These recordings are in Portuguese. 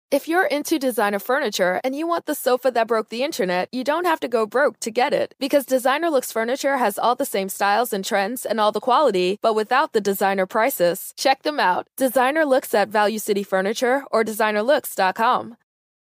If you're into designer furniture and you want the sofa that broke the internet, you don't have to go broke to get it. Because Designer Looks Furniture has all the same styles and trends and all the quality, but without the designer prices. Check them out. Designer Looks at Value City Furniture or designerlooks.com.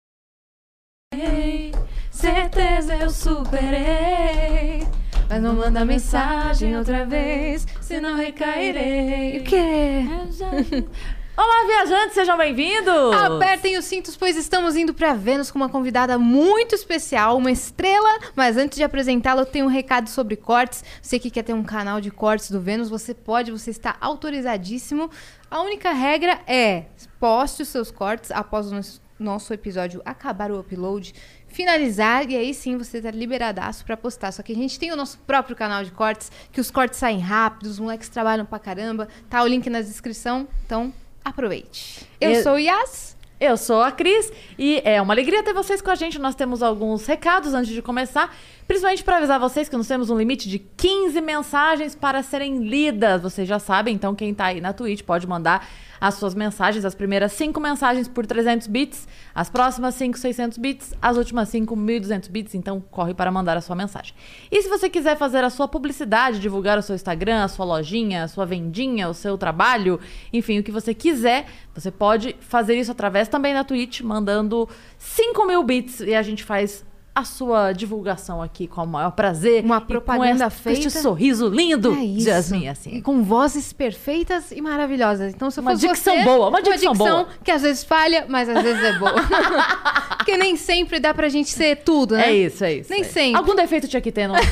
Certeza eu superei, mas não manda mensagem outra vez, senão recairei. O quê? Olá, viajantes, sejam bem-vindos! Apertem os cintos, pois estamos indo para Vênus com uma convidada muito especial, uma estrela. Mas antes de apresentá-la, eu tenho um recado sobre cortes. Você que quer ter um canal de cortes do Vênus, você está autorizadíssimo. A única regra é poste os seus cortes após o nosso episódio acabar o upload, finalizar, e aí sim você tá liberadaço pra postar. Só que a gente tem o nosso próprio canal de cortes, que os cortes saem rápido, os moleques trabalham pra caramba. Tá o link na descrição, então aproveite. Eu sou o Yas. Eu sou a Cris e é uma alegria ter vocês com a gente. Nós temos alguns recados antes de começar, principalmente para avisar vocês que nós temos um limite de 15 mensagens para serem lidas. Vocês já sabem, então quem tá aí na Twitch pode mandar as suas mensagens, as primeiras 5 mensagens por 300 bits, as próximas 5, 600 bits, as últimas 5, 1.200 bits, então corre para mandar a sua mensagem. E se você quiser fazer a sua publicidade, divulgar o seu Instagram, a sua lojinha, a sua vendinha, o seu trabalho, enfim, o que você quiser, você pode fazer isso através também da Twitch, mandando 5.000 bits e a gente faz a sua divulgação aqui com o maior prazer. Uma propaganda feita. Com este sorriso lindo de Yasmin, assim. E com vozes perfeitas e maravilhosas. Então, se uma fosse dicção você, boa, uma dicção boa. Que às vezes falha, mas às vezes é boa. Porque nem sempre dá pra gente ser tudo, né? É isso. Nem sempre. Algum defeito tinha que ter, não?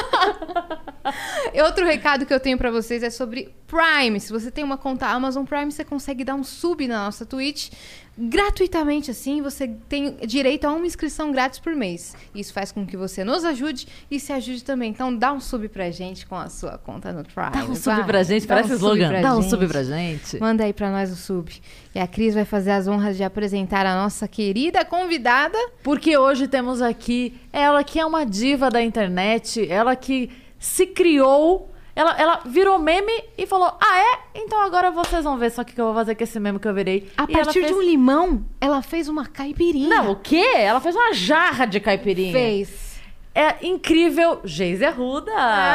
Outro recado que eu tenho pra vocês é sobre Prime. Se você tem uma conta Amazon Prime, você consegue dar um sub na nossa Twitch gratuitamente, assim. Você tem direito a uma inscrição grátis por mês. Isso faz com que você nos ajude e se ajude também. Então dá um sub pra gente com a sua conta no Prime. Dá um sub pra gente, parece slogan. Dá um sub pra gente. Manda aí pra nós o sub. E a Cris vai fazer as honras de apresentar a nossa querida convidada. Porque hoje temos aqui ela que é uma diva da internet, ela que se criou, ela virou meme e falou, então agora vocês vão ver só o que eu vou fazer com esse meme que eu virei. A partir de um limão, ela fez uma caipirinha. Não, o quê? Ela fez uma jarra de caipirinha. Fez. É incrível. Geise Arruda.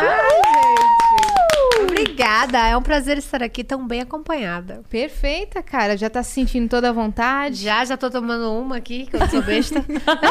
Gente. Obrigada. É um prazer estar aqui tão bem acompanhada. Perfeita, cara. Já tá se sentindo toda à vontade. Já tô tomando uma aqui, que eu sou besta.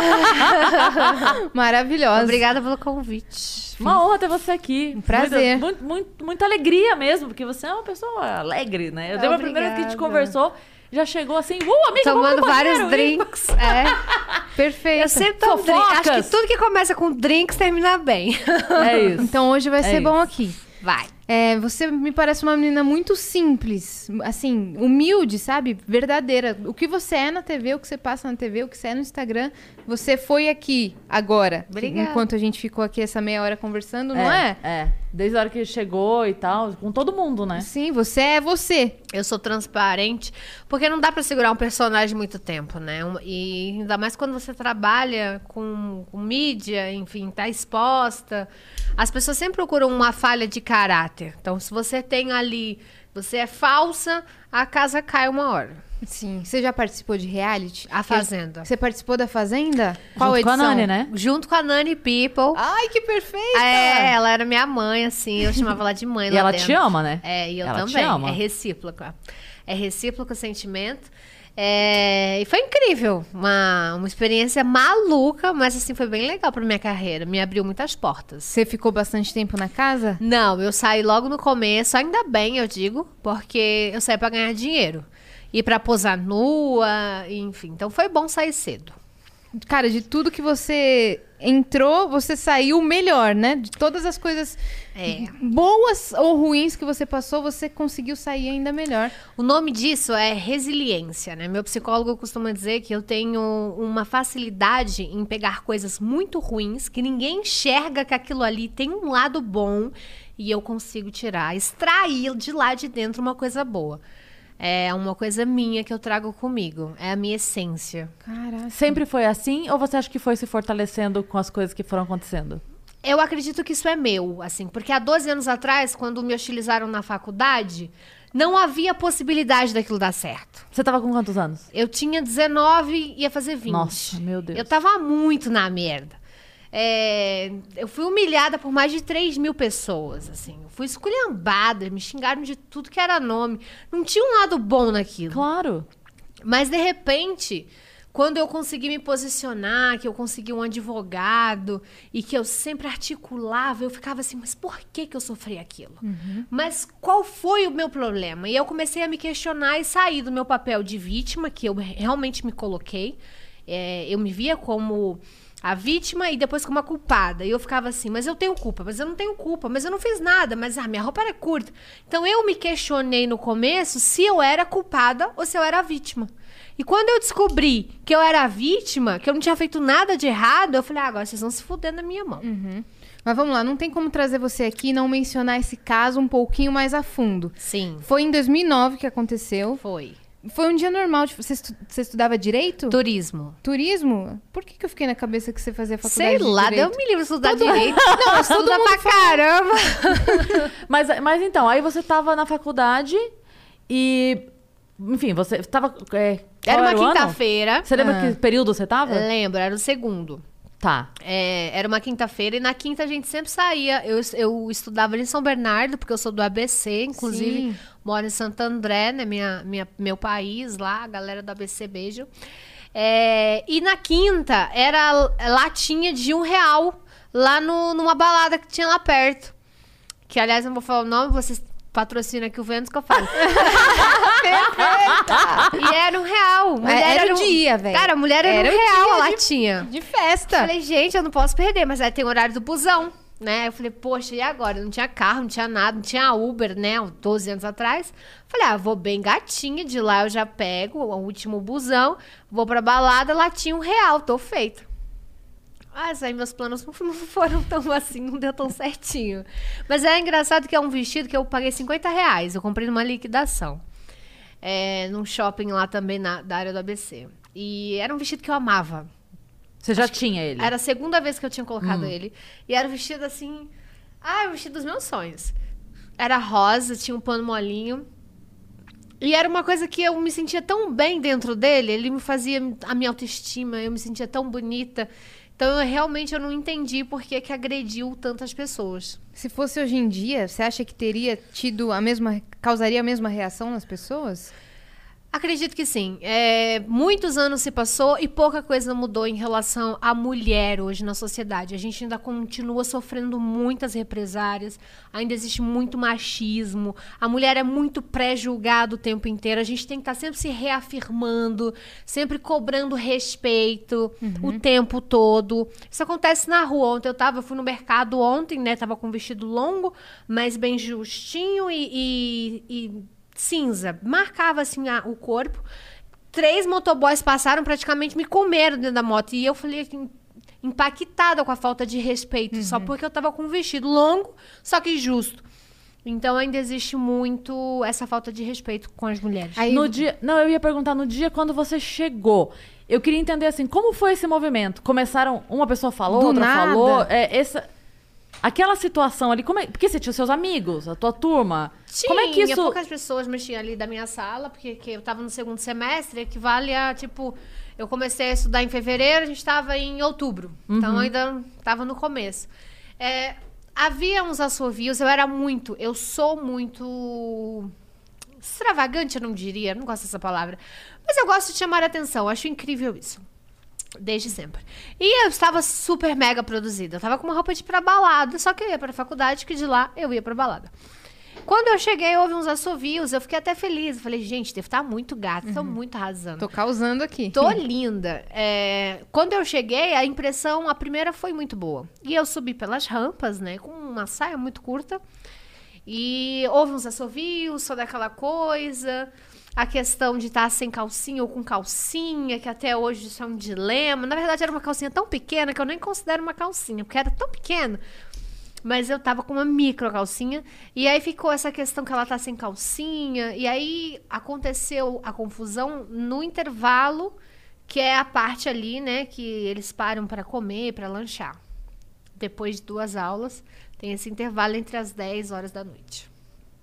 Maravilhosa. Obrigada pelo convite. Uma honra ter você aqui. Um prazer. Muita alegria mesmo, porque você é uma pessoa alegre, né? Eu lembro a primeira vez que a gente conversou, já chegou assim, amiga, tomando vários drinks. Perfeito. Eu sempre tomo drink. Acho que tudo que começa com drinks termina bem. É isso. Então hoje vai ser bom aqui. Vai. Você me parece uma menina muito simples, assim, humilde, sabe? Verdadeira. O que você é na TV, o que você passa na TV, o que você é no Instagram, você foi aqui agora. Obrigada. Enquanto a gente ficou aqui essa meia hora conversando, não é? Desde a hora que chegou e tal, com todo mundo, né? Sim, você é você. Eu sou transparente, porque não dá pra segurar um personagem muito tempo, né? E ainda mais quando você trabalha com mídia, enfim, tá exposta. As pessoas sempre procuram uma falha de caráter. Então, se você tem ali, você é falsa, a casa cai uma hora. Sim. Você já participou de reality? A Fazenda. Você participou da Fazenda? Qual Junto edição? com a Nani, né? Junto com a Nani People. Ai, que perfeita! Ela era minha mãe, assim, eu chamava ela de mãe lá E ela dentro. te ama, né? E eu ela também. Te ama. É recíproca. É recíproco o sentimento. E foi incrível. Uma experiência maluca, mas assim, foi bem legal pra minha carreira. Me abriu muitas portas. Você ficou bastante tempo na casa? Não, eu saí logo no começo, ainda bem, eu digo, porque eu saí pra ganhar dinheiro. E pra posar nua, enfim. Então foi bom sair cedo. Cara, de tudo que você entrou, você saiu melhor, né? De todas as coisas boas ou ruins que você passou, você conseguiu sair ainda melhor. O nome disso é resiliência, né? Meu psicólogo costuma dizer que eu tenho uma facilidade em pegar coisas muito ruins, que ninguém enxerga que aquilo ali tem um lado bom, e eu consigo extrair de lá de dentro uma coisa boa. É uma coisa minha que eu trago comigo. É a minha essência. Caraca. Sempre foi assim? Ou você acha que foi se fortalecendo com as coisas que foram acontecendo? Eu acredito que isso é meu, assim. Porque há 12 anos atrás, quando me hostilizaram na faculdade, não havia possibilidade daquilo dar certo. Você tava com quantos anos? Eu tinha 19 e ia fazer 20. Nossa, meu Deus. Eu tava muito na merda. Eu fui humilhada por mais de 3 mil pessoas, assim. Eu fui esculhambada, me xingaram de tudo que era nome. Não tinha um lado bom naquilo. Claro. Mas, de repente, quando eu consegui me posicionar, que eu consegui um advogado e que eu sempre articulava, eu ficava assim, mas por que eu sofri aquilo? Mas qual foi o meu problema? E eu comecei a me questionar e sair do meu papel de vítima, que eu realmente me coloquei. Eu me via como a vítima e depois como a culpada. E eu ficava assim, mas eu tenho culpa, mas eu não tenho culpa, mas eu não fiz nada, mas minha roupa era curta. Então eu me questionei no começo se eu era culpada ou se eu era a vítima. E quando eu descobri que eu era a vítima, que eu não tinha feito nada de errado, eu falei, agora vocês vão se fuder na minha mão. Mas vamos lá, não tem como trazer você aqui e não mencionar esse caso um pouquinho mais a fundo. Sim. Foi em 2009 que aconteceu. Foi. Foi um dia normal. Você estudava Direito? Turismo. Turismo? Por que eu fiquei na cabeça que você fazia faculdade Sei lá, de Direito? deu me livre estudar direito. Não, estuda pra caramba. Mas então, aí você tava na faculdade e... Enfim, você tava... Era uma o ano? quinta-feira. Você lembra que período você tava? Lembro, era o segundo. Tá. Era uma quinta-feira e na quinta a gente sempre saía. Eu estudava ali em São Bernardo, porque eu sou do ABC, inclusive Sim. moro em Santo André, né? Meu país lá, a galera do ABC, beijo. E na quinta era latinha de R$1 lá numa balada que tinha lá perto. Que, aliás, eu não vou falar o nome, vocês patrocinam aqui o Vênus que eu falo. E era R$1. Era o dia, velho. Cara, a mulher era R$1 a latinha. De festa. Falei, gente, eu não posso perder, mas aí tem o horário do busão, né? Eu falei, poxa, e agora? Não tinha carro, não tinha nada, não tinha Uber, né? 12 anos atrás. Falei, vou bem gatinha, de lá eu já pego o último busão, vou pra balada, latinha R$1, tô feita. Mas aí meus planos não foram tão assim, não deu tão certinho. Mas é engraçado que é um vestido que eu paguei R$50. Eu comprei numa liquidação. Num shopping lá também da área do ABC. E era um vestido que eu amava. Você já tinha ele? Era a segunda vez que eu tinha colocado ele. E era um vestido assim... o vestido dos meus sonhos. Era rosa, tinha um pano molinho. E era uma coisa que eu me sentia tão bem dentro dele. Ele me fazia a minha autoestima. Eu me sentia tão bonita. Então, eu não entendi por que agrediu tantas pessoas. Se fosse hoje em dia, você acha que teria tido causaria a mesma reação nas pessoas? Acredito que sim. Muitos anos se passou e pouca coisa mudou em relação à mulher hoje na sociedade. A gente ainda continua sofrendo muitas represárias, ainda existe muito machismo, a mulher é muito pré-julgada o tempo inteiro, a gente tem que estar sempre se reafirmando, sempre cobrando respeito o tempo todo. Isso acontece na rua. Eu fui no mercado ontem, né? Tava com um vestido longo, mas bem justinho e cinza, marcava assim o corpo. 3 motoboys passaram, praticamente me comeram dentro da moto. E eu falei assim, impactada com a falta de respeito, só porque eu tava com um vestido longo, só que justo. Então ainda existe muito essa falta de respeito com as mulheres. Aí, eu ia perguntar, no dia quando você chegou, eu queria entender assim, como foi esse movimento? Começaram, uma pessoa falou, Do outra nada. falou, aquela situação ali, porque você tinha os seus amigos, a tua turma. Como é que isso... poucas pessoas mexiam ali da minha sala, porque eu tava no segundo semestre, equivale a, eu comecei a estudar em fevereiro, a gente tava em outubro. Então, ainda tava no começo. Havia uns assovios, eu sou muito extravagante, eu não diria, não gosto dessa palavra. Mas eu gosto de chamar a atenção, acho incrível isso. Desde sempre. E eu estava super mega produzida. Eu estava com uma roupa de ir pra balada, só que eu ia pra faculdade, que de lá eu ia pra balada. Quando eu cheguei, houve uns assovios, eu fiquei até feliz. Eu falei, gente, deve estar muito gata, tô muito arrasando. tô causando aqui. Tô linda. Quando eu cheguei, a primeira foi muito boa. E eu subi pelas rampas, né, com uma saia muito curta. E houve uns assovios, só daquela coisa... A questão de estar sem calcinha ou com calcinha, que até hoje isso é um dilema. Na verdade, era uma calcinha tão pequena que eu nem considero uma calcinha, porque era tão pequena. Mas eu tava com uma micro calcinha. E aí ficou essa questão que ela tá sem calcinha. E aí aconteceu a confusão no intervalo, que é a parte ali, né, que eles param para comer, para lanchar. Depois de 2 aulas, tem esse intervalo entre as 10 horas da noite.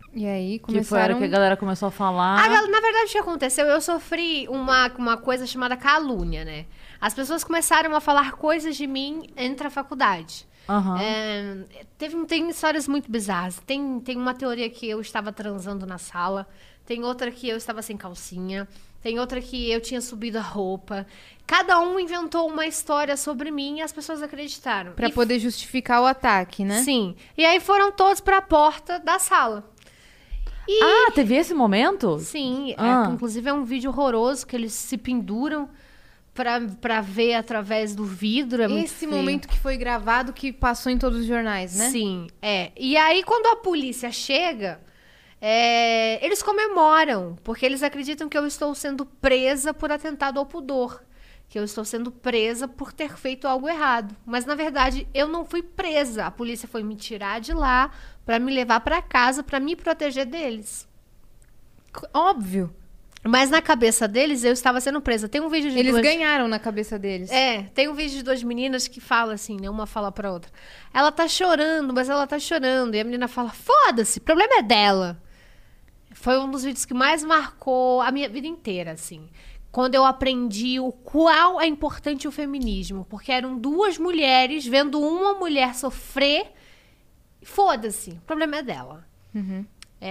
E aí Que foi a hora começaram... que a galera começou a falar. Na verdade, o que aconteceu? Eu sofri uma coisa chamada calúnia, né? As pessoas começaram a falar coisas de mim entre a faculdade. Aham. Tem histórias muito bizarras. Tem uma teoria que eu estava transando na sala. Tem outra que eu estava sem calcinha. Tem outra que eu tinha subido a roupa. Cada um inventou uma história sobre mim e as pessoas acreditaram. Pra poder justificar o ataque, né? Sim. E aí foram todos para a porta da sala. E... Ah, teve esse momento? Sim. Ah. Inclusive é um vídeo horroroso que eles se penduram pra ver através do vidro. É muito Esse feio. momento que foi gravado, que passou em todos os jornais, né? Sim, E aí, quando a polícia chega, eles comemoram, porque eles acreditam que eu estou sendo presa por atentado ao pudor. Que eu estou sendo presa por ter feito algo errado. Mas, na verdade, eu não fui presa. A polícia foi me tirar de lá pra me levar pra casa, pra me proteger deles. Óbvio. Mas na cabeça deles, eu estava sendo presa. Tem um vídeo de Eles duas... ganharam na cabeça deles. Tem um vídeo de duas meninas que falam assim, né? Uma fala pra outra. Ela tá chorando, mas ela tá chorando. E a menina fala, foda-se, o problema é dela. Foi um dos vídeos que mais marcou a minha vida inteira, assim. Quando eu aprendi o qual é importante o feminismo. Porque eram duas mulheres vendo uma mulher sofrer. Foda-se, o problema é dela. Uhum.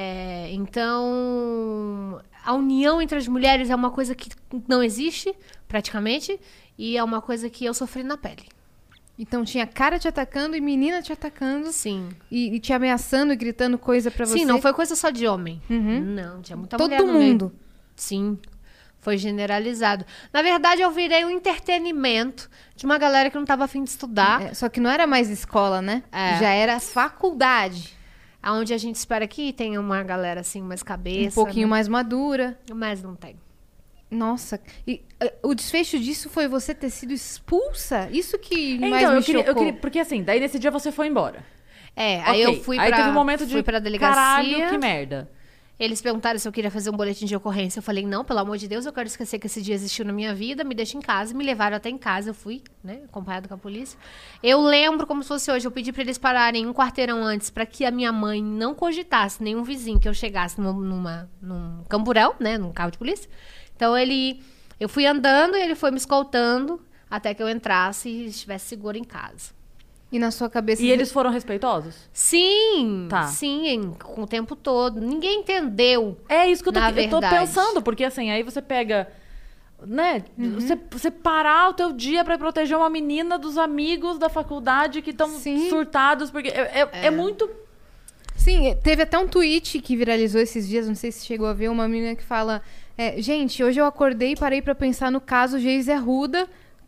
Então, a união entre as mulheres é uma coisa que não existe, praticamente, e é uma coisa que eu sofri na pele. Então tinha cara te atacando e menina te atacando. Sim. E te ameaçando e gritando coisa pra você. Sim, não foi coisa só de homem. Uhum. Não, tinha muita Todo mulher no meio. mundo. Sim, foi generalizado. Na verdade, eu virei um entretenimento de uma galera que não tava afim de estudar. Só que não era mais escola, né? Já era faculdade. Onde a gente espera que tenha uma galera assim, mais cabeça. Um pouquinho mais madura. Mas não tem. Nossa. E o desfecho disso foi você ter sido expulsa? Isso que mais Então, me eu queria, chocou. porque assim, daí nesse dia você foi embora. Aí eu fui Aí pra, teve um momento de fui pra delegacia. caralho, que merda. Eles perguntaram se eu queria fazer um boletim de ocorrência. Eu falei, não, pelo amor de Deus, eu quero esquecer que esse dia existiu na minha vida. Me deixa em casa. Me levaram até em casa. Eu fui, né, acompanhada com a polícia. Eu lembro como se fosse hoje. Eu pedi pra eles pararem um quarteirão antes pra que a minha mãe não cogitasse, nenhum vizinho, que eu chegasse num camburão, né, num carro de polícia. Então, eu fui andando e ele foi me escoltando até que eu entrasse e estivesse segura em casa. E na sua cabeça... E eles foram respeitosos? Sim, Tá. sim, com o tempo todo. Ninguém entendeu. É isso que eu tô verdade. pensando, porque assim, aí você pega, né, você parar o teu dia pra proteger uma menina dos amigos da faculdade que estão Sim. surtados, porque é muito... Sim, teve até um tweet que viralizou esses dias, não sei se chegou a ver, uma menina que fala... gente, hoje eu acordei e parei pra pensar no caso Geise Arruda,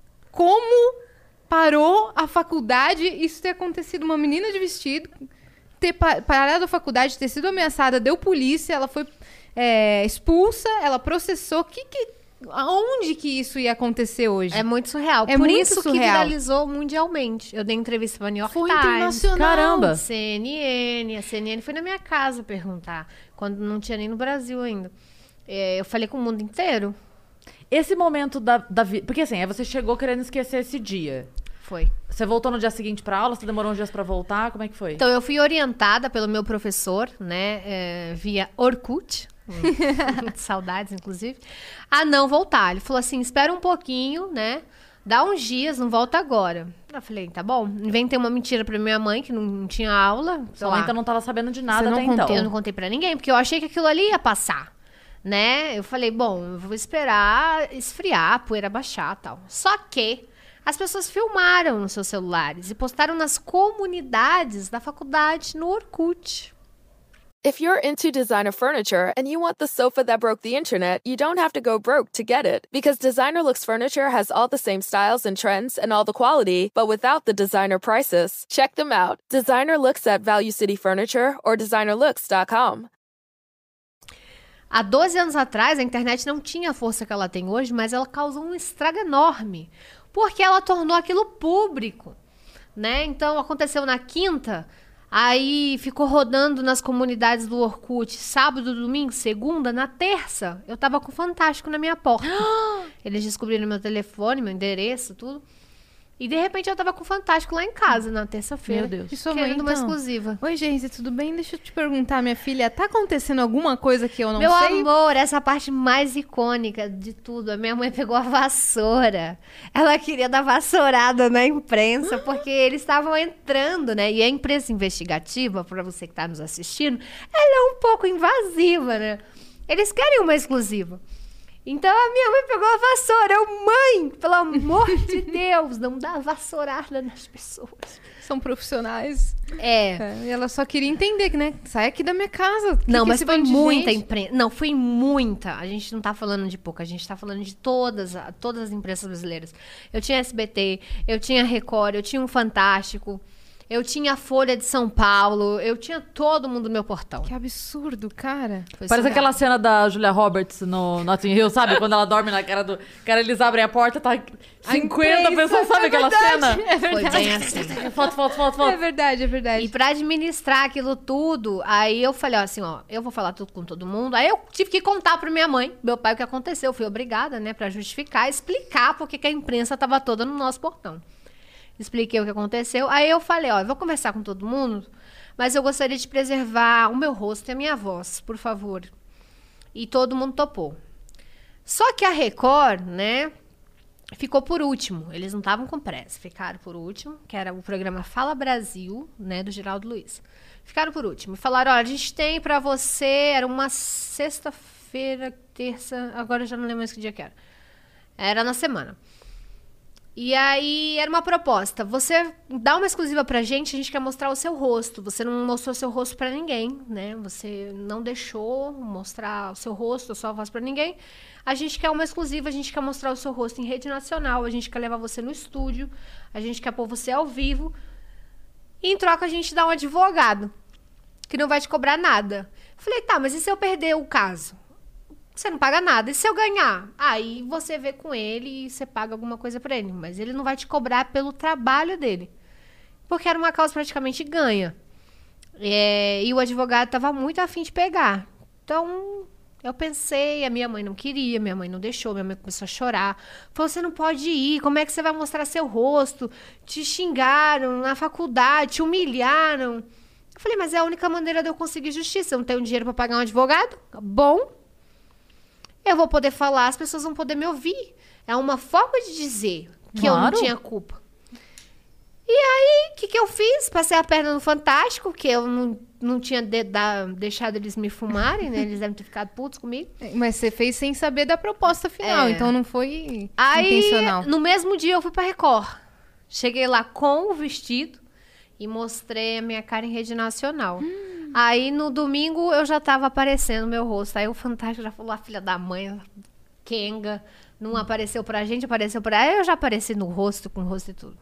como parou a faculdade, isso ter acontecido, uma menina de vestido, ter parado a faculdade, ter sido ameaçada, deu polícia, ela foi expulsa, ela processou, aonde que isso ia acontecer hoje? É muito surreal. É Por muito isso surreal. que viralizou mundialmente. Eu dei entrevista pra New York Foi Times. internacional. Caramba. CNN. A CNN foi na minha casa perguntar. Quando não tinha nem no Brasil ainda. Eu falei com o mundo inteiro. Esse momento da vida... Porque assim, aí você chegou querendo esquecer esse dia. Foi. Você voltou no dia seguinte pra aula? Você demorou uns dias pra voltar? Como é que foi? Então, eu fui orientada pelo meu professor, né? Via Orkut. Saudades, inclusive. A não voltar. Ele falou assim, espera um pouquinho, né? Dá uns dias, não volta agora. Eu falei, tá bom. Inventei uma mentira pra minha mãe, que não tinha aula. Sua mãe então não tava sabendo de nada Você não até contou. então. Eu não contei pra ninguém, porque eu achei que aquilo ali ia passar, né? Eu falei, bom, eu vou esperar esfriar, a poeira baixar e tal. Só que as pessoas filmaram nos seus celulares e postaram nas comunidades da faculdade, no Orkut. If you're into designer furniture and you want the sofa that broke the internet, you don't have to go broke to get it. Because Designer Looks Furniture has all the same styles and trends and all the quality, but without the designer prices. Check them out. Designer Looks at Value City Furniture or designerlooks.com. Há 12 anos atrás, a internet não tinha a força que ela tem hoje, mas ela causou um estrago enorme. Porque ela tornou aquilo público, né? Então, aconteceu na quinta, aí ficou rodando nas comunidades do Orkut, sábado, domingo, segunda, na terça, eu tava com o Fantástico na minha porta. Eles descobriram meu telefone, meu endereço, tudo. E de repente eu tava com o Fantástico lá em casa na terça-feira. Meu Deus. E sua mãe, Querendo uma então? exclusiva. Oi, Geise, tudo bem? Deixa eu te perguntar, minha filha, tá acontecendo alguma coisa que eu não Meu sei? amor, essa parte mais icônica de tudo. A minha mãe pegou a vassoura. Ela queria dar vassourada na imprensa, porque eles estavam entrando, né? E a imprensa investigativa, pra você que tá nos assistindo, ela é um pouco invasiva, né? Eles querem uma exclusiva. Então a minha mãe pegou a vassoura. Eu, mãe, pelo amor de Deus, não dá vassourada nas pessoas. São profissionais. É. E ela só queria entender, né? Sai aqui da minha casa. Não, mas esse foi bando de muita gente? imprensa. Não, foi muita. A gente não tá falando de pouca, a gente tá falando de todas as imprensas brasileiras. Eu tinha SBT, eu tinha Record, eu tinha um Fantástico, eu tinha a Folha de São Paulo, eu tinha todo mundo no meu portão. Que absurdo, cara. Foi Parece surreal. aquela cena da Julia Roberts no Notting Hill, sabe? Quando ela dorme na cara do... Cara, eles abrem a porta, tá 50 pessoas, sabe aquela cena? Foi bem assim. Foto. É verdade, é verdade. E pra administrar aquilo tudo, aí eu falei assim, ó, eu vou falar tudo com todo mundo. Aí eu tive que contar pra minha mãe, meu pai, o que aconteceu. Eu fui obrigada, né, pra justificar, explicar porque que a imprensa tava toda no nosso portão. Expliquei o que aconteceu. Aí eu falei, ó, eu vou conversar com todo mundo, mas eu gostaria de preservar o meu rosto e a minha voz, por favor. E todo mundo topou. Só que a Record, né, ficou por último. Eles não estavam com pressa, ficaram por último, que era o programa Fala Brasil, né, do Geraldo Luiz. Ficaram por último. E falaram, ó, a gente tem pra você, era uma sexta-feira, terça, agora eu já não lembro mais que dia que era. Era na semana. E aí, era uma proposta. Você dá uma exclusiva pra gente, a gente quer mostrar o seu rosto. Você não mostrou o seu rosto pra ninguém, né? Você não deixou mostrar o seu rosto, a sua voz pra ninguém. A gente quer uma exclusiva, a gente quer mostrar o seu rosto em rede nacional, a gente quer levar você no estúdio, a gente quer pôr você ao vivo. E em troca, a gente dá um advogado, que não vai te cobrar nada. Falei, tá, mas e se eu perder o caso? Você não paga nada. E se eu ganhar? Aí você vê com ele e você paga alguma coisa pra ele. Mas ele não vai te cobrar pelo trabalho dele. Porque era uma causa praticamente ganha. E o advogado tava muito afim de pegar. Então, eu pensei, a minha mãe não queria, minha mãe não deixou, minha mãe começou a chorar. Falou, você não pode ir, como é que você vai mostrar seu rosto? Te xingaram na faculdade, te humilharam. Eu falei, mas é a única maneira de eu conseguir justiça. Eu não tenho dinheiro pra pagar um advogado? Bom. Eu vou poder falar, as pessoas vão poder me ouvir. É uma forma de dizer que eu não Claro. tinha culpa. E aí, o que eu fiz? Passei a perna no Fantástico, que eu não tinha deixado eles me fumarem, né? Eles devem ter ficado putos comigo. Mas você fez sem saber da proposta final, É. então não foi Aí, intencional. no mesmo dia, eu fui pra Record. Cheguei lá com o vestido e mostrei a minha cara em rede nacional. Aí, no domingo, eu já tava aparecendo meu rosto. Aí, o Fantástico já falou, a filha da mãe, Kenga, não apareceu pra gente, apareceu pra ela. Eu já apareci no rosto, com o rosto e tudo.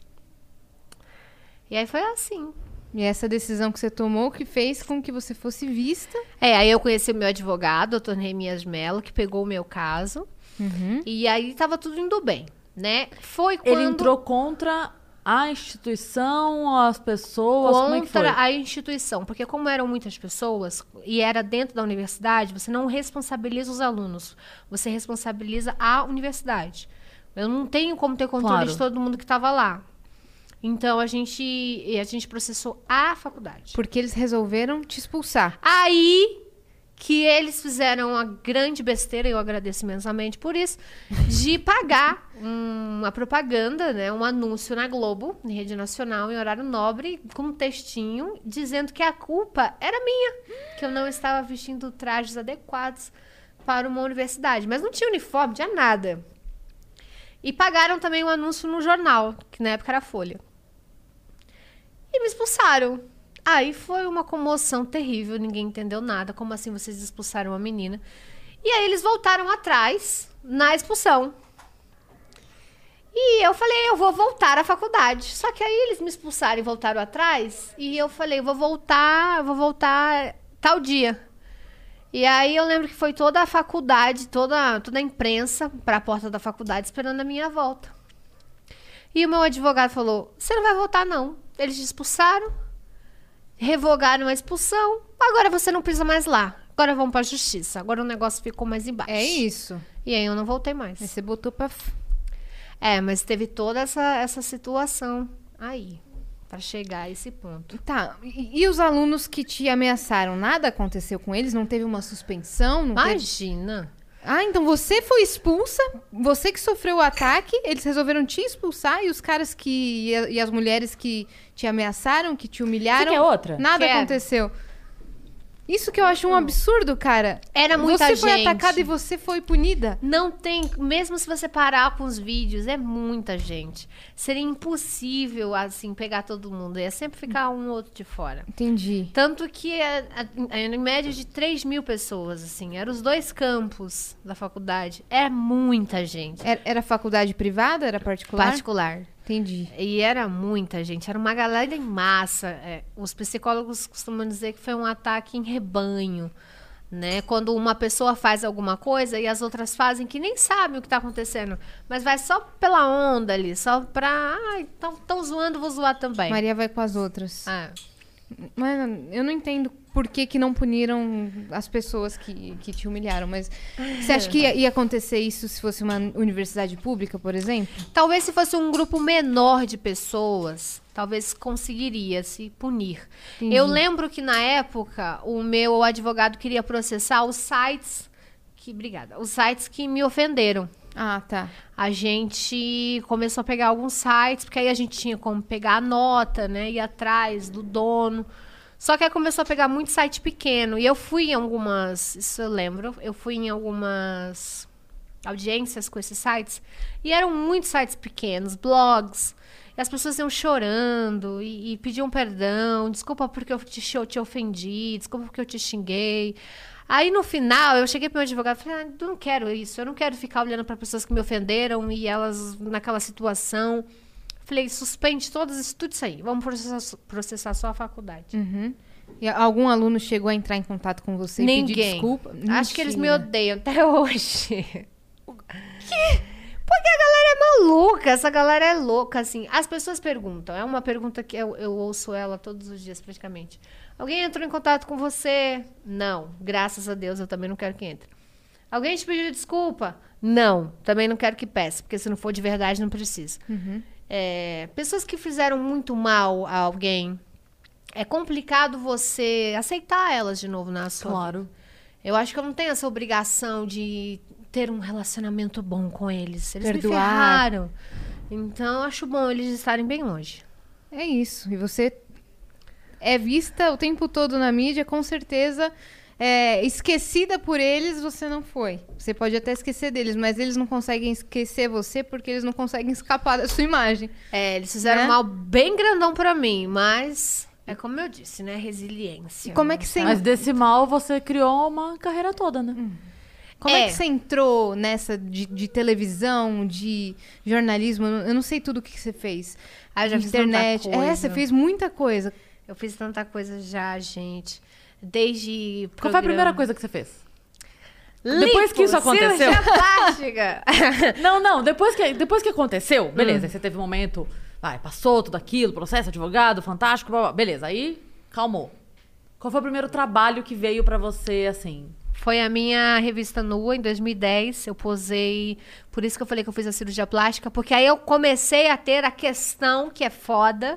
E aí, foi assim. E essa decisão que você tomou que fez com que você fosse vista. Aí eu conheci o meu advogado, doutor Remias Mello, que pegou o meu caso. E aí, tava tudo indo bem, né? Foi quando... Ele entrou contra a instituição, as pessoas, como é que foi? Contra a instituição, porque como eram muitas pessoas e era dentro da universidade, você não responsabiliza os alunos, você responsabiliza a universidade. Eu não tenho como ter controle Claro. de todo mundo que estava lá. Então a gente processou a faculdade. Porque eles resolveram te expulsar. Aí que eles fizeram a grande besteira, eu agradeço imensamente por isso, de pagar uma propaganda, né, um anúncio na Globo, em rede nacional, em horário nobre, com um textinho dizendo que a culpa era minha, que eu não estava vestindo trajes adequados para uma universidade. Mas não tinha uniforme, não tinha nada. E pagaram também um anúncio no jornal, que na época era a Folha. E me expulsaram. Aí foi uma comoção terrível, ninguém entendeu nada. Como assim vocês expulsaram a menina? E aí eles voltaram atrás na expulsão. E eu falei, eu vou voltar à faculdade. Só que aí eles me expulsaram e voltaram atrás. E eu falei, eu vou voltar tal dia. E aí eu lembro que foi toda a faculdade, toda a imprensa para a porta da faculdade esperando a minha volta. E o meu advogado falou, você não vai voltar não. Eles te expulsaram. Revogaram a expulsão, agora você não pisa mais lá. Agora vamos pra justiça. Agora o negócio ficou mais embaixo. É isso. E aí eu não voltei mais. Aí você botou pra... Mas teve toda essa situação aí, pra chegar a esse ponto. Tá, e os alunos que te ameaçaram, nada aconteceu com eles? Não teve uma suspensão? Não teve... Imagina! Então você foi expulsa, você que sofreu o ataque, eles resolveram te expulsar e os caras e as mulheres que te ameaçaram, que te humilharam... Você quer outra? Nada Quero. aconteceu. Isso que eu acho um absurdo, cara. Era muita Você foi gente. atacada e você foi punida. Não tem, mesmo se você parar com os vídeos, é muita gente. Seria impossível, assim, pegar todo mundo. Ia sempre ficar um ou outro de fora. Entendi. Tanto que em média de 3.000 pessoas, assim. Eram os 2 campos da faculdade. É muita gente. Era faculdade privada? Era particular? Particular. Entendi. E era muita gente, era uma galera em massa. Os psicólogos costumam dizer que foi um ataque em rebanho, né? Quando uma pessoa faz alguma coisa e as outras fazem que nem sabem o que está acontecendo, mas vai só pela onda ali, só pra... Estão zoando, vou zoar também. Maria vai com as outras. Mas eu não entendo por que não puniram as pessoas que te humilharam, mas você acha que ia acontecer isso se fosse uma universidade pública, por exemplo? Talvez se fosse um grupo menor de pessoas, talvez conseguiria se punir. Entendi. Eu lembro que na época o meu advogado queria processar os sites os sites que me ofenderam. Tá. A gente começou a pegar alguns sites, porque aí a gente tinha como pegar a nota, né? Ir atrás do dono. Só que aí começou a pegar muito site pequeno. E eu fui em algumas, isso eu lembro, eu fui em algumas audiências com esses sites. E eram muitos sites pequenos, blogs. E as pessoas iam chorando e pediam perdão. Desculpa porque eu te ofendi, desculpa porque eu te xinguei. Aí, no final, eu cheguei pro meu advogado e falei, eu não quero isso. Eu não quero ficar olhando para pessoas que me ofenderam e elas naquela situação. Falei, suspende tudo isso aí. Vamos processar só a faculdade. Uhum. E algum aluno chegou a entrar em contato com você e pedir desculpa? Acho que eles me Mentira. odeiam até hoje. Porque a galera é maluca. Essa galera é louca, assim. As pessoas perguntam. É uma pergunta que eu ouço ela todos os dias, praticamente. Alguém entrou em contato com você? Não. Graças a Deus, eu também não quero que entre. Alguém te pediu desculpa? Não. Também não quero que peça. Porque se não for de verdade, não precisa. Uhum. Pessoas que fizeram muito mal a alguém, é complicado você aceitar elas de novo na sua vida. Claro. Eu acho que eu não tenho essa obrigação de ter um relacionamento bom com eles. Eles Perdoar. me ferraram. Então, eu acho bom eles estarem bem longe. É isso. E você é vista o tempo todo na mídia, com certeza... esquecida por eles, você não foi. Você pode até esquecer deles, mas eles não conseguem esquecer você porque eles não conseguem escapar da sua imagem. Eles fizeram Né? mal bem grandão pra mim, mas é como eu disse, né? Resiliência. E como é que você... Mas desse mal você criou uma carreira toda, né? Como é que você entrou nessa de televisão, de jornalismo? Eu não sei tudo o que você fez. Eu já fiz internet. tanta coisa. Você fez muita coisa. Eu fiz tanta coisa já, gente. Desde Qual foi a primeira coisa que você fez? Lipo, Depois que isso aconteceu? cirurgia plástica. Não. Depois que aconteceu, beleza. Aí você teve um momento, passou tudo aquilo, processo, advogado, fantástico, blá, blá, beleza. Aí, calmou. Qual foi o primeiro trabalho que veio pra você, assim? Foi a minha revista Nua, em 2010. Eu posei... Por isso que eu falei que eu fiz a cirurgia plástica. Porque aí eu comecei a ter a questão que é foda,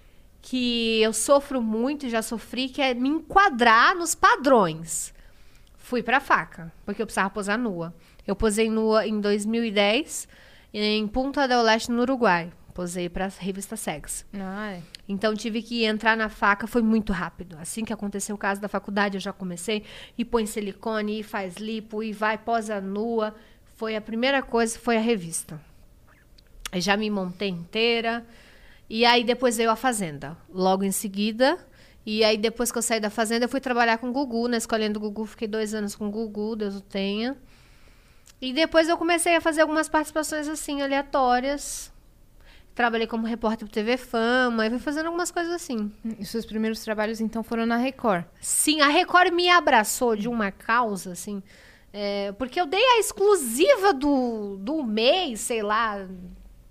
que eu sofro muito e já sofri, que é me enquadrar nos padrões. Fui pra faca, porque eu precisava posar nua. Eu posei nua em 2010, em Punta del Este, no Uruguai. Posei pra revista Sex. Então, tive que entrar na faca, foi muito rápido. Assim que aconteceu o caso da faculdade, eu já comecei. E põe silicone, e faz lipo, e vai, posa nua. Foi a primeira coisa, foi a revista. Aí já me montei inteira. E aí, depois veio a Fazenda. Logo em seguida. E aí, depois que eu saí da Fazenda, eu fui trabalhar com o Gugu. Na escolinha do Gugu, fiquei 2 anos com o Gugu, Deus o tenha. E depois eu comecei a fazer algumas participações, assim, aleatórias. Trabalhei como repórter pro TV Fama, e fui fazendo algumas coisas assim. E seus primeiros trabalhos, então, foram na Record? Sim, a Record me abraçou de uma causa, assim, porque eu dei a exclusiva do mês, sei lá,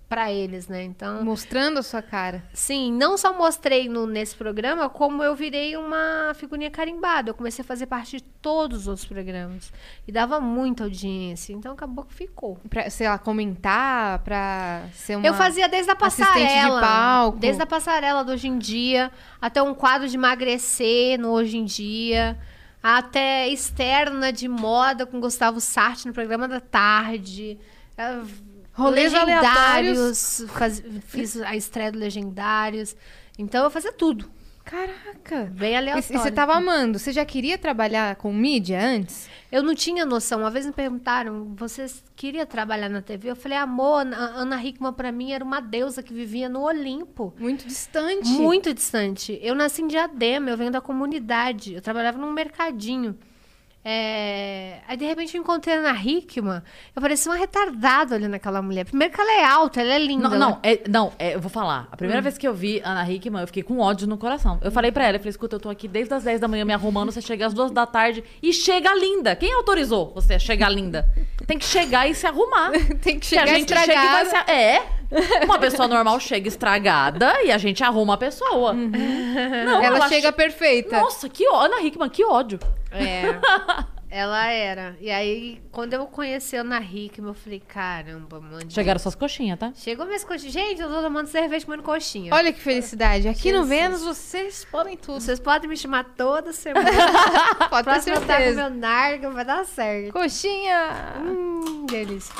pra eles, né? Então, Mostrando a sua cara. sim, não só mostrei nesse programa, como eu virei uma figurinha carimbada. Eu comecei a fazer parte de todos os outros programas. E dava muita audiência. Então, acabou que ficou. Pra, sei lá, comentar, pra ser uma... Eu fazia desde a assistente de passarela. palco. Desde a passarela do Hoje em Dia, até um quadro de emagrecer no Hoje em Dia, até externa de moda com Gustavo Sartre no programa da tarde. Rolês aleatórios. Fiz a estreia do Legendários. Então eu fazia tudo. Caraca. Bem E aleatório. você tava amando. Você já queria trabalhar com mídia antes? Eu não tinha noção. Uma vez me perguntaram, você queria trabalhar na TV? Eu falei, amor, a Ana Hickman pra mim era uma deusa que vivia no Olimpo. Muito distante. Muito distante. Eu nasci em Diadema, eu venho da comunidade. Eu trabalhava num mercadinho. Aí, de repente, eu encontrei a Ana Hickman. Eu parecia uma retardada olhando aquela mulher. Primeiro que ela é alta, ela é linda. Eu vou falar. A primeira vez que eu vi a Ana Hickman, eu fiquei com ódio no coração. Eu falei pra ela, eu falei, escuta, eu tô aqui desde as 10 da manhã me arrumando, você chega às 2 da tarde e chega linda. Quem autorizou você a chegar linda? Tem que chegar e se arrumar. Tem que Que a chegar gente chega e vai se... Uma pessoa normal chega estragada e a gente arruma a pessoa. Não, Ela chega perfeita. Nossa, Ana Hickman, que ódio. Ela era. E aí, quando eu conheci a Ana Hickman, eu falei, caramba, mano. Chegaram suas coxinhas, tá? Chegou minhas coxinhas. Gente, eu tô tomando cerveja comendo coxinha. Olha que felicidade. Aqui no Jesus. Vênus, vocês podem tudo. Vocês podem me chamar toda semana. Pode ter Próximo eu tá com certeza. meu narga, vai dar certo. Coxinha! Delícia.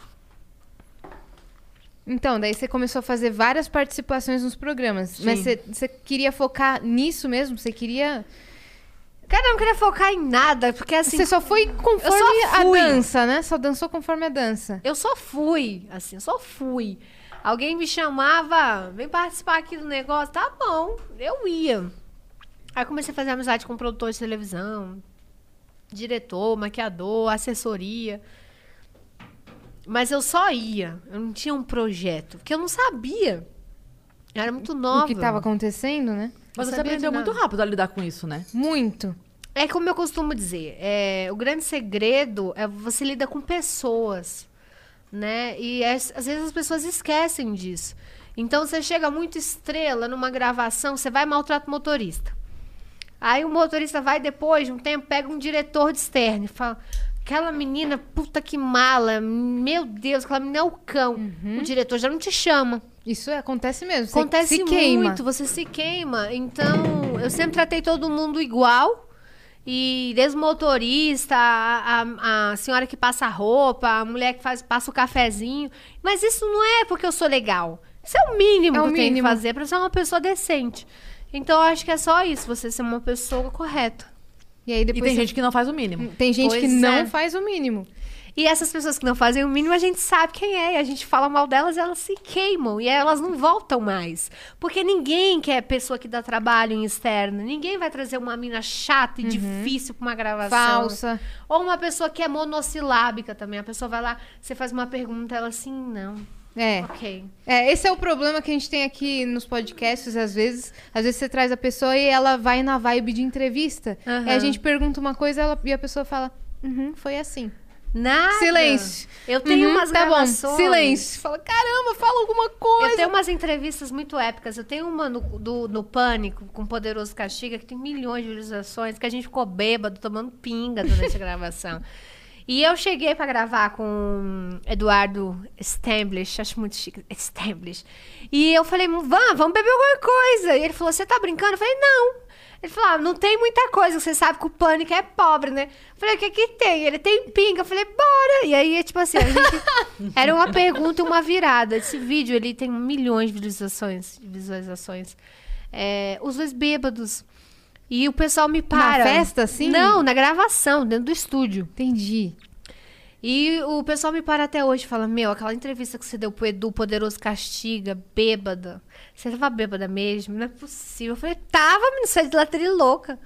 Então, daí você começou a fazer várias participações nos programas. Sim. Mas você queria focar nisso mesmo? Você queria... Cara, eu não queria focar em nada, porque assim... Você só foi conforme eu só fui. a dança, né? Só dançou conforme a dança. Eu só fui, assim, eu só fui. Alguém me chamava, vem participar aqui do negócio, tá bom, eu ia. Aí comecei a fazer amizade com produtor de televisão, diretor, maquiador, assessoria. Mas eu só ia, eu não tinha um projeto, porque eu não sabia. Eu era muito nova. O que estava acontecendo, né? Mas Não você sabia aprendeu de muito nada. rápido a lidar com isso, né? Muito. É como eu costumo dizer, o grande segredo é você lida com pessoas, né? E às vezes as pessoas esquecem disso. Então você chega muito estrela numa gravação, você vai e maltrata o motorista. Aí o motorista vai depois de um tempo, pega um diretor de externo e fala, aquela menina, puta que mala, meu Deus, aquela menina é o cão. O diretor já não te chama. Isso acontece mesmo. Você Acontece se queima. muito, você se queima. Então, eu sempre tratei todo mundo igual. E desde o motorista, a senhora que passa a roupa, a mulher que passa o cafezinho. Mas isso não é porque eu sou legal. Isso é o mínimo É o que eu tenho que mínimo. fazer pra ser uma pessoa decente. Então, eu acho que é só isso, você ser uma pessoa correta. E aí E depois tem você- gente que não faz o mínimo. tem gente Pois que não é. faz o mínimo. E essas pessoas que não fazem o mínimo, a gente sabe quem é. E a gente fala mal delas, elas se queimam. E elas não voltam mais. Porque ninguém quer pessoa que dá trabalho em externo. Ninguém vai trazer uma mina chata e difícil pra uma gravação. Falsa. Ou uma pessoa que é monossilábica também. A pessoa vai lá, você faz uma pergunta, ela assim, não. É. Ok. Esse é o problema que a gente tem aqui nos podcasts, às vezes. Às vezes você traz a pessoa e ela vai na vibe de entrevista. Aham. E a gente pergunta uma coisa e a pessoa fala, foi assim. Nada. Silêncio. Eu tenho umas tá gravações. bom. Silêncio. Fala, caramba, fala alguma coisa. Eu tenho umas entrevistas muito épicas. Eu tenho uma no Pânico, com Poderoso Castiga, que tem milhões de visualizações, que a gente ficou bêbado, tomando pinga durante a gravação. E eu cheguei pra gravar com Eduardo Stamblish, acho muito chique, Stamblish. E eu falei, vamos beber alguma coisa. E ele falou, você tá brincando? Eu falei, não. Ele falou, não tem muita coisa, você sabe que o Pânico é pobre, né? Eu falei, o que que tem? Ele tem pinga. Eu falei, bora. E aí, tipo assim, a gente... era uma pergunta e uma virada. Esse vídeo, ele tem milhões de visualizações. Os dois bêbados. E o pessoal me para. Na festa, assim? Não, na gravação, dentro do estúdio. Entendi. E o pessoal me para até hoje e fala, aquela entrevista que você deu pro Edu, Poderoso Castiga, bêbada. Você tava bêbada mesmo? Não é possível. Eu falei, tava, menino, sai de lá louca.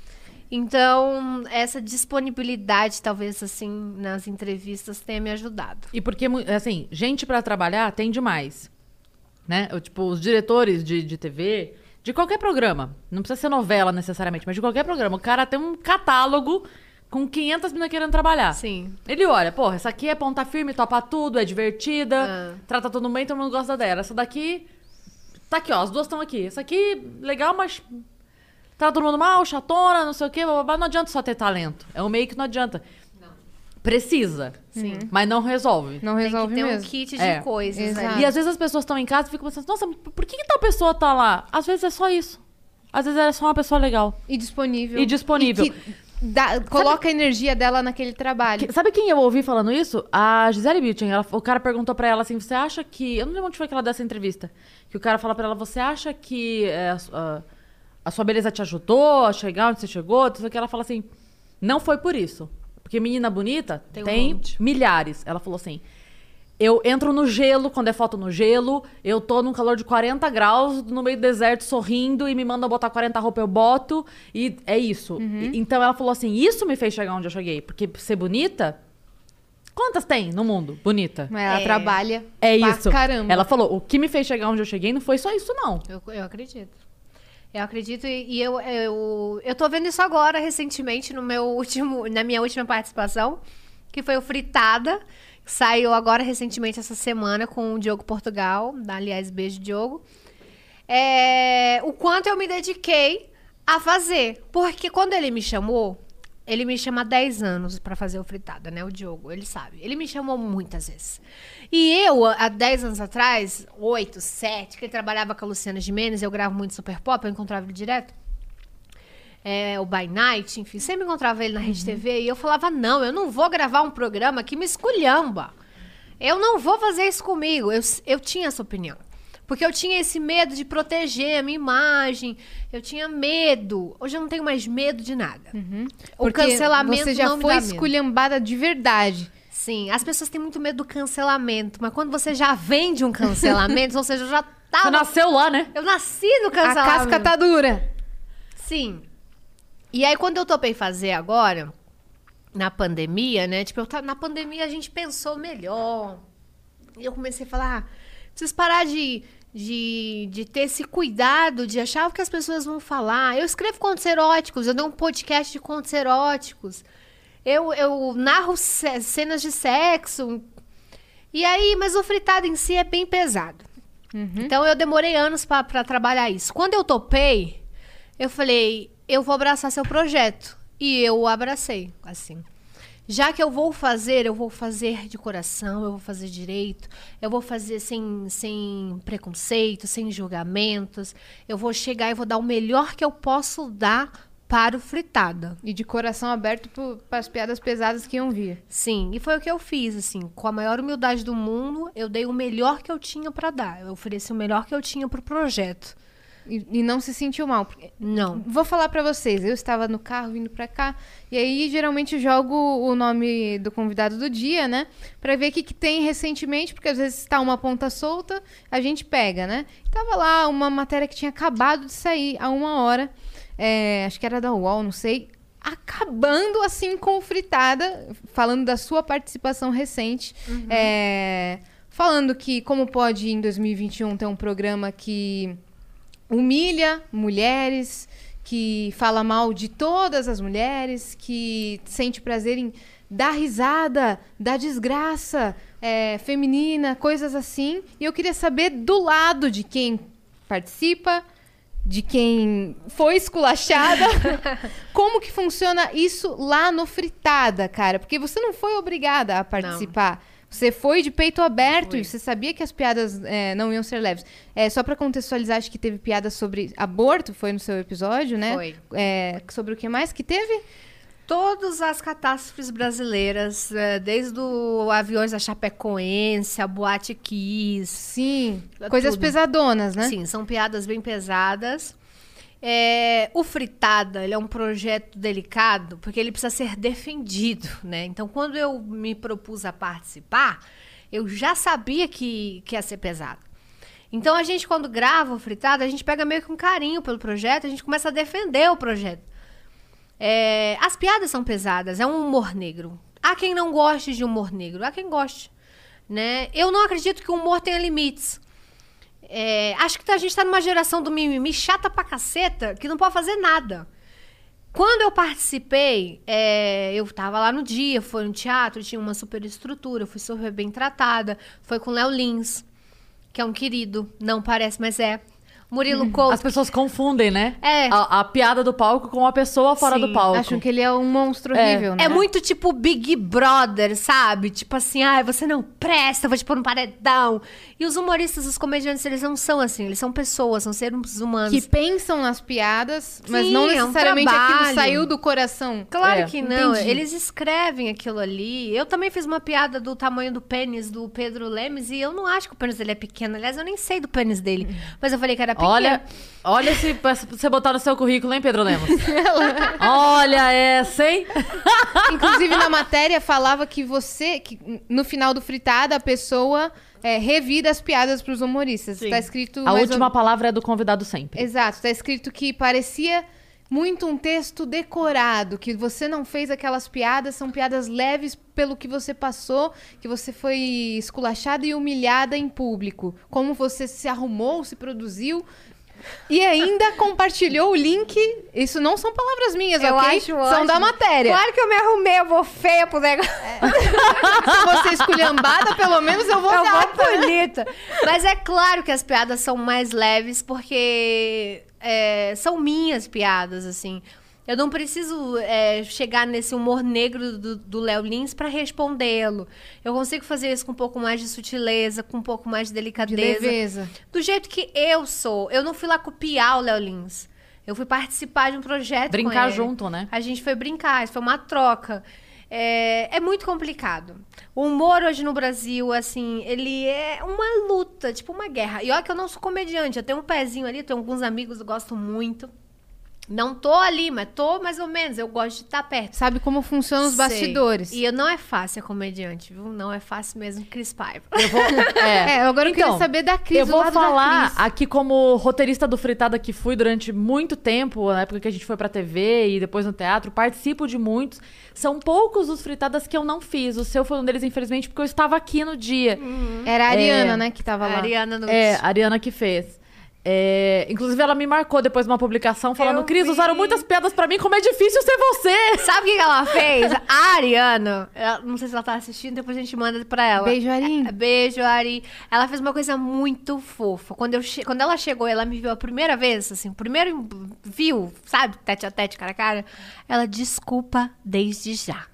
Então, essa disponibilidade, talvez, assim, nas entrevistas tenha me ajudado. E porque, assim, gente pra trabalhar tem demais. Né? Tipo, os diretores de TV, de qualquer programa. Não precisa ser novela necessariamente, mas de qualquer programa. O cara tem um catálogo com 500 meninas querendo trabalhar. Sim. Ele olha, porra, essa aqui é ponta firme, topa tudo, é divertida, trata todo mundo bem, todo mundo gosta dela. Essa daqui, tá aqui, ó, as duas estão aqui. Essa aqui, legal, mas trata todo mundo mal, chatona, não sei o quê, blá. Não adianta só ter talento. É um meio que não adianta. Precisa. Sim. Mas não resolve. Não resolve Tem que ter mesmo. um kit de coisas. Exato. Ali. E às vezes as pessoas estão em casa e ficam pensando, nossa, por que tal pessoa tá lá? Às vezes é só isso. Às vezes é só uma pessoa legal. E disponível. E disponível. E que coloca a energia dela naquele trabalho. Sabe quem eu ouvi falando isso? A Gisele Bündchen. O cara perguntou pra ela assim, você acha que... Eu não lembro onde foi que ela deu essa entrevista. Que o cara fala pra ela, você acha que a sua beleza te ajudou a chegar onde você chegou? Tudo que ela fala assim, não foi por isso. Porque menina bonita tem milhares. Ela falou assim, eu entro no gelo, quando é foto no gelo, eu tô num calor de 40 graus, no meio do deserto, sorrindo, e me mandam botar 40 roupas, eu boto, e é isso. Então ela falou assim, isso me fez chegar onde eu cheguei. Porque ser bonita, quantas tem no mundo bonita? Ela trabalha É pra isso. caramba. Ela falou, o que me fez chegar onde eu cheguei não foi só isso, não. Eu acredito. Eu acredito e eu tô vendo isso agora, recentemente, na minha última participação, que foi o Fritada, que saiu agora recentemente essa semana com o Diogo Portugal. Aliás, beijo, Diogo. O quanto eu me dediquei a fazer. Porque quando ele me chamou, ele me chama há 10 anos pra fazer o Fritada, né? O Diogo, ele sabe. Ele me chamou muitas vezes. E eu, há 10 anos atrás, 8, 7, que ele trabalhava com a Luciana Gimenez, eu gravo muito Super Pop, eu encontrava ele direto. O By Night, enfim, sempre encontrava ele na Rede TV. E eu falava, não, eu não vou gravar um programa que me esculhamba. Eu não vou fazer isso comigo. Eu tinha essa opinião. Porque eu tinha esse medo de proteger a minha imagem. Eu tinha medo. Hoje eu não tenho mais medo de nada. O Porque cancelamento você já não me foi dá medo. esculhambada de verdade. Sim, as pessoas têm muito medo do cancelamento. Mas quando você já vem de um cancelamento, ou seja, eu já Você tava... nasceu lá, né? Eu nasci no A cancelamento. casca tá dura. Sim. E aí, quando eu topei fazer agora, na pandemia, né? Tipo, na pandemia a gente pensou melhor. E eu comecei a falar, preciso parar de ter esse cuidado de achar o que as pessoas vão falar. Eu escrevo contos eróticos, eu dou um podcast de contos eróticos. Eu narro cenas de sexo. E aí, mas o Fritada em si é bem pesado. Então, eu demorei anos pra trabalhar isso. Quando eu topei, eu falei, eu vou abraçar seu projeto. E eu o abracei, assim. Já que eu vou fazer de coração, eu vou fazer direito, eu vou fazer sem preconceito, sem julgamentos. Eu vou chegar e vou dar o melhor que eu posso dar para o Fritada. E de coração aberto para as piadas pesadas que iam vir. Sim, e foi o que eu fiz, assim. Com a maior humildade do mundo, eu dei o melhor que eu tinha para dar. Eu ofereci o melhor que eu tinha pro projeto. E não se sentiu mal. Porque... Não. Vou falar pra vocês. Eu estava no carro vindo pra cá. E aí, geralmente, eu jogo o nome do convidado do dia, né? Pra ver o que tem recentemente. Porque, às vezes, tá uma ponta solta, a gente pega, né? Tava lá uma matéria que tinha acabado de sair há 1 hora. Acho que era da UOL, não sei. Acabando, assim, com o Fritada. Falando da sua participação recente. Falando que como pode, em 2021, ter um programa que... humilha mulheres, que fala mal de todas as mulheres, que sente prazer em dar risada da desgraça feminina, coisas assim. E eu queria saber do lado de quem participa, de quem foi esculachada, como que funciona isso lá no Fritada, cara? Porque você não foi obrigada a participar. Não. Você foi de peito aberto e você sabia que as piadas não iam ser leves. Só pra contextualizar, acho que teve piada sobre aborto, foi no seu episódio, né? Foi. Sobre o que mais que teve? Todas as catástrofes brasileiras, desde o aviões da Chapecoense, a Boate Kiss. Sim, coisas pesadonas, né? Sim, são piadas bem pesadas. O Fritada, ele é um projeto delicado, porque ele precisa ser defendido, né? Então, quando eu me propus a participar, eu já sabia que ia ser pesado. Então, a gente, quando grava o Fritada, a gente pega meio que um carinho pelo projeto, a gente começa a defender o projeto. As piadas são pesadas, é um humor negro. Há quem não goste de humor negro, há quem goste, né? Eu não acredito que o humor tenha limites. Acho que a gente tá numa geração do mimimi chata pra caceta, que não pode fazer nada. Quando eu participei, eu tava lá no dia, foi no teatro, tinha uma super estrutura, fui super bem tratada. Foi com o Léo Lins, que é um querido, não parece, mas é. Murilo Couto. As pessoas confundem, né? É. A piada do palco com a pessoa fora Sim, do palco. Acham que ele é um monstro horrível, né? É muito tipo Big Brother, sabe? Tipo assim, você não presta, eu vou te pôr no paredão. E os humoristas, os comediantes, eles não são assim. Eles são pessoas, são seres humanos. Que pensam nas piadas, mas Sim, não é um necessariamente aquilo trabalho. saiu do coração. Claro que não. entendi. Eles escrevem aquilo ali. Eu também fiz uma piada do tamanho do pênis do Pedro Lemes e eu não acho que o pênis dele é pequeno. Aliás, eu nem sei do pênis dele. Mas eu falei que era pequeno. Olha se você botar no seu currículo, hein, Pedro Lemos? Olha essa, hein? Inclusive, na matéria, falava que no final do fritada, a pessoa revira as piadas pros humoristas. Sim. Tá escrito... A última palavra é do convidado sempre. Exato. Tá escrito que parecia muito um texto decorado, que você não fez aquelas piadas, são piadas leves pelo que você passou, que você foi esculachada e humilhada em público. Como você se arrumou, se produziu... E ainda compartilhou o link. Isso não são palavras minhas, Eu ok? acho São ótimo. da matéria. Claro que eu me arrumei, eu vou feia pro negócio. Se você esculhambada, pelo menos eu vou Eu dar. vou bonita. Mas é claro que as piadas são mais leves, porque são minhas piadas, assim. Eu não preciso chegar nesse humor negro do Léo Lins pra respondê-lo. Eu consigo fazer isso com um pouco mais de sutileza, com um pouco mais de De delicadeza. leveza. Do jeito que eu sou. Eu não fui lá copiar o Léo Lins. Eu fui participar de um projeto com Brincar ele. junto, né? A gente foi brincar, isso foi uma troca. É muito complicado. O humor hoje no Brasil, assim, ele é uma luta, tipo uma guerra. E olha que eu não sou comediante, eu tenho um pezinho ali, tenho alguns amigos que eu gosto muito. Não tô ali, mas tô mais ou menos. Eu gosto de estar perto. Sabe como funcionam os Sei. bastidores. E não é fácil ser comediante, viu? Não é fácil mesmo, Cris Paiva. Eu vou, Agora eu queria Então, saber da Cris, eu do vou lado da falar Cris. aqui como roteirista do Fritada que fui durante muito tempo, na época que a gente foi pra TV e depois no teatro, participo de muitos. São poucos os Fritadas que eu não fiz. O seu foi um deles, infelizmente, porque eu estava aqui no dia. Era a Ariana, né, que tava A lá. Ariana Nunes. A Ariana que fez. Inclusive, ela me marcou depois de uma publicação falando: Eu Cris, vi. usaram muitas piadas pra mim, como é difícil ser você. Sabe o que ela fez? A Ariana, não sei se ela tá assistindo, depois a gente manda pra ela. Beijo, Ari. Beijo, Ari. Ela fez uma coisa muito fofa. Quando ela chegou, ela me viu a primeira vez, assim, o primeiro viu, sabe, tete a tete, cara a cara. Ela, desculpa desde já.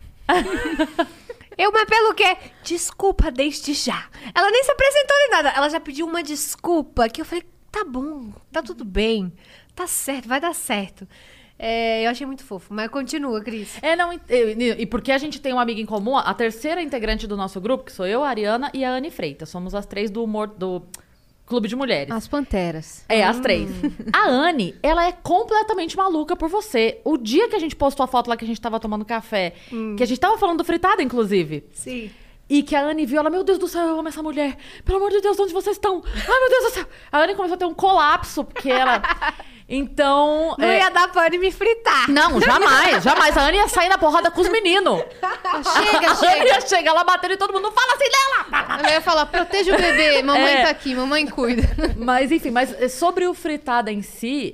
Mas pelo quê? Desculpa desde já. Ela nem se apresentou nem nada. Ela já pediu uma desculpa, que eu falei, tá bom, tá tudo bem, tá certo, vai dar certo. Eu achei muito fofo, mas continua, Cris. E porque a gente tem uma amiga em comum, a terceira integrante do nosso grupo, que sou eu, a Ariana e a Anne Freitas. Somos as três do humor do Clube de Mulheres. As Panteras. As três. A Anne, ela é completamente maluca por você. O dia que a gente postou a foto lá que a gente tava tomando café, que a gente tava falando do Fritada, inclusive. Sim. E que a Anne viu, ela, meu Deus do céu, eu amo essa mulher. Pelo amor de Deus, onde vocês estão? Ai, meu Deus do céu. A Anne começou a ter um colapso, porque ela... Então... Não ia dar pra Anne me fritar. Não, jamais, jamais. A Anne ia sair na porrada com os meninos. Chega, A Anne chega. ia chegar, ela batendo e todo mundo, não fala assim dela! Ela ia falar, proteja o bebê, mamãe tá aqui, mamãe cuida. Mas, enfim, sobre o Fritada em si,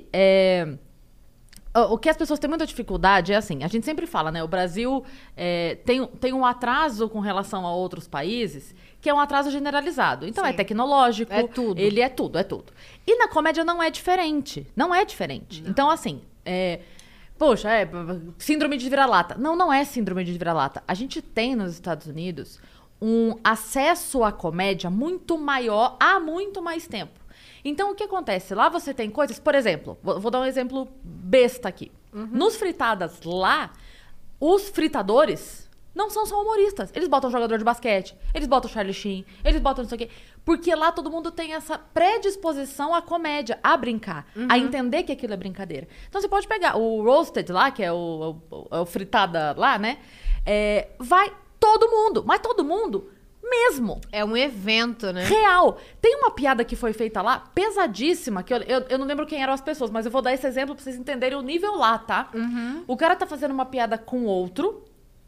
o que as pessoas têm muita dificuldade é assim, a gente sempre fala, né? O Brasil tem um atraso com relação a outros países, que é um atraso generalizado. Então, Sim. é tecnológico. É tudo. Ele é tudo, é tudo. E na comédia não é diferente. Não é diferente. Não. Então, assim, poxa, síndrome de vira-lata. Não é síndrome de vira-lata. A gente tem nos Estados Unidos um acesso à comédia muito maior há muito mais tempo. Então, o que acontece? Lá você tem coisas... Por exemplo, vou dar um exemplo besta aqui. Nos Fritadas lá, os fritadores não são só humoristas. Eles botam jogador de basquete, eles botam Charlie Sheen, eles botam não sei o quê. Porque lá todo mundo tem essa predisposição à comédia, a brincar, a entender que aquilo é brincadeira. Então, você pode pegar o Roasted lá, que é o Fritada lá, né? Vai todo mundo, mas todo mundo mesmo. É um evento, né? Real. Tem uma piada que foi feita lá, pesadíssima, que eu não lembro quem eram as pessoas, mas eu vou dar esse exemplo pra vocês entenderem o nível lá, tá? O cara tá fazendo uma piada com outro,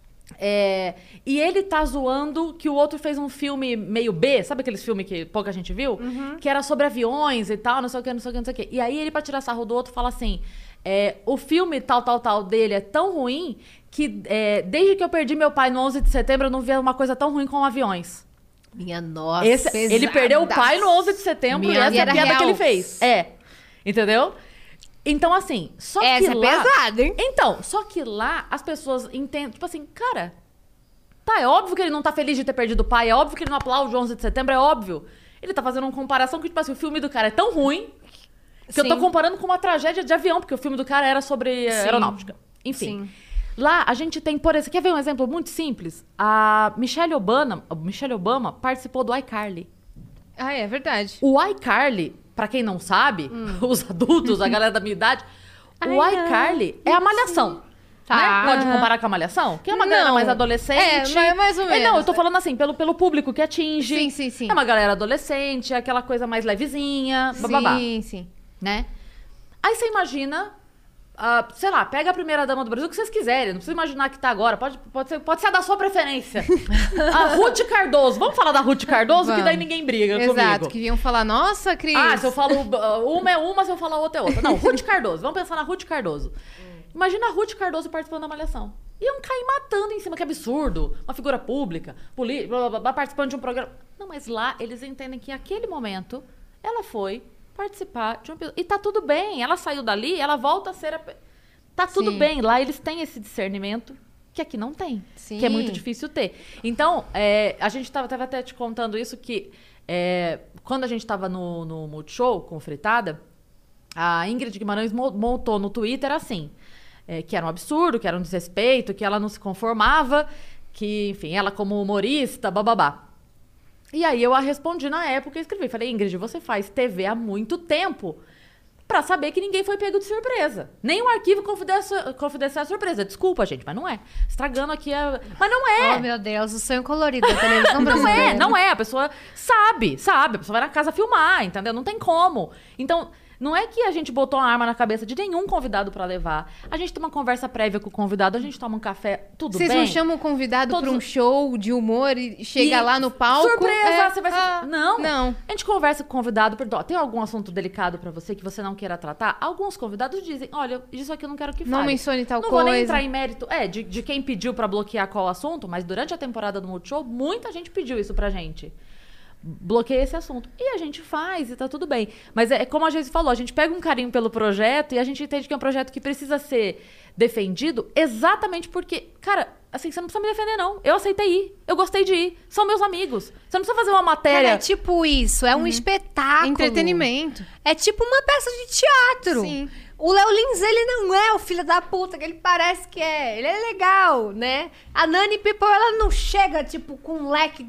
e ele tá zoando que o outro fez um filme meio B, sabe aqueles filmes que pouca gente viu? Que era sobre aviões e tal, não sei o que, não sei o que, não sei o que. E aí ele, pra tirar sarro do outro, fala assim, o filme tal dele é tão ruim que desde que eu perdi meu pai no 11 de setembro, eu não via uma coisa tão ruim como aviões. Minha nossa, Ele perdeu o pai no 11 de setembro e essa é a piada que ele fez. Entendeu? Então, assim, só essa que lá... é pesada, hein? Então, só que lá as pessoas entendem, tipo assim, cara... Tá, é óbvio que ele não tá feliz de ter perdido o pai, é óbvio que ele não aplaude o 11 de setembro, é óbvio. Ele tá fazendo uma comparação que, tipo assim, o filme do cara é tão ruim que eu tô comparando com uma tragédia de avião, porque o filme do cara era sobre aeronáutica. Enfim. Sim. Lá, a gente tem, por exemplo, quer ver um exemplo muito simples? A Michelle Obama participou do iCarly. Ah, é verdade. O iCarly, pra quem não sabe, os adultos, a galera da minha idade, o iCarly é a Malhação. Tá. Né? Pode comparar com a Malhação? Que é uma galera mais adolescente. Mais ou menos. Não, eu tô falando assim, pelo público que atinge. Sim. É uma galera adolescente, é aquela coisa mais levezinha, bababá. Sim. Né? Aí você imagina, sei lá, pega a primeira-dama do Brasil, o que vocês quiserem. Não precisa imaginar que tá agora. Pode ser a da sua preferência. A Ruth Cardoso. Vamos falar da Ruth Cardoso, que daí ninguém briga comigo. Exato, que iam falar, nossa, Cris. Se eu falo uma é uma, se eu falar outra é outra. Não, Ruth Cardoso. Vamos pensar na Ruth Cardoso. Imagina a Ruth Cardoso participando da Malhação. Iam cair matando em cima, que absurdo. Uma figura pública, participando de um programa. Não, mas lá eles entendem que naquele momento ela foi participar de um... E tá tudo bem. Ela saiu dali, ela volta a ser... Tá tudo bem. Lá eles têm esse discernimento que aqui não tem. Sim. Que é muito difícil ter. Então, a gente tava até te contando isso, que quando a gente tava no Multishow com o Fritada, a Ingrid Guimarães montou no Twitter assim... que era um absurdo, que era um desrespeito, que ela não se conformava, que, enfim, ela como humorista, bababá. E aí eu a respondi na época e escrevi. Falei, Ingrid, você faz TV há muito tempo pra saber que ninguém foi pego de surpresa. Nem o arquivo confidencial é surpresa. Desculpa, gente, mas não é. Estragando aqui a... Mas não é! Oh, meu Deus, o sonho colorido da televisão brasileira. Não é. A pessoa sabe. A pessoa vai na casa filmar, entendeu? Não tem como. Então... Não é que a gente botou uma arma na cabeça de nenhum convidado pra levar. A gente tem uma conversa prévia com o convidado, a gente toma um café, tudo bem. Vocês não chamam o convidado pra um show de humor e chega lá no palco... Surpresa! Você vai Não. A gente conversa com o convidado, tem algum assunto delicado pra você que você não queira tratar? Alguns convidados dizem, olha, isso aqui eu não quero que fale. Não mencione tal coisa. Não vou nem entrar em mérito de quem pediu pra bloquear qual assunto, mas durante a temporada do Multishow, muita gente pediu isso pra gente. Bloqueia esse assunto. E a gente faz e tá tudo bem. Mas é como a gente falou, a gente pega um carinho pelo projeto e a gente entende que é um projeto que precisa ser defendido exatamente porque, cara, assim, você não precisa me defender, não. Eu aceitei ir. Eu gostei de ir. São meus amigos. Você não precisa fazer uma matéria... Cara, é tipo isso. É um espetáculo. Entretenimento. É tipo uma peça de teatro. Sim. O Léo Lins, ele não é o filho da puta que ele parece que é. Ele é legal, né? A Nani People, ela não chega, tipo, com um leque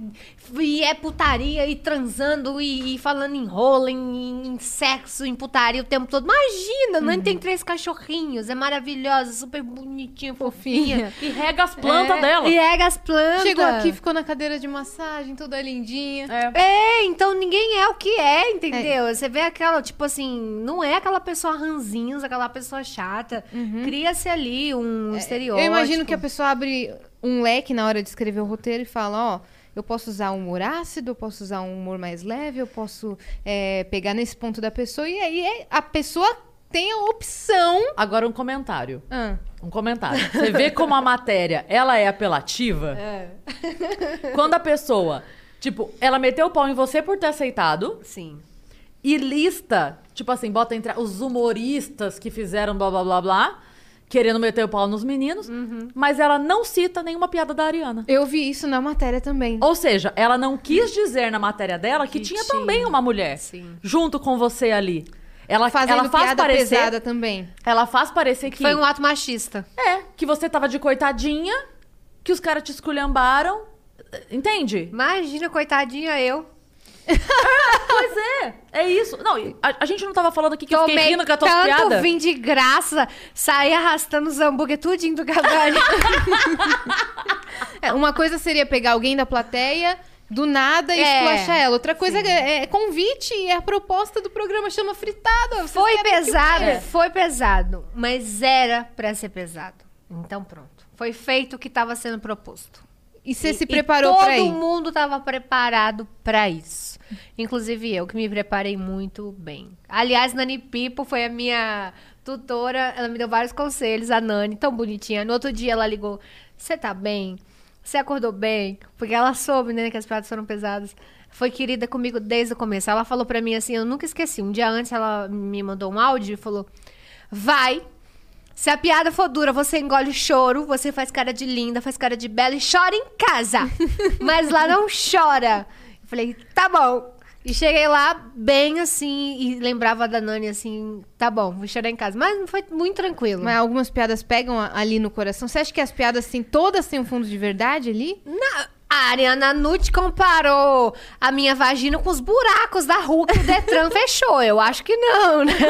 e é putaria e transando e falando em rolo, em sexo, em putaria o tempo todo. Imagina, a Nani tem 3 cachorrinhos, é maravilhosa, super bonitinha, fofinha. E rega as plantas dela. E rega as plantas. Chegou aqui, ficou na cadeira de massagem, toda lindinha. Então ninguém é o que é, entendeu? Você vê aquela, tipo assim, não é aquela pessoa ranzinza, aquela pessoa chata. Cria-se ali um estereótipo. Eu imagino que a pessoa abre um leque na hora de escrever o roteiro e fala, eu posso usar um humor ácido, eu posso usar um humor mais leve, eu posso pegar nesse ponto da pessoa. E aí a pessoa tem a opção... Agora um comentário. Um comentário. Você vê como a matéria, ela é apelativa? Quando a pessoa, tipo, ela meteu o pau em você por ter aceitado. Sim. E lista, tipo assim, bota entre os humoristas que fizeram blá, blá, blá, blá, querendo meter o pau nos meninos, mas ela não cita nenhuma piada da Ariana. Eu vi isso na matéria também. Ou seja, ela não quis dizer na matéria dela que tinha também uma mulher junto com você ali. Ela faz piada parecer pesada também. Ela faz parecer que foi um ato machista. Que você tava de coitadinha, que os caras te esculhambaram. Entende? Imagina, coitadinha eu. Pois é isso. Não, a gente não tava falando aqui que eu fiquei rindo com a tua piada. Tanto vim de graça, saí arrastando os hambúrguer tudinho do casal. Uma coisa seria pegar alguém da plateia, do nada, e esculachar ela. Outra coisa é convite, e a proposta do programa chama Fritada. Foi pesado, mas era pra ser pesado. Então pronto. Foi feito o que tava sendo proposto. E você se preparou pra ir? Todo mundo estava preparado para isso. Inclusive eu, que me preparei muito bem. Aliás, Nani Pipo foi a minha tutora. Ela me deu vários conselhos. A Nani, tão bonitinha. No outro dia ela ligou. Você tá bem? Você acordou bem? Porque ela soube, né, que as piadas foram pesadas. Foi querida comigo desde o começo. Ela falou pra mim assim, eu nunca esqueci. Um dia antes ela me mandou um áudio e falou... Vai... Se a piada for dura, você engole o choro, você faz cara de linda, faz cara de bela e chora em casa. Mas lá não chora. Eu falei, tá bom. E cheguei lá bem assim, e lembrava da Nani assim, tá bom, vou chorar em casa. Mas foi muito tranquilo. Mas algumas piadas pegam ali no coração. Você acha que as piadas, assim, todas têm um fundo de verdade ali? Não. A Ariana Nutt comparou a minha vagina com os buracos da rua que o Detran fechou. Eu acho que não, né?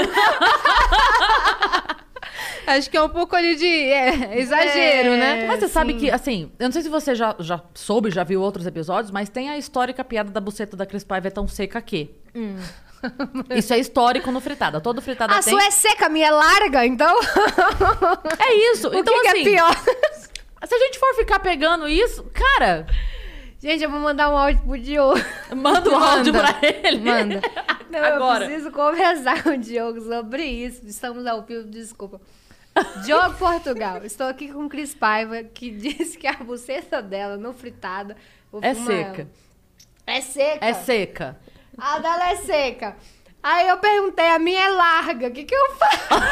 Acho que é um pouco ali de exagero, né? Mas você sabe que, assim, eu não sei se você já soube, já viu outros episódios, mas tem a histórica piada da buceta da Cris Paiva é tão seca que... Isso é histórico no Fritada. Todo Fritada a tem... sua é seca, a minha é larga, então... É isso. Então, que assim... é pior? Se a gente for ficar pegando isso, cara... Gente, eu vou mandar um áudio pro Diogo. Manda um áudio pra ele. Manda. Não, Agora. eu preciso conversar com o Diogo sobre isso. Estamos ao vivo, desculpa. Diogo Portugal, estou aqui com Cris Paiva, que disse que a buceta dela no Fritada... vou É filmar seca. ela. É seca? É seca. A dela é seca. Aí eu perguntei, a minha é larga, o que eu faço?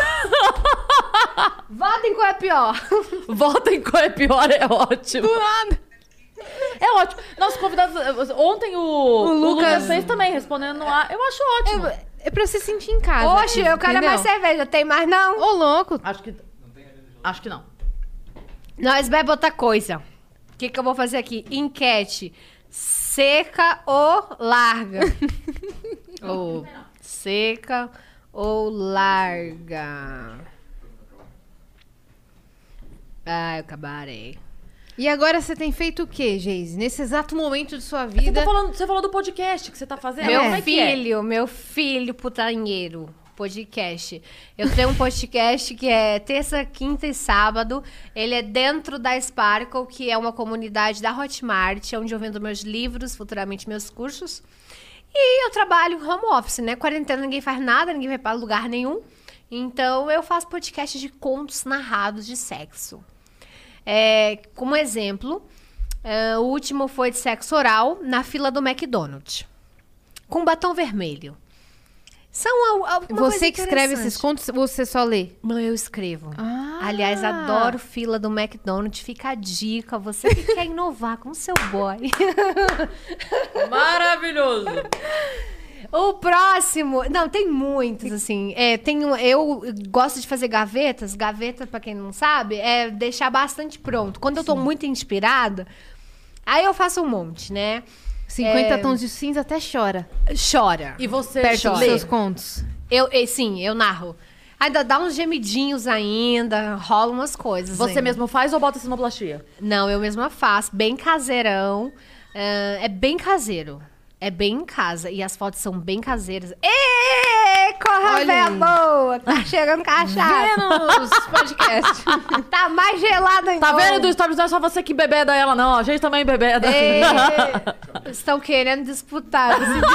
Votem qual é pior. Votem qual é pior, é ótimo. Do nada. É ótimo. Nossos convidados... Ontem o Lucas fez também, respondendo a... Eu acho ótimo. É pra você sentir em casa. Oxe, eu quero mais cerveja, tem mais não? Ô, louco. Acho que não. Nós bebe outra coisa. O que eu vou fazer aqui? Enquete. Seca ou larga? Ou seca ou larga? Ah, eu acabarei. E agora você tem feito o quê, Geise? Nesse exato momento de sua vida... Você falou do podcast que você tá fazendo. Meu Como é que é? meu filho putanheiro, podcast. Eu tenho um podcast que é terça, quinta e sábado. Ele é dentro da Sparkle, que é uma comunidade da Hotmart, onde eu vendo meus livros, futuramente meus cursos. E eu trabalho home office, né? Quarentena, ninguém faz nada, ninguém vai para lugar nenhum. Então, eu faço podcast de contos narrados de sexo. Como exemplo, o último foi de sexo oral na fila do McDonald's. Com batom vermelho. São Você que escreve esses contos, você só lê? Não, eu escrevo. Ah. Aliás, adoro fila do McDonald's. Fica a dica, você que quer inovar com o seu boy. Maravilhoso. O próximo... Não, tem muitos, assim. Eu gosto de fazer gavetas. Gaveta, pra quem não sabe, é deixar bastante pronto. Quando eu tô muito inspirada, aí eu faço um monte, né? 50 tons de cinza até chora. Chora. E você Perto dos lê? seus contos. Sim, eu narro. Ainda dá uns gemidinhos ainda, rola umas coisas. Você ainda. mesmo faz ou bota sinoplastia? Não, eu mesma faço. Bem caseirão. É bem caseiro. É bem em casa. E as fotos são bem caseiras. Ê, corra, Olha véia aí. boa! Tá chegando cachaça. Vênus podcast. Tá mais gelado ainda. Tá vendo do Stories? Não é só você que bebeda ela, não. A gente também bebeda. Estão querendo disputar.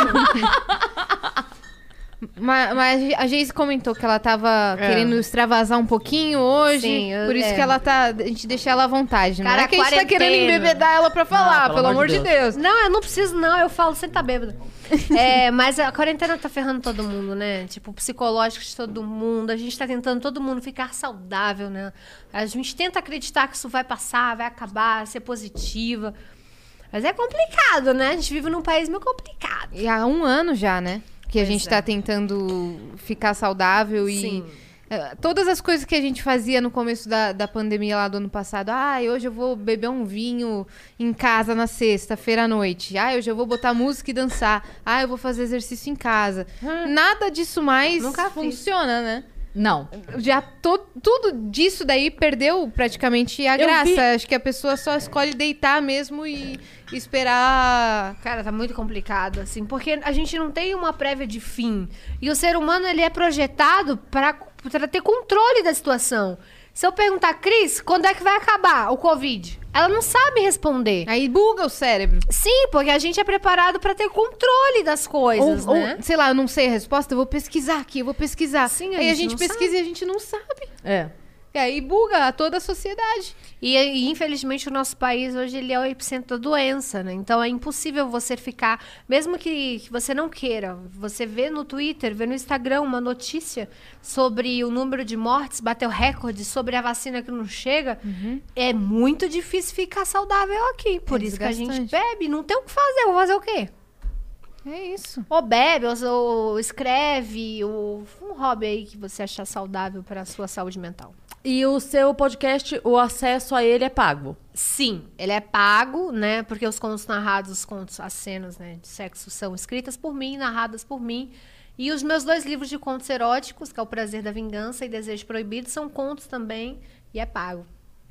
Mas a Geise comentou que ela tava querendo extravasar um pouquinho hoje. Sim, por isso que ela tá... A gente deixa ela à vontade. Não Cara, é que a gente tá querendo quarentena. embebedar ela pra falar, Não, pelo amor de Deus. Não, eu não preciso, não. Eu falo sem tá bêbada. Mas a quarentena tá ferrando todo mundo, né? Tipo, o psicológico de todo mundo. A gente tá tentando todo mundo ficar saudável, né? A gente tenta acreditar que isso vai passar, vai acabar, ser positiva. Mas é complicado, né? A gente vive num país meio complicado. E há 1 ano já, né? Que a Pois gente é. tá tentando ficar saudável e... Sim. Todas as coisas que a gente fazia no começo da pandemia lá do ano passado. Hoje eu vou beber um vinho em casa na sexta-feira à noite. Hoje eu vou botar música e dançar. Eu vou fazer exercício em casa. Nada disso mais Nunca fiz. funciona, né? Não. Já tudo disso daí perdeu praticamente a graça. Acho que a pessoa só escolhe deitar mesmo e esperar... Cara, tá muito complicado, assim, porque a gente não tem uma prévia de fim. E o ser humano, ele é projetado pra ter controle da situação. Se eu perguntar, Cris, quando é que vai acabar o Covid? ela não sabe responder. Aí buga o cérebro. Sim, porque a gente é preparado pra ter controle das coisas, né? Ou, sei lá, eu não sei a resposta, eu vou pesquisar aqui, eu vou pesquisar. Sim, aí a gente não pesquisa sabe. e a gente não sabe. É. E aí buga toda a sociedade. E infelizmente o nosso país hoje ele é o epicentro da doença, né? Então é impossível você ficar, mesmo que você não queira, você vê no Twitter, vê no Instagram uma notícia sobre o número de mortes, bateu recorde, sobre a vacina que não chega, é muito difícil ficar saudável aqui. Por isso que a gente desgastante. bebe, não tem o que fazer, vou fazer o quê? É isso. Ou bebe, ou escreve, ou um hobby aí que você achar saudável para a sua saúde mental. E o seu podcast, o acesso a ele é pago? Sim, ele é pago, né? Porque os contos narrados, as cenas, né, de sexo são escritas por mim, narradas por mim. E os meus 2 livros de contos eróticos, que é O Prazer da Vingança e Desejo Proibido, são contos também e é pago.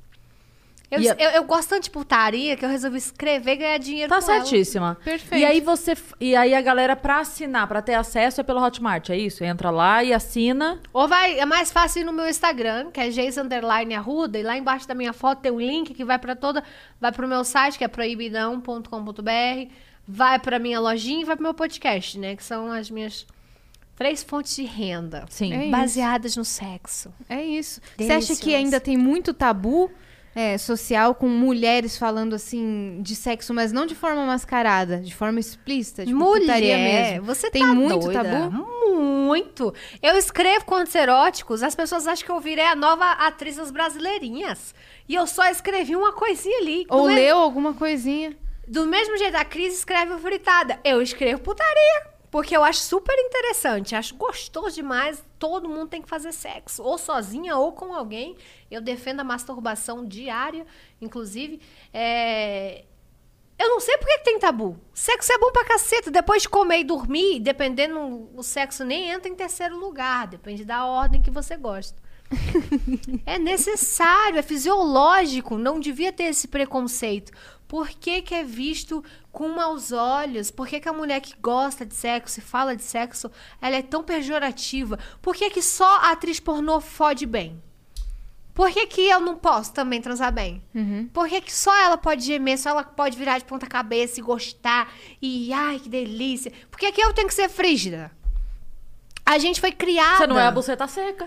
Eu gosto tanto de putaria que eu resolvi escrever e ganhar dinheiro Tá com ela. certíssima. Perfeito. E aí a galera, pra assinar, pra ter acesso, é pelo Hotmart, é isso? Entra lá e assina. Ou é mais fácil ir no meu Instagram, que é Geis_Arruda, e lá embaixo da minha foto tem um link que vai pro meu site, que é proibidão.com.br, vai pra minha lojinha e vai pro meu podcast, né? Que são as minhas 3 fontes de renda. Sim. É Baseadas no sexo. É isso. Você acha que Delicioso. ainda tem muito tabu social com mulheres falando assim de sexo, mas não de forma mascarada, de forma explícita, tipo putaria mesmo? Você tem tá muito doida? tabu? Muito. Eu escrevo contos eróticos, as pessoas acham que eu virei a nova atriz das brasileirinhas. E eu só escrevi uma coisinha ali. Ou leu alguma coisinha? Do mesmo jeito, a Cris escreve o fritada. Eu escrevo putaria. Porque eu acho super interessante, acho gostoso demais. Todo mundo tem que fazer sexo, ou sozinha ou com alguém. Eu defendo a masturbação diária, inclusive. Eu não sei por que tem tabu. Sexo é bom pra caceta. Depois de comer e dormir, dependendo, o sexo nem entra em terceiro lugar. Depende da ordem que você gosta. É necessário, é fisiológico. Não devia ter esse preconceito. Por que é visto com maus olhos? Por que a mulher que gosta de sexo e fala de sexo, ela é tão pejorativa? Por que só a atriz pornô fode bem? Por que eu não posso também transar bem? Por que só ela pode gemer, só ela pode virar de ponta cabeça e gostar? E, ai, que delícia. Por que eu tenho que ser frígida? A gente foi criada... Você não é a buceta seca.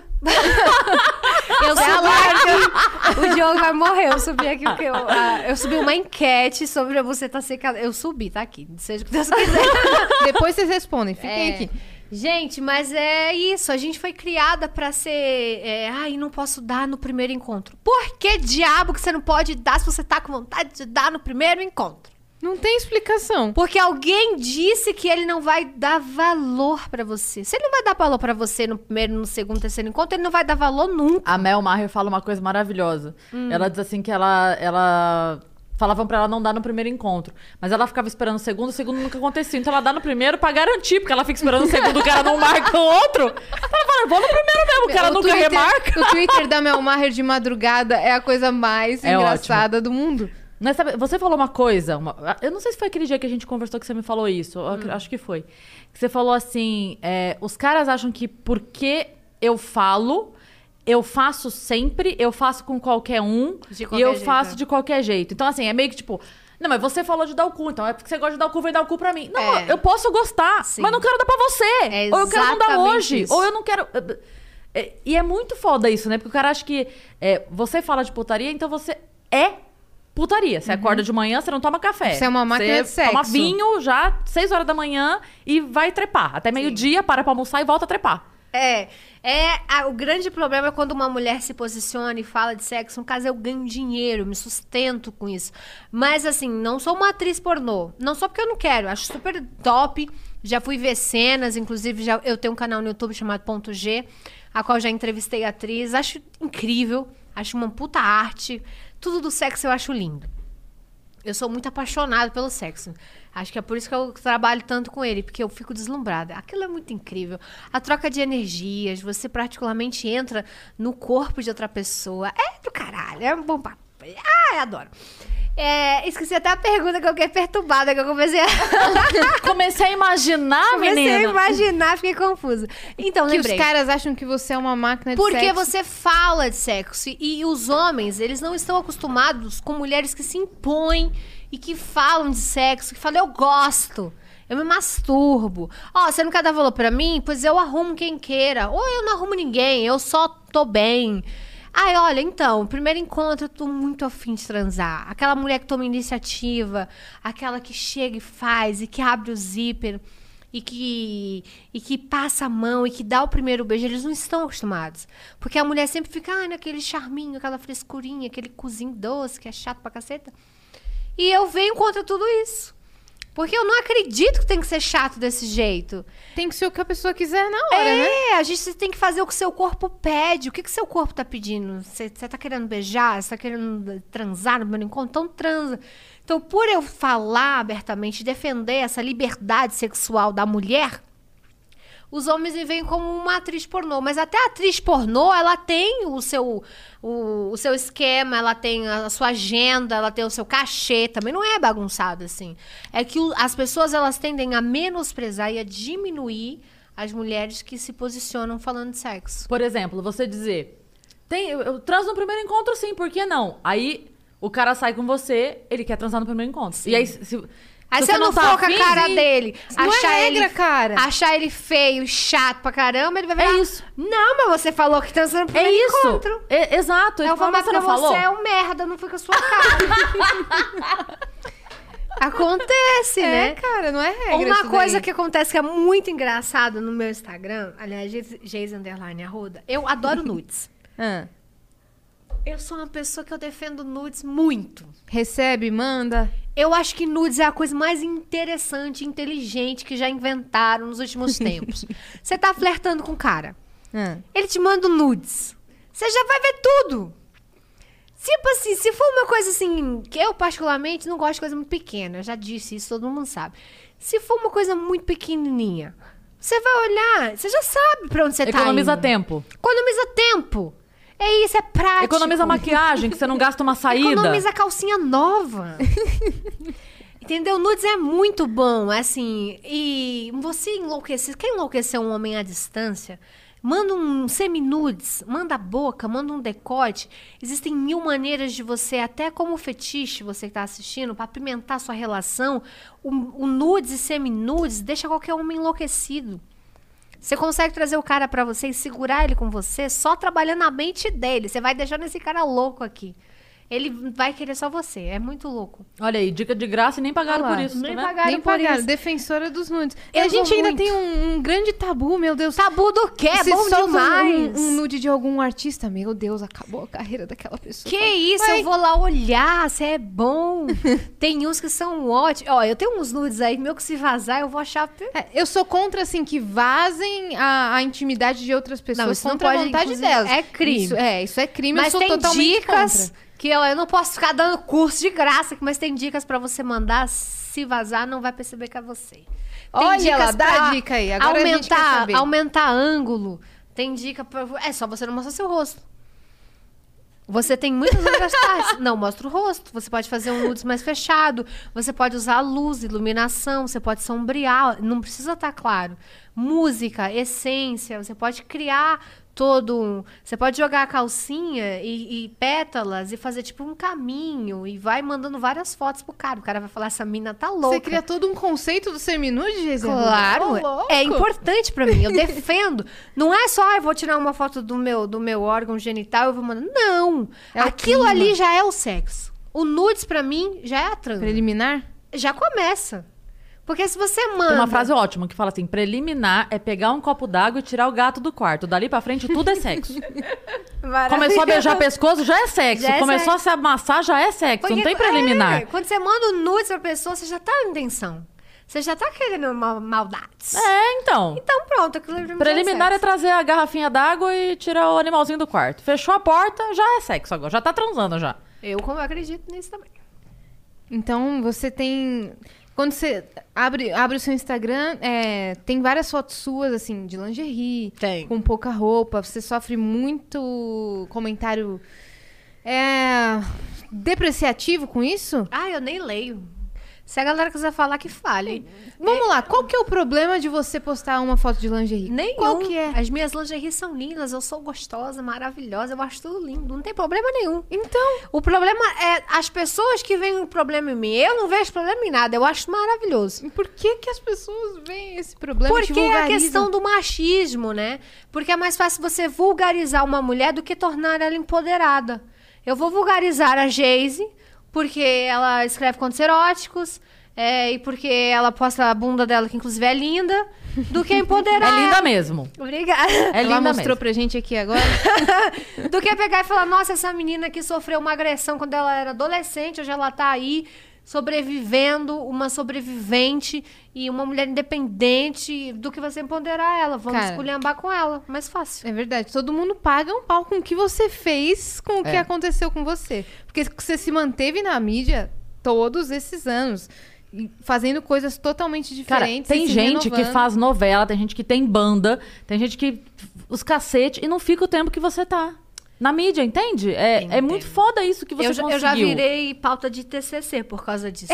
Eu subi aqui. O Diogo vai morrer. Eu subi aqui porque eu subi uma enquete sobre a buceta seca. Eu subi, tá aqui. Seja o que Deus quiser. Depois vocês respondem, fiquem aqui. Gente, mas é isso. A gente foi criada pra ser... ai, não posso dar no primeiro encontro. Por que diabo que você não pode dar se você tá com vontade de dar no primeiro encontro? Não tem explicação. Porque alguém disse que ele não vai dar valor pra você. Se ele não vai dar valor pra você no primeiro, no segundo, terceiro encontro, ele não vai dar valor nunca. A Mel Maher fala uma coisa maravilhosa. Ela diz assim que ela falavam pra ela não dar no primeiro encontro. Mas ela ficava esperando o segundo nunca acontecia. Então ela dá no primeiro pra garantir, porque ela fica esperando o segundo, o cara não marca o outro. Ela fala, vou no primeiro mesmo, o cara nunca remarca. O Twitter da Mel Maher de madrugada é a coisa mais engraçada do mundo. Mas sabe, você falou uma coisa, eu não sei se foi aquele dia que a gente conversou que você me falou isso, acho que foi. Que você falou assim, os caras acham que porque eu falo, eu faço sempre, eu faço com qualquer um, e eu faço de qualquer jeito. Então assim, é meio que tipo, não, mas você falou de dar o cu, então é porque você gosta de dar o cu, vem dar o cu pra mim. Não, eu posso gostar, Sim. mas não quero dar pra você. Ou eu quero não dar hoje, isso. ou eu não quero... E é muito foda isso, né? Porque o cara acha que você fala de putaria, então você é putaria. Você acorda de manhã, você não toma café. Você é uma máquina de sexo. Toma vinho já 6 horas da manhã e vai trepar. Até meio-dia, para pra almoçar e volta a trepar. O grande problema é quando uma mulher se posiciona e fala de sexo. No caso, eu ganho dinheiro, me sustento com isso. Mas, assim, não sou uma atriz pornô. Não só porque eu não quero. Acho super top. Já fui ver cenas. Inclusive, eu tenho um canal no YouTube chamado Ponto G, a qual já entrevistei a atriz. Acho incrível. Acho uma puta arte. Tudo do sexo eu acho lindo. Eu sou muito apaixonada pelo sexo. Acho que é por isso que eu trabalho tanto com ele, porque eu fico deslumbrada. Aquilo é muito incrível. A troca de energias, você particularmente entra no corpo de outra pessoa. É do caralho, é um bom papo. Eu adoro. Esqueci até a pergunta que eu fiquei perturbada, que eu comecei a... Comecei a imaginar, menina. Comecei a imaginar, fiquei confusa. Então, Que lembrei. os caras acham que você é uma máquina de Porque sexo. você fala de sexo. E os homens, eles não estão acostumados com mulheres que se impõem e que falam de sexo, que falam, eu gosto, eu me masturbo. Ó, você não quer dar valor pra mim? Pois eu arrumo quem queira. Ou eu não arrumo ninguém, eu só tô bem. Ai, olha, então, primeiro encontro, eu tô muito afim de transar. Aquela mulher que toma iniciativa, aquela que chega e faz, e que abre o zíper, e que passa a mão, e que dá o primeiro beijo, eles não estão acostumados. Porque a mulher sempre fica, naquele charminho, aquela frescurinha, aquele cozinho doce, que é chato pra caceta. E eu venho contra tudo isso. Porque eu não acredito que tem que ser chato desse jeito. Tem que ser o que a pessoa quiser na hora, né? A gente tem que fazer o que o seu corpo pede. O que o seu corpo tá pedindo? Você tá querendo beijar? Você tá querendo transar no primeiro encontro? Então transa. Então, por eu falar abertamente, defender essa liberdade sexual da mulher, os homens me veem como uma atriz pornô. Mas até a atriz pornô, ela tem o seu esquema, ela tem a sua agenda, ela tem o seu cachê. Também não é bagunçado assim. É que as pessoas, elas tendem a menosprezar e a diminuir as mulheres que se posicionam falando de sexo. Por exemplo, você dizer... eu transo no primeiro encontro, sim, por que não? Aí o cara sai com você, ele quer transar no primeiro encontro. Sim. E aí, se você você não tá for com a afim, cara dele, não é regra, cara. achar ele feio, chato pra caramba, ele vai virar... É isso. Não, mas você falou que transou no É primeiro isso. encontro. Exato. Eu Ele vou fala, mas falar você pra não falou? você é um merda, não foi com a sua cara. Acontece, né? Cara, não é regra Uma isso coisa daí. que acontece que é muito engraçado no meu Instagram, aliás, Geis_Arruda, eu adoro nudes. Ah. Eu sou uma pessoa que eu defendo nudes muito. Recebe, manda. Eu acho que nudes é a coisa mais interessante e inteligente que já inventaram nos últimos tempos. Você tá flertando com o cara. Ah. Ele te manda nudes. Você já vai ver tudo. Tipo assim, se for uma coisa assim, que eu particularmente não gosto de coisa muito pequena. Eu já disse isso, todo mundo sabe. Se for uma coisa muito pequenininha, você vai olhar, você já sabe pra onde você tá indo. Economiza tempo. Economiza tempo. É isso, é prático. Economiza maquiagem, que você não gasta uma saída. Economiza calcinha nova. Entendeu? Nudes é muito bom, assim. E você enlouquecer, quer enlouquecer um homem à distância? Manda um semi-nudes, manda a boca, manda um decote. Existem 1000 maneiras de você, até como fetiche, você que tá assistindo, pra apimentar sua relação. O nudes e semi-nudes deixa qualquer homem enlouquecido. Você consegue trazer o cara pra você e segurar ele com você só trabalhando a mente dele. Você vai deixando esse cara louco aqui. Ele vai querer só você. É muito louco. Olha aí, dica de graça e nem pagaram Olha lá. por isso. Nem tá vendo? pagaram Nem por pagaram. isso. Defensora dos nudes. Eu a gente sou ainda muito. tem um grande tabu, meu Deus. Tabu do quê? É Você bom solta demais. um nude de algum artista, meu Deus, acabou a carreira daquela pessoa. Que isso, Ué. eu vou lá olhar se é bom. Tem uns que são ótimos. Ó, eu tenho uns nudes aí, meu que se vazar, eu vou achar... Eu sou contra, assim, que vazem a intimidade de outras pessoas Não, isso não contra a pode, vontade inclusive, delas. é crime. Isso é crime, Mas eu sou tem totalmente dicas contra. que eu não posso ficar dando curso de graça, mas tem dicas pra você mandar. Se vazar, não vai perceber que é você. Tem Olha lá, dicas dá pra a dica aí. Agora a gente quer saber. aumentar ângulo. Tem dica pra... É só você não mostrar seu rosto. Você tem muitas outras partes. Não, mostra o rosto. Você pode fazer um nudes mais fechado. Você pode usar luz, iluminação. Você pode sombrear. Não precisa estar claro. Música, essência. Você pode criar todo um... Você pode jogar a calcinha e pétalas e fazer tipo um caminho. E vai mandando várias fotos pro cara. O cara vai falar, essa mina tá louca. Você cria todo um conceito do seminude, Geisa? Claro, Ô, louco. é importante pra mim, eu defendo. Não é só, eu vou tirar uma foto do meu órgão genital e eu vou mandar. Não, É o aquilo clima. ali já é o sexo. O nudes pra mim já é a transa. Preliminar? Já começa. Porque se você Tem manda... uma frase ótima que fala assim: preliminar é pegar um copo d'água e tirar o gato do quarto. Dali pra frente tudo é sexo. Começou a beijar pescoço, já é sexo. Já é Começou sexo. a se amassar, já é sexo. Porque, Não tem preliminar. quando você manda um nudes pra pessoa, você já tá em intenção. Você já tá querendo maldades. Então. Então pronto, aquilo já Preliminar é sexo. trazer a garrafinha d'água e tirar o animalzinho do quarto. Fechou a porta, já é sexo agora. Já tá transando já. Eu como acredito nisso também. Então, você tem... Quando você abre o seu Instagram, tem várias fotos suas, assim, de lingerie. Tem. Com pouca roupa. Você sofre muito comentário depreciativo com isso? Ah, eu nem leio. Se a galera quiser falar, que fale. Vamos lá, qual que é o problema de você postar uma foto de lingerie? Nenhum. Qual que é? As minhas lingeries são lindas, eu sou gostosa, maravilhosa, eu acho tudo lindo, não tem problema nenhum. Então, O problema é as pessoas que veem o problema em mim. Eu não vejo problema em nada, eu acho maravilhoso. por que que as pessoas veem esse problema e te Porque é a vulgarizam? questão do machismo, né? Porque é mais fácil você vulgarizar uma mulher do que tornar ela empoderada. Eu vou vulgarizar a Geise, porque ela escreve contos eróticos, e porque ela posta a bunda dela, que inclusive é linda, do que empoderar É linda ela. mesmo. Obrigada. É Ela linda mostrou mesmo. pra gente aqui agora. Do que pegar e falar, nossa, essa menina que sofreu uma agressão quando ela era adolescente, hoje ela tá aí sobrevivendo, uma sobrevivente e uma mulher independente, do que você empoderar ela. Vamos Cara, esculhambar com ela, mais fácil. É verdade, todo mundo paga um pau com o que você fez, com o que aconteceu com você. Porque você se manteve na mídia todos esses anos, e fazendo coisas totalmente Cara, diferentes. tem e se gente que renovando. faz novela, tem gente que tem banda, tem gente que... Os cacete, e não fica o tempo que você tá na mídia, entende? É muito foda isso que você conseguiu. Eu já virei pauta de TCC por causa disso.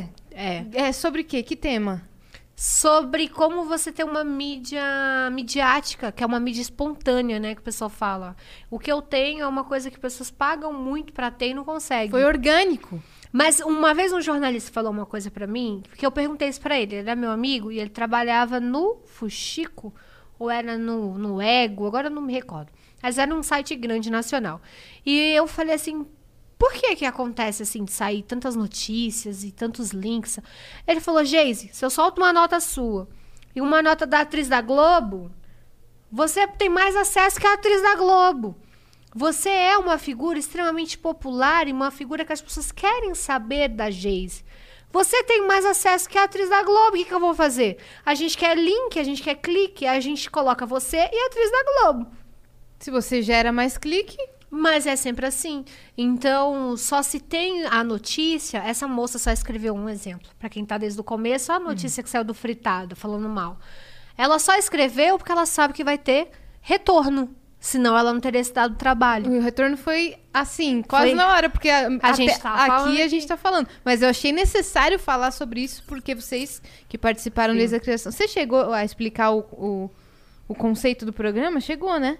É sobre o quê? Que tema? Sobre como você tem uma mídia midiática, que é uma mídia espontânea, né, que o pessoal fala. O que eu tenho é uma coisa que pessoas pagam muito pra ter e não conseguem. Foi orgânico. Mas uma vez um jornalista falou uma coisa pra mim, que eu perguntei isso pra ele. Ele era meu amigo e ele trabalhava no Fuxico, ou era no Ego, agora eu não me recordo. Mas era um site grande, nacional. E eu falei assim, por que que acontece assim, de sair tantas notícias e tantos links? Ele falou, Geise, se eu solto uma nota sua e uma nota da atriz da Globo, você tem mais acesso que a atriz da Globo. Você é uma figura extremamente popular e uma figura que as pessoas querem saber da Geise. Você tem mais acesso que a atriz da Globo. O que eu vou fazer? A gente quer link, a gente quer clique, a gente coloca você e a atriz da Globo. Se você gera mais clique, Mas é sempre assim. Então, só se tem a notícia... Essa moça só escreveu um exemplo. Pra quem tá desde o começo, a notícia que saiu do Fritado, falando mal. Ela só escreveu porque ela sabe que vai ter retorno. Senão ela não teria se dado trabalho. o retorno foi assim, quase Foi. na hora, porque gente tava falando aqui a aqui. gente tá falando. Mas eu achei necessário falar sobre isso, porque vocês que participaram desde a criação... Você chegou a explicar o conceito do programa? Chegou, né?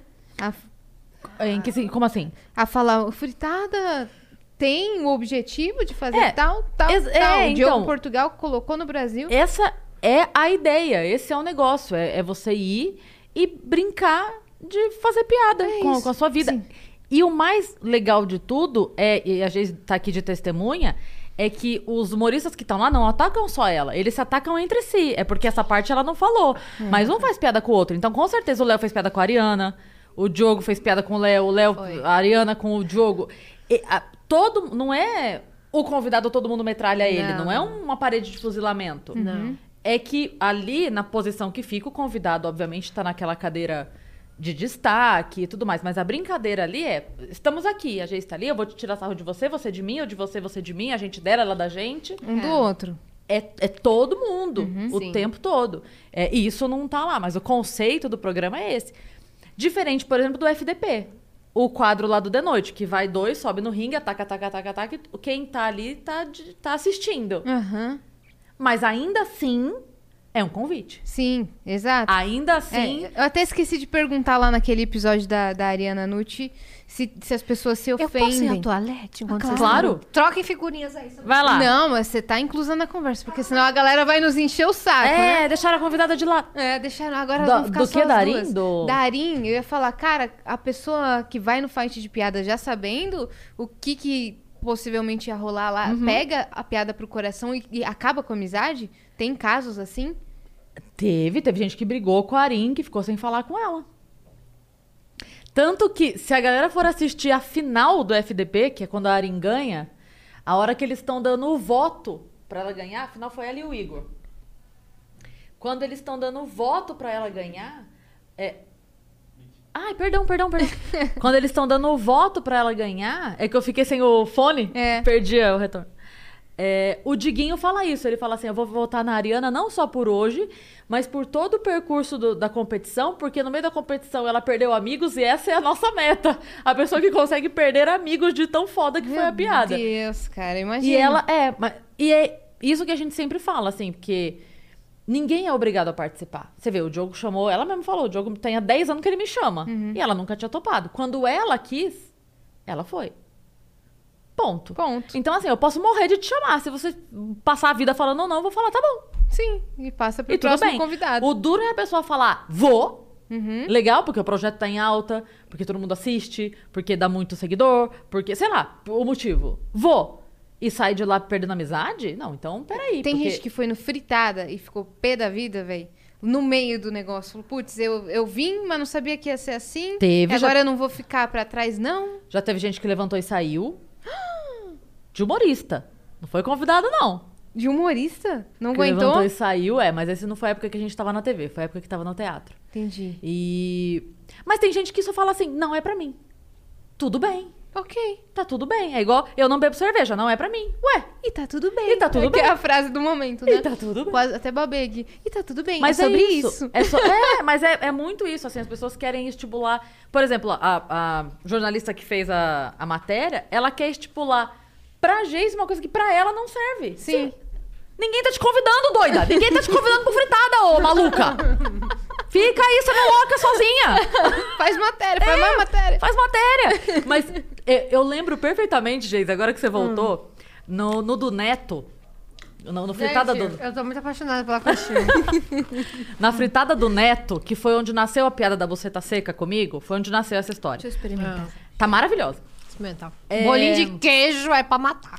Como assim? A falar, o Fritada tem o objetivo de fazer É, tal. O Diogo então, Portugal colocou no Brasil. Essa é a ideia, esse é o negócio. É você ir e brincar de fazer piada isso, com a sua vida. sim. E o mais legal de tudo, e a gente tá aqui de testemunha, é que os humoristas que estão lá não atacam só ela, eles se atacam entre si. É porque essa parte ela não falou. Mas um faz piada com o outro. Então, com certeza, o Léo fez piada com a Ariana, o Diogo fez piada com o Léo, a Ariana com o Diogo. Não é o convidado, todo mundo metralha ele. Não é uma parede de fuzilamento. Não. É que ali, na posição que fica, o convidado, obviamente, tá naquela cadeira de destaque e tudo mais. Mas a brincadeira ali estamos aqui, a gente está ali, eu vou te tirar sarro de você de mim, ou de você de mim, a gente dela, ela da gente. Um do outro. É todo mundo, o sim. tempo todo. E isso não tá lá, mas o conceito do programa é esse. Diferente, por exemplo, do FDP. O quadro lá do The Noite, que vai dois, sobe no ringue, ataca, e quem tá ali tá assistindo. Aham. Mas ainda assim, é um convite. Sim, exato. Ainda assim... Eu até esqueci de perguntar lá naquele episódio da Ariana Nucci se as pessoas se Eu ofendem. posso ir ao toalete enquanto vocês Claro. estão? Troquem figurinhas aí. Vai lá. Não, mas você tá inclusa na conversa, porque senão a galera vai nos encher o saco, né? Deixaram a convidada de lado. Deixaram, agora Do- vão ficar do só que, as da Arin? duas. Do- Da Arin, eu ia falar, cara, a pessoa que vai no fight de piada já sabendo o que possivelmente ia rolar lá, pega a piada pro coração e acaba com a amizade? Tem casos assim? Teve gente que brigou com a Arin, que ficou sem falar com ela. Tanto que, se a galera for assistir a final do FDP, que é quando a Arin ganha, a hora que eles estão dando o voto pra ela ganhar, afinal foi ela e o Igor. Quando eles estão dando o voto pra ela ganhar, Ai, perdão. Quando eles estão dando o voto pra ela ganhar, é que eu fiquei sem o fone, perdi o retorno. O Diguinho fala isso, ele fala assim, eu vou votar na Ariana não só por hoje, mas por todo o percurso da competição, porque no meio da competição ela perdeu amigos e essa é a nossa meta. A pessoa que consegue perder amigos de tão foda que foi a piada. Meu Deus, cara, imagina. E ela e é isso que a gente sempre fala, assim, porque ninguém é obrigado a participar. Você vê, o Diogo chamou, ela mesmo falou, o Diogo tem há 10 anos que ele me chama. E ela nunca tinha topado. Quando ela quis, ela foi. Ponto. Então, assim, eu posso morrer de te chamar. Se você passar a vida falando não, eu vou falar, tá bom. Sim, e passa pro E tudo próximo bem. convidado. O duro é a pessoa falar, vou. Legal, porque o projeto tá em alta, porque todo mundo assiste, porque dá muito seguidor, porque, sei lá, o motivo. Vou. E sair de lá perdendo amizade? Não, então, peraí. Tem porque... gente que foi no fritada e ficou pé da vida, velho. No meio do negócio. Falou, putz, eu vim, mas não sabia que ia ser assim. Teve, Agora eu não vou ficar pra trás, não. Já teve gente que levantou e saiu. De humorista. Não foi convidado, não. De humorista? Não Que aguentou? levantou e saiu, mas esse não foi a época que a gente tava na TV. Foi a época que tava no teatro. Entendi. Mas tem gente que só fala assim, não é pra mim. Tudo bem. Ok. Tá tudo bem. É igual, eu não bebo cerveja, não é pra mim. Ué. E tá tudo bem. E tá tudo Que bem. é a frase do momento, né? E tá tudo bem. Quase até babeg. E tá tudo bem. Mas é sobre isso. isso. Mas é muito isso, assim, as pessoas querem estipular. Por exemplo, a jornalista que fez a matéria, ela quer estipular pra Geise uma coisa que pra ela não serve. Sim. Ninguém tá te convidando, doida. Ninguém tá te convidando pro fritada, ô maluca. Fica aí, você não louca sozinha. Faz matéria, faz mais matéria. Faz matéria. Mas eu lembro perfeitamente, Geise, agora que você voltou, no do Neto. No fritada Gente, do... eu tô muito apaixonada pela coxinha. Na fritada do Neto, que foi onde nasceu a piada da buceta seca comigo, foi onde nasceu essa história. Deixa eu experimentar. Tá maravilhosa. Experimentar. Bolinho de queijo é pra matar.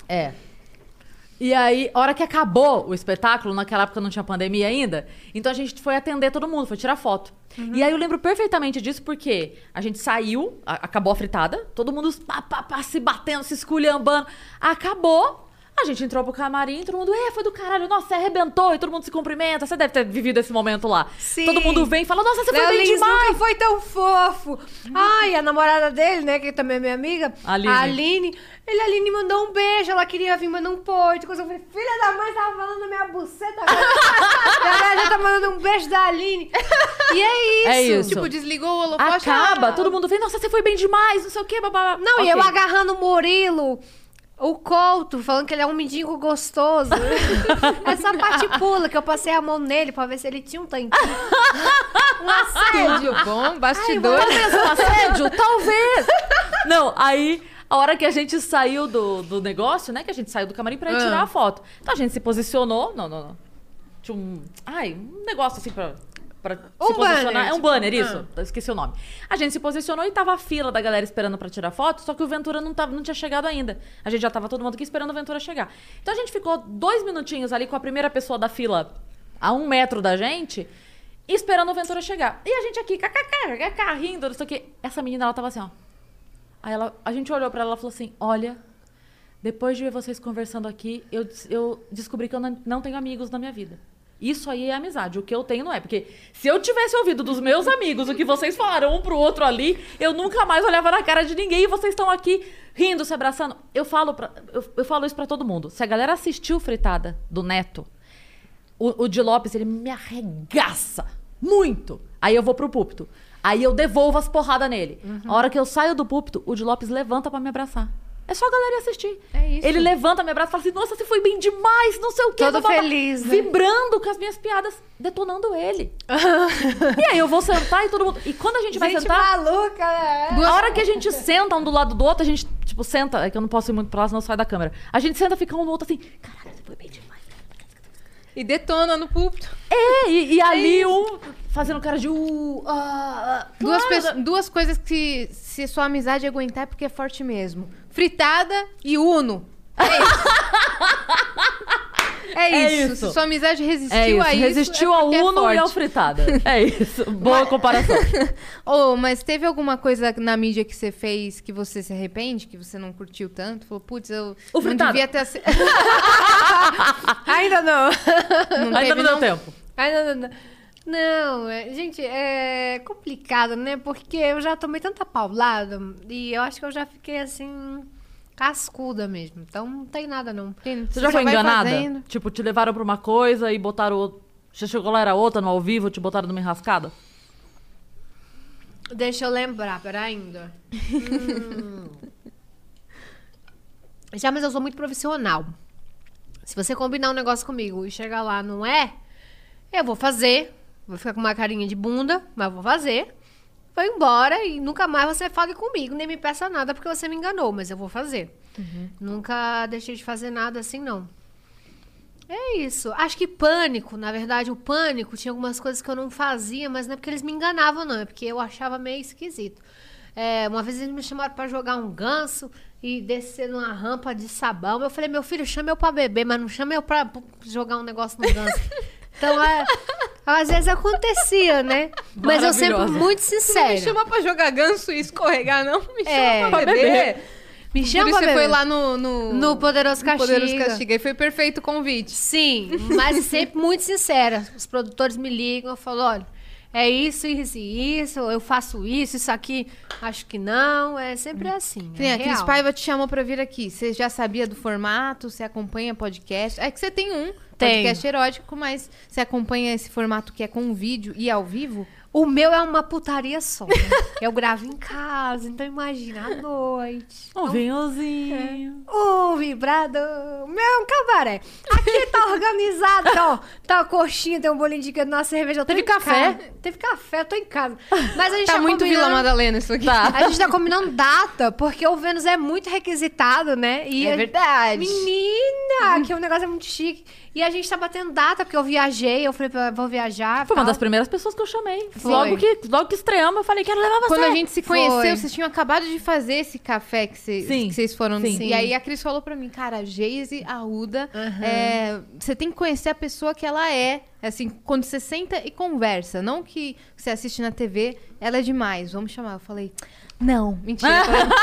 E aí, a hora que acabou o espetáculo, naquela época não tinha pandemia ainda, então a gente foi atender todo mundo, foi tirar foto. E aí eu lembro perfeitamente disso porque a gente saiu, acabou a fritada, todo mundo se batendo, se esculhambando. Acabou. A gente entrou pro camarim, todo mundo, foi do caralho, nossa, você arrebentou, e todo mundo se cumprimenta. Você deve ter vivido esse momento lá. Sim. Todo mundo vem e fala, nossa, você foi Léo bem Lins demais. nunca foi tão fofo. Ai, a namorada dele, né, que também é minha amiga, A Aline. A Aline mandou um beijo, ela queria vir, mas não pôde. Eu falei, filha da mãe, tava falando da minha buceta agora. E agora já tá mandando um beijo da Aline. E é isso. É isso. Tipo, desligou o holofote. Acaba, todo mundo vem, nossa, você foi bem demais, não sei o quê, babá. Não, e eu agarrando o Murilo, o Couto, falando que ele é um mendigo gostoso. Essa parte pula, que eu passei a mão nele pra ver se ele tinha um tanquinho. Um assédio. Bom, bastidor. Talvez um assédio, talvez. Não, aí, a hora que a gente saiu do negócio, né? Que a gente saiu do camarim pra ir tirar a foto. Então a gente se posicionou. Não. Tinha um negócio assim pra se posicionar. banner, É um banner, isso. Eu esqueci o nome. A gente se posicionou e tava a fila da galera esperando pra tirar foto, só que o Ventura não tinha chegado ainda. A gente já tava todo mundo aqui esperando o Ventura chegar. Então a gente ficou 2 minutinhos ali com a primeira pessoa da fila a 1 metro da gente, esperando o Ventura chegar. E a gente aqui, rindo, não sei o quê. Essa menina, ela tava assim, ó. Aí a gente olhou pra ela e falou assim, olha, depois de ver vocês conversando aqui, eu descobri que eu não tenho amigos na minha vida. Isso aí é amizade. O que eu tenho não é. Porque se eu tivesse ouvido dos meus amigos o que vocês falaram um pro outro ali, eu nunca mais olhava na cara de ninguém e vocês estão aqui rindo, se abraçando. Eu falo isso pra todo mundo. Se a galera assistiu Fritada do Neto, o Di Lopes, ele me arregaça muito. Aí eu vou pro púlpito. Aí eu devolvo as porradas nele. A hora que eu saio do púlpito, o Di Lopes levanta pra me abraçar. É só a galera ir assistir. É isso. Ele levanta, me abraça e fala assim, nossa, você foi bem demais, não sei o quê. Todo feliz, né? Vibrando com as minhas piadas, detonando ele. E aí eu vou sentar e todo mundo... E quando a gente vai sentar... maluca, né? A hora que a gente senta um do lado do outro, a gente, tipo, senta... É que eu não posso ir muito pra lá, senão sai da câmera. A gente senta, fica um no outro assim... Caralho, você foi bem demais. E detona no púlpito. E ali um fazendo cara de... Duas coisas que, se sua amizade aguentar, é porque é forte mesmo. Fritada e Uno. É isso. Se sua amizade resistiu a isso... Resistiu é ao porque é Uno e forte. ao fritada. É isso. Boa comparação. Mas teve alguma coisa na mídia que você fez que você se arrepende? Que você não curtiu tanto? Falou, putz, eu O não fritado. devia ter... Ainda não. Não Ainda teve, não deu tempo. Ainda não. Não, gente, é complicado, né? Porque eu já tomei tanta paulada e eu acho que eu já fiquei assim, cascuda mesmo. Então não tem nada, não. Você já foi vai enganada? fazendo. Tipo, te levaram pra uma coisa e botaram outra. Você chegou lá, era outra, no ao vivo, te botaram numa enrascada? Deixa eu lembrar, pera ainda. Já, mas eu sou muito profissional. Se você combinar um negócio comigo e chegar lá, não é? Eu vou fazer. Vou ficar com uma carinha de bunda, mas vou fazer. Vou embora e nunca mais você fale comigo, nem me peça nada porque você me enganou, mas eu vou fazer. Nunca deixei de fazer nada assim, não. É isso. Acho que pânico, na verdade, o pânico tinha algumas coisas que eu não fazia, mas não é porque eles me enganavam, não. É porque eu achava meio esquisito. Uma vez eles me chamaram pra jogar um ganso e descer numa rampa de sabão. Eu falei, meu filho, chama eu pra beber, mas não chama eu pra jogar um negócio no ganso. Então, às vezes acontecia, né? Mas eu sempre muito Não me sincera. chama pra jogar ganso e escorregar, não. Me chama É, pra beber. Me Por chama isso pra você beber. foi lá no Poderoso Castiga. Poderoso Castiga. E foi perfeito o convite. Sim, mas sempre muito sincera. Os produtores me ligam, eu falo, olha, é isso, isso e isso, eu faço isso aqui, acho que não. É sempre assim. Sim, É a Cris real. Paiva te chamou pra vir aqui. Você já sabia do formato? Você acompanha podcast? É que você tem Tenho. podcast erótico, mas você acompanha esse formato que é com vídeo e ao vivo? O meu é uma putaria só. Né? Eu gravo em casa, então imagina, à noite. Um vinhozinho. O vibrador, meu cabaré. Aqui tá organizado, ó. Tá a coxinha, tem um bolinho de queijo, nossa cerveja. Eu tô Teve em café? casa. Teve café, eu tô em casa. Mas a gente Tá muito combinando- Vila Madalena isso aqui. A gente tá combinando data, porque o Vênus é muito requisitado, né? E É verdade. Menina, que o negócio é muito chique. E a gente tá batendo data, porque eu viajei, eu falei, vou viajar. Foi uma tal. das primeiras pessoas que eu chamei. Foi. Logo que estreamos, eu falei, quero levar você. Quando a gente se conheceu, Foi. vocês tinham acabado de fazer esse café que Sim, vocês foram. sim. E aí a Cris falou pra mim, cara, a Geise Arruda, Uhum. você tem que conhecer a pessoa que ela é. Assim, quando você senta e conversa, não que você assiste na TV, ela é demais, vamos chamar. Eu falei, não, mentira. Eu falei,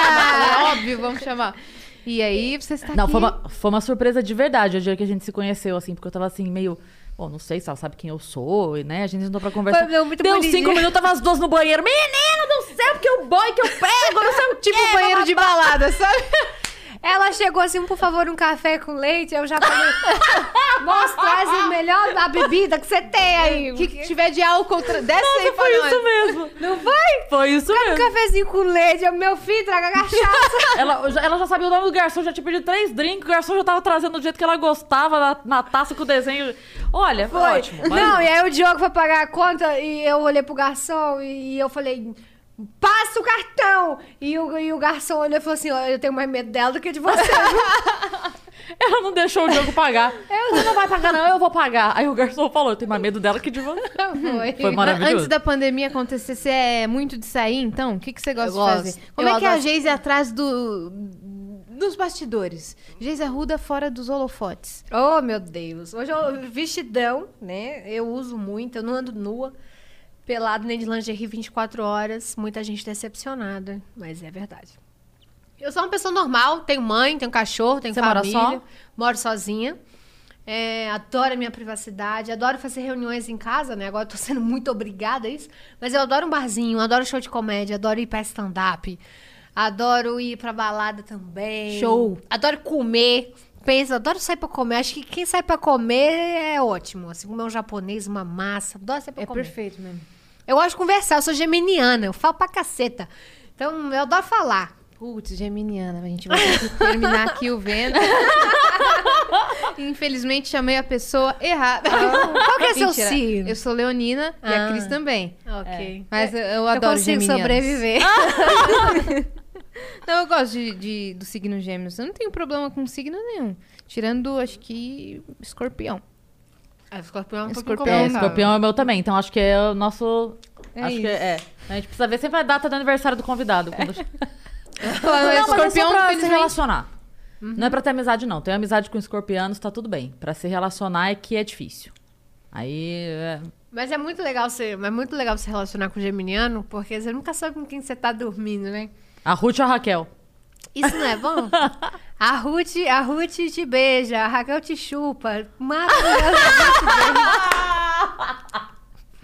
não, óbvio, vamos chamar. E aí, você está Não, aqui. foi uma surpresa de verdade o dia que a gente se conheceu, assim, porque eu tava assim, meio. Bom, não sei se ela sabe quem eu sou, e, né? A gente sentou pra conversar. Foi muito Deu bonitinho. 5 minutos, tava as duas no banheiro. Menina do céu, porque o boy que eu pego, não sei o Tipo quê, banheiro de balada, sabe? Ela chegou assim, por favor, um café com leite. Eu já falei, moça, traz o melhor a bebida que você tem aí. Que tiver de álcool, desce aí pra Foi nós. isso mesmo. Não foi? Foi isso Um mesmo. cafezinho com leite. Eu, meu filho, traga cachaça. Ela já sabia o nome do garçom, já tinha pedido 3 drinks, o garçom já tava trazendo do jeito que ela gostava, na taça com o desenho. Olha, foi ótimo. Não, e aí o Diogo foi pagar a conta e eu olhei pro garçom e eu falei, passa o cartão! E o garçom olhou e falou assim, ó, eu tenho mais medo dela do que de você. Ela não deixou o Diogo pagar. Você não vai pagar, não, eu vou pagar. Aí o garçom falou, eu tenho mais medo dela que de você. Foi maravilhoso. Antes da pandemia acontecer, você é muito de sair, então? O que você gosta Eu de gosto. fazer? Como Eu é que é a adoro. Geise atrás dos bastidores? Geise Arruda fora dos holofotes. Oh, meu Deus. Hoje eu vestidão, né? Eu uso muito, eu não ando nua. Pelado nem de lingerie 24 horas. Muita gente decepcionada, mas é verdade. Eu sou uma pessoa normal, tenho mãe, tenho cachorro, tenho Você mora família. só? Moro sozinha. Adoro a minha privacidade, adoro fazer reuniões em casa, né? Agora eu tô sendo muito obrigada a isso. Mas eu adoro um barzinho, adoro show de comédia, adoro ir pra stand-up. Adoro ir pra balada também. Show. Adoro comer. Adoro sair pra comer. Acho que quem sai pra comer é ótimo. Assim, comer um japonês, uma massa. Adoro sair pra comer. Perfeito mesmo. Eu gosto de conversar, eu sou geminiana, eu falo pra caceta. Então, eu adoro falar. Putz, geminiana. A gente vai ter que terminar aqui o Vênus. Infelizmente, chamei a pessoa errada. Qual que é seu Mentira. signo? Eu sou leonina e a Ah. Cris também. Ok. Mas eu Eu adoro consigo geminianos. sobreviver. Não, eu gosto do signo gêmeos. Eu não tenho problema com signo nenhum. Tirando, acho que, escorpião. Escorpião é um pouquinho Escorpião. complicado. Escorpião é o meu também, então acho que é o nosso. É acho isso. que é. A gente precisa ver sempre a data do aniversário do convidado. Quando... Falando, Não, mas é só escorpião, pra se infelizmente. relacionar. Não é pra ter amizade, não. Tem amizade com escorpianos, tá tudo bem. Pra se relacionar é que é difícil. Aí. Mas é muito legal você se relacionar com o geminiano, porque você nunca sabe com quem você tá dormindo, né? A Ruth ou a Raquel? Isso não é bom? A Ruth te beija, a Raquel te chupa. Maravilhoso.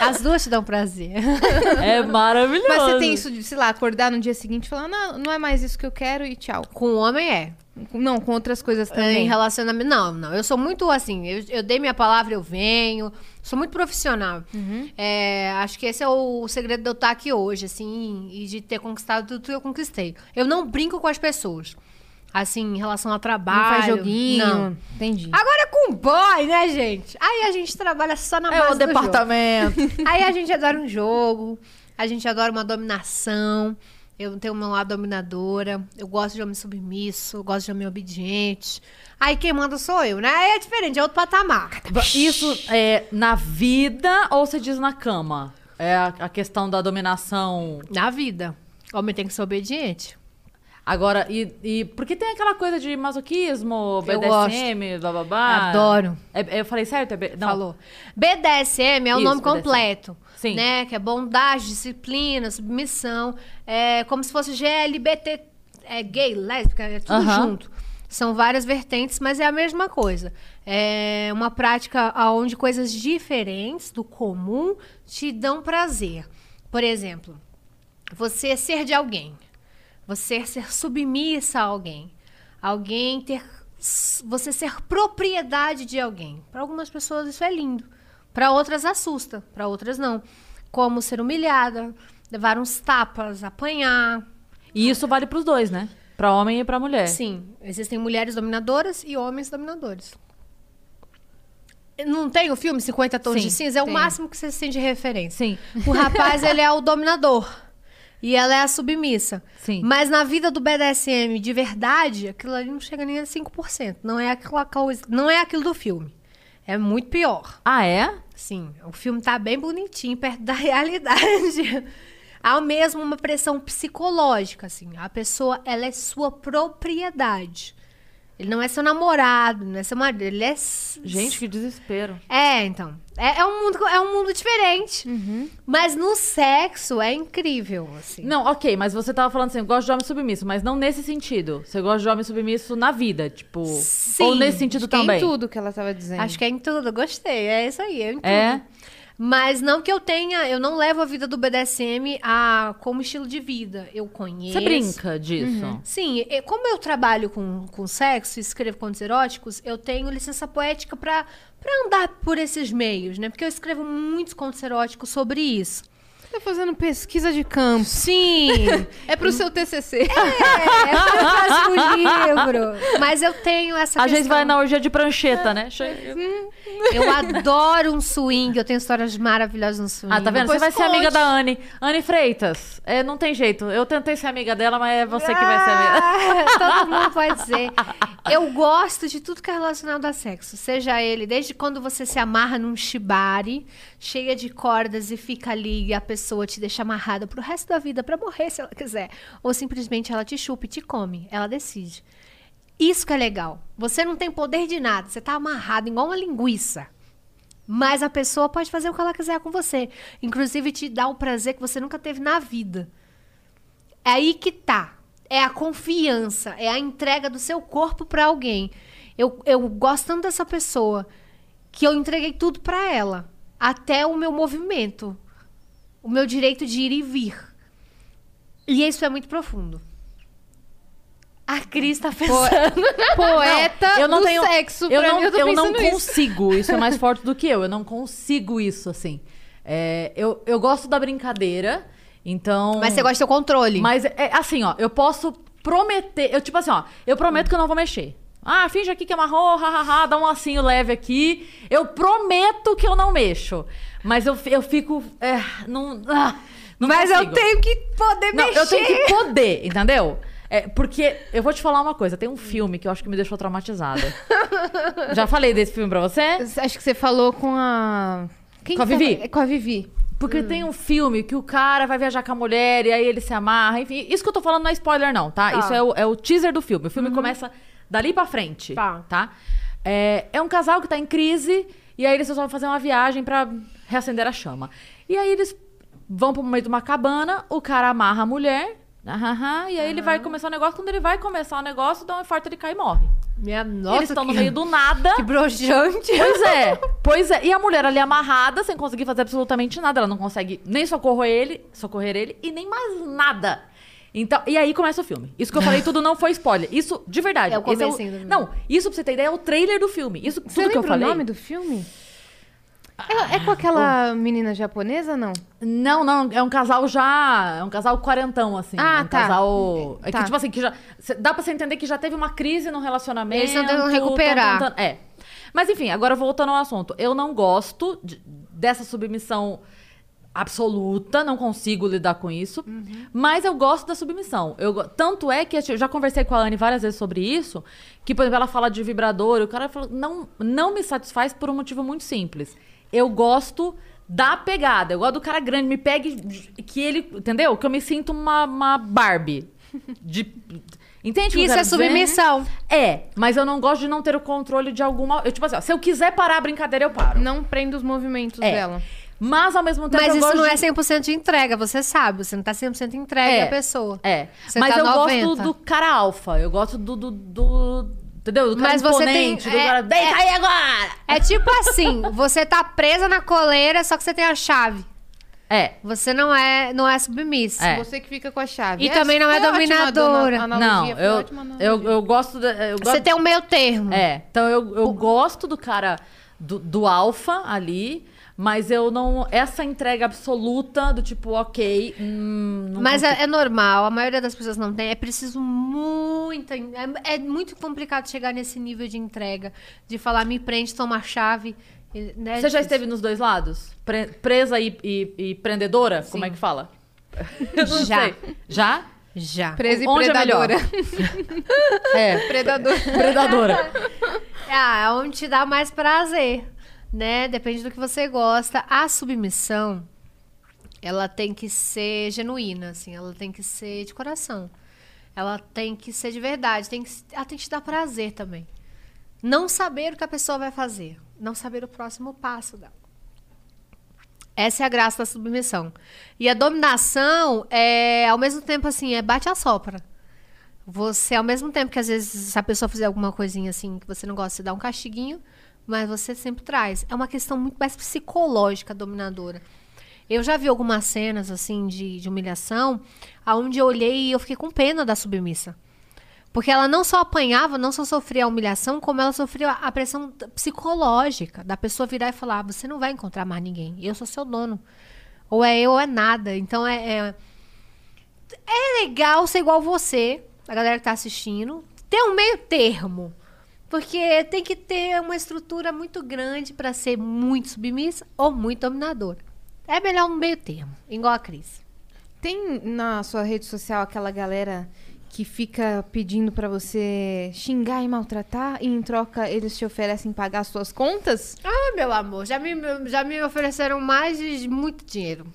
As duas te dão prazer. É maravilhoso. Mas você tem isso de, sei lá, acordar no dia seguinte e falar, não é mais isso que eu quero e tchau. Com o homem é. Não, com outras coisas Em também. relacionamento. Não. Eu sou muito assim. Eu dei minha palavra, eu venho. Sou muito profissional. Acho que esse é o segredo de eu estar aqui hoje, assim, e de ter conquistado tudo que eu conquistei. Eu não brinco com as pessoas. Assim, em relação ao trabalho. Não faz joguinho. Não. Entendi. Agora com boy, né, gente? Aí a gente trabalha só na base É o do jogo. departamento. Aí a gente adora um jogo, a gente adora uma dominação. Eu tenho o meu lado dominadora, eu gosto de homem submisso, eu gosto de homem obediente. Aí quem manda sou eu, né? Aí é diferente, é outro patamar. Isso é na vida ou você diz na cama? É a questão da dominação. Na vida, homem tem que ser obediente. Agora, porque tem aquela coisa de masoquismo, Eu BDSM, bababá. Adoro. Eu falei certo? Não. Falou. BDSM é o Isso, nome BDSM. completo. Sim. Né? Que é bondade, disciplina, submissão. É como se fosse GLBT, gay, lésbica, é tudo Aham. junto. São várias vertentes, mas é a mesma coisa. É uma prática onde coisas diferentes do comum te dão prazer. Por exemplo, você ser de alguém. Você ser submissa a alguém. Você ser propriedade de alguém. Para algumas pessoas isso é lindo. Para outras assusta. Para outras não. Como ser humilhada, levar uns tapas, apanhar. E isso vale pros dois, né? Pra homem e pra mulher. Sim, existem mulheres dominadoras e homens dominadores. Não tem o filme 50 Tons Sim, de Cinza? É o tem. máximo que você se tem de referência. Sim. O rapaz, ele é o dominador. E ela é a submissa. Sim. Mas na vida do BDSM, de verdade, aquilo ali não chega nem a 5%. Não é aquela coisa, não é aquilo do filme. É muito pior. Ah, é? Sim, o filme tá bem bonitinho perto da realidade. Há mesmo uma pressão psicológica, assim. A pessoa, ela é sua propriedade. Ele não é seu namorado, não é seu marido, ele é... Gente, que desespero. Então. É um mundo diferente. Mas no sexo é incrível, assim. Não, ok, mas você tava falando assim, eu gosto de homem submisso, mas não nesse sentido. Você gosta de homem submisso na vida, tipo... Sim, ou nesse sentido Acho que é também? em tudo que ela tava dizendo. Acho que é em tudo, gostei. É isso aí, é em tudo. É? Mas não que eu não levo a vida do BDSM como estilo de vida. Eu conheço. Você brinca disso? Sim, como eu trabalho com sexo e escrevo contos eróticos, eu tenho licença poética pra andar por esses meios, né? Porque eu escrevo muitos contos eróticos sobre isso. Tá fazendo pesquisa de campo. Sim! É pro seu TCC. É pro próximo livro. Mas eu tenho essa A questão. gente vai na orgia de prancheta, né? Eu adoro um swing, eu tenho histórias maravilhosas no swing. Ah, tá vendo? Depois Você vai ser amiga conte. da Anne. Anne Freitas. Não tem jeito. Eu tentei ser amiga dela, mas é você que vai ser amiga. Todo mundo pode ser. Eu gosto de tudo que é relacionado a sexo. Seja ele, desde quando você se amarra num shibari, cheia de cordas e fica ali e a pessoa te deixa amarrada pro resto da vida pra morrer se ela quiser. Ou simplesmente ela te chupa e te come. Ela decide. Isso que é legal. Você não tem poder de nada. Você tá amarrado igual uma linguiça. Mas a pessoa pode fazer o que ela quiser com você. Inclusive te dar o prazer que você nunca teve na vida. É aí que tá. É a confiança. É a entrega do seu corpo pra alguém. Eu gosto tanto dessa pessoa que eu entreguei tudo pra ela. Até o meu movimento. O meu direito de ir e vir. E isso é muito profundo. A Cris tá pensando. Poeta Eu não do tenho sexo. Eu pra não, mim, eu tô eu não pensando isso. consigo. Isso é mais forte do que eu. Eu não consigo isso, assim. Eu gosto da brincadeira, então... Mas você gosta do seu controle. Mas, assim, ó, eu posso prometer... Tipo assim, ó, eu prometo que eu não vou mexer. Ah, finge aqui que amarrou, hahaha, dá um lacinho leve aqui. Eu prometo que eu não mexo. Mas eu fico... não Mas consigo. eu tenho que poder Não, mexer. eu tenho que poder, entendeu? Porque eu vou te falar uma coisa. Tem um filme que eu acho que me deixou traumatizada. Já falei desse filme pra você? Acho que você falou com a... Quem Com a que Vivi? fala? Com a Vivi. Porque tem um filme que o cara vai viajar com a mulher e aí ele se amarra. Enfim, isso que eu tô falando não é spoiler, não, tá? Tá. Isso é o teaser do filme. O filme começa dali pra frente, Tá. É um casal que tá em crise e aí eles resolvem fazer uma viagem pra reacender a chama. E aí eles vão pro meio de uma cabana, o cara amarra a mulher, e aí ele vai começar o negócio. Quando ele vai começar o negócio, dá um infarto, ele cai e morre. Minha nossa, Eles estão no meio do nada. Que broxante. Pois é. E a mulher ali amarrada, sem conseguir fazer absolutamente nada. Ela não consegue nem socorrer ele e nem mais nada. Então, e aí começa o filme. Isso que eu falei tudo não foi spoiler. Isso, de verdade. É o comecinho do filme. Não, isso pra você ter ideia é o trailer do filme. Isso, Você tudo que eu lembra falei. o nome do filme? É com aquela menina japonesa, não? Não, é um casal já. É um casal quarentão, assim. Ah, é um tá. casal. É Tá. que, tipo assim, que já. Dá pra você entender que já teve uma crise no relacionamento. Eles estão tentando recuperar. Mas enfim, agora voltando ao assunto. Eu não gosto dessa submissão absoluta, não consigo lidar com isso. Mas eu gosto da submissão. Tanto é que eu já conversei com a Anne várias vezes sobre isso, que, por exemplo, ela fala de vibrador, e o cara falou, não me satisfaz por um motivo muito simples. Eu gosto da pegada, eu gosto do cara grande, me pegue, que ele, entendeu? Que eu me sinto uma Barbie. Entende o que eu Isso quero é submissão. dizer? Mas eu não gosto de não ter o controle de alguma... Tipo assim, ó, se eu quiser parar a brincadeira, eu paro. Não prenda os movimentos dela. Mas, ao mesmo tempo, Mas eu isso gosto não de... é 100% de entrega, você sabe. Você não tá 100% entregue à pessoa. Você Mas tá eu 90. gosto do cara alfa. Eu gosto do entendeu? Do cara Mas você tem... imponente. Do cara... Deita aí agora! É tipo assim, você tá presa na coleira, só que você tem a chave. Você não é submissa. Você que fica com a chave. E também não é foi ótima dominadora. analogia, foi ótima analogia. eu gosto... Você tem um meio termo. Então eu gosto do cara do alfa ali, mas eu não... Essa entrega absoluta do tipo, ok... não Mas consigo. é normal, a maioria das pessoas não tem. É preciso muita... É muito complicado chegar nesse nível de entrega. De falar, me prende, toma a chave... Né? Você já esteve nos dois lados? Presa e prendedora? Sim. Como é que fala? Eu não Já. sei. Já? Já. Presa e Onde é melhor? predadora. Predadora. É onde te dá mais prazer, né? Depende do que você gosta. A submissão, ela tem que ser genuína, assim. Ela tem que ser de coração. Ela tem que ser de verdade. Ela tem que te dar prazer também. Não saber o que a pessoa vai fazer. Não saber o próximo passo dela. Essa é a graça da submissão. E a dominação é, ao mesmo tempo, assim, bate a sopra. Você, ao mesmo tempo que, às vezes, se a pessoa fizer alguma coisinha assim que você não gosta, você dá um castiguinho, mas você sempre traz. É uma questão muito mais psicológica, dominadora. Eu já vi algumas cenas, assim, de humilhação, onde eu olhei e eu fiquei com pena da submissa. Porque ela não só apanhava, não só sofria a humilhação, como ela sofria a pressão psicológica da pessoa virar e falar, você não vai encontrar mais ninguém, eu sou seu dono. Ou é eu ou é nada. Então é legal ser igual você, a galera que tá assistindo, ter um meio termo. Porque tem que ter uma estrutura muito grande para ser muito submissa ou muito dominadora. É melhor um meio termo, igual a Cris. Tem na sua rede social aquela galera que fica pedindo pra você xingar e maltratar e em troca eles te oferecem pagar as suas contas? Ah, meu amor, já me ofereceram mais de muito dinheiro.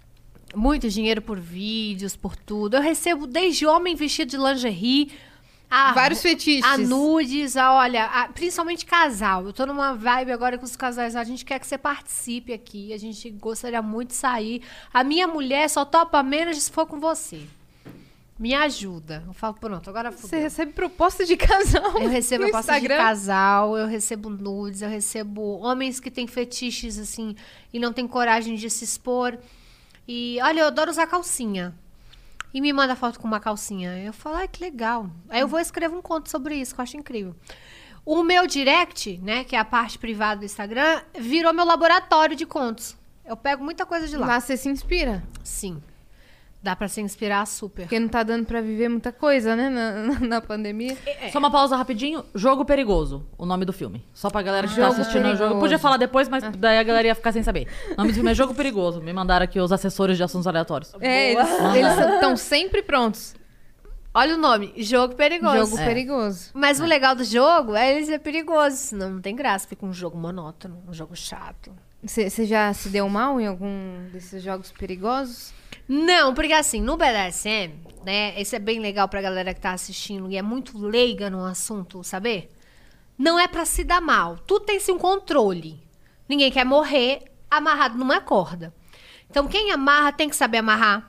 Muito dinheiro por vídeos, por tudo. Eu recebo desde homem vestido de lingerie, vários fetiches. a nudes, principalmente casal. Eu tô numa vibe agora com os casais. A gente quer que você participe aqui. A gente gostaria muito de sair. A minha mulher só topa menos se for com você. Me ajuda. Eu falo, pronto, agora fudeu. Você recebe proposta de casal. Eu recebo no proposta de Instagram? casal, eu recebo nudes, eu recebo homens que têm fetiches, assim, e não têm coragem de se expor. E, olha, eu adoro usar calcinha. E me manda foto com uma calcinha. Eu falo, ai, que legal. Aí eu vou escrever um conto sobre isso, que eu acho incrível. O meu direct, né, que é a parte privada do Instagram, virou meu laboratório de contos. Eu pego muita coisa de lá. Lá você se inspira. Sim. Dá pra se inspirar super. Porque não tá dando pra viver muita coisa, né? Na pandemia. Só uma pausa rapidinho. Jogo Perigoso, o nome do filme. Só pra galera que tá Jogo assistindo o jogo. Perigoso. Podia falar depois, mas daí a galera ia ficar sem saber. O nome do filme é Jogo Perigoso. Me mandaram aqui os assessores de assuntos aleatórios. Eles estão sempre prontos. Olha o nome, Jogo Perigoso. Jogo perigoso. Mas o legal do jogo é ele ser perigoso, senão não tem graça. Fica um jogo monótono, um jogo chato. Você já se deu mal em algum desses jogos perigosos? Não, porque assim, no BDSM, né, esse é bem legal pra galera que tá assistindo e é muito leiga no assunto, saber? Não é pra se dar mal. Tudo tem sim um controle. Ninguém quer morrer amarrado numa corda. Então, quem amarra tem que saber amarrar.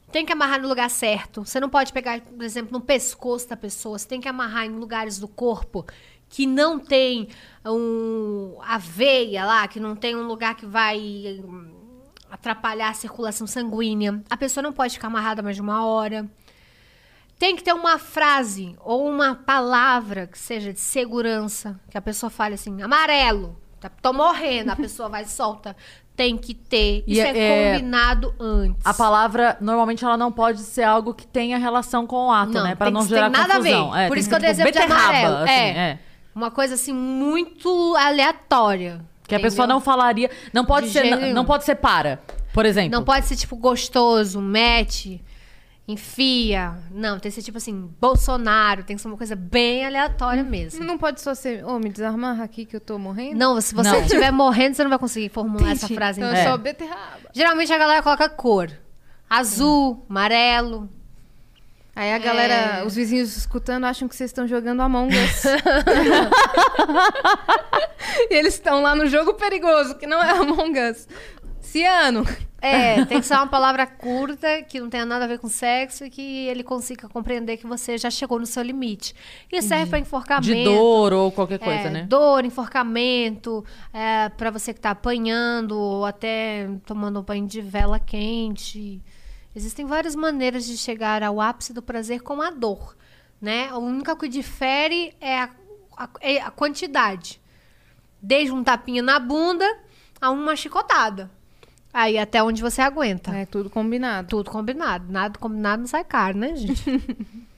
Tem que amarrar no lugar certo. Você não pode pegar, por exemplo, no pescoço da pessoa. Você tem que amarrar em lugares do corpo que não tem a veia lá, que não tem um lugar que vai atrapalhar a circulação sanguínea. A pessoa não pode ficar amarrada mais de 1 hora. Tem que ter uma frase ou uma palavra que seja de segurança, que a pessoa fale assim, amarelo, tô morrendo, a pessoa vai e solta. Tem que ter. Isso combinado antes. A palavra, normalmente, ela não pode ser algo que tenha relação com o ato, né? Pra não gerar confusão. Não tem nada a ver. Por isso que eu dei exemplo de amarelo. Uma coisa, assim, muito aleatória. Que a pessoa não falaria... Não pode ser para, por exemplo. Não pode ser, tipo, gostoso, mete, enfia. Não, tem que ser, tipo assim, Bolsonaro. Tem que ser uma coisa bem aleatória mesmo. Não pode só ser, me desamarra aqui que eu tô morrendo? Não, se você estiver morrendo, você não vai conseguir formular essa frase. Então é só beterraba. Geralmente a galera coloca cor. Azul, amarelo. Aí a galera, os vizinhos escutando, acham que vocês estão jogando Among Us. E eles estão lá no jogo perigoso, que não é Among Us. Ciano. Tem que ser uma palavra curta, que não tenha nada a ver com sexo e que ele consiga compreender que você já chegou no seu limite. Isso serve para enforcamento. De dor ou qualquer coisa, né? Dor, enforcamento, para você que tá apanhando ou até tomando um banho de vela quente. Existem várias maneiras de chegar ao ápice do prazer com a dor, né? A única que difere é a quantidade. Desde um tapinha na bunda a uma chicotada. Aí até onde você aguenta. É tudo combinado. Tudo combinado. Nada combinado não sai caro, né, gente?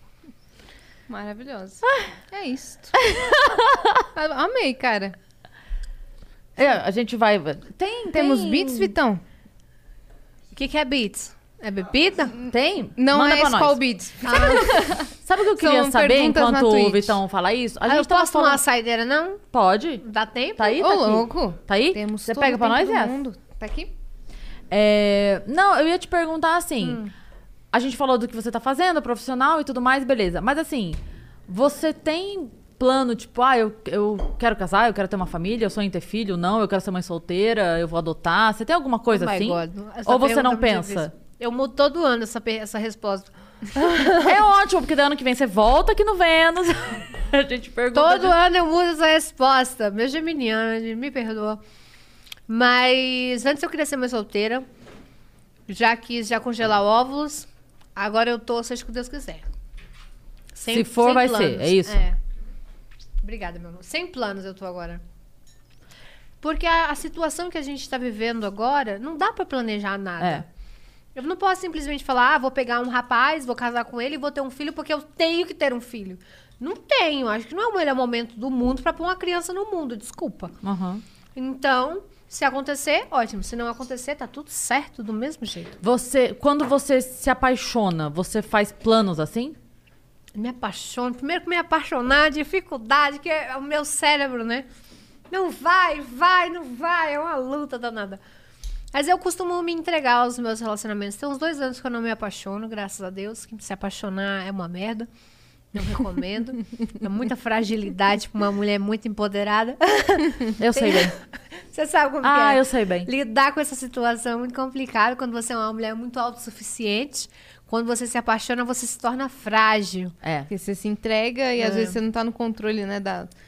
Maravilhoso. É isso. Amei, cara. A gente vai... Temos beats, Vitão? O que é beats? É bebida? Tem? Não. Manda pra Skol nós. Beats. Sabe o que eu queria São saber perguntas enquanto na o Twitch. Vitão fala isso? A Eu gente posso tomar uma saideira, não? Pode. Dá tempo? Tá aí? Ô, Tá aqui. louco. Tá aí? Temos Você todo pega o pra tempo nós do essa? mundo. Tá aqui? Não, eu ia te perguntar assim. A gente falou do que você tá fazendo, profissional e tudo mais, beleza. Mas assim, você tem plano, tipo, eu quero casar, eu quero ter uma família, eu sonho em ter filho, não, eu quero ser mãe solteira, eu vou adotar. Você tem alguma coisa assim? Ou você não pensa? Eu mudo todo ano essa resposta. É ótimo, porque daí ano que vem você volta aqui no Vênus. A gente pergunta. Todo ano eu mudo essa resposta. Meu geminiano, me perdoa. Mas antes eu queria ser mãe solteira. Já quis congelar óvulos. Agora eu tô, seja o que Deus quiser. Se for, vai ser. É isso? Obrigada, meu amor. Sem planos eu tô agora. Porque a situação que a gente tá vivendo agora, não dá pra planejar nada. Eu não posso simplesmente falar, vou pegar um rapaz, vou casar com ele e vou ter um filho porque eu tenho que ter um filho. Não tenho. Acho que não é o melhor momento do mundo pra pôr uma criança no mundo. Desculpa. Então, se acontecer, ótimo. Se não acontecer, tá tudo certo do mesmo jeito. Quando você se apaixona, você faz planos assim? Me apaixono. Primeiro que me apaixonar, dificuldade, que é o meu cérebro, né? Não vai, não vai. É uma luta danada. Mas eu costumo me entregar aos meus relacionamentos. Tem uns 2 anos que eu não me apaixono, graças a Deus. Que se apaixonar é uma merda. Não recomendo. É muita fragilidade pra uma mulher muito empoderada. Eu sei bem. Você sabe como que é. Eu sei bem. Lidar com essa situação é muito complicado quando você é uma mulher muito autossuficiente. Quando você se apaixona, você se torna frágil. Porque você se entrega e às vezes você não tá no controle, né?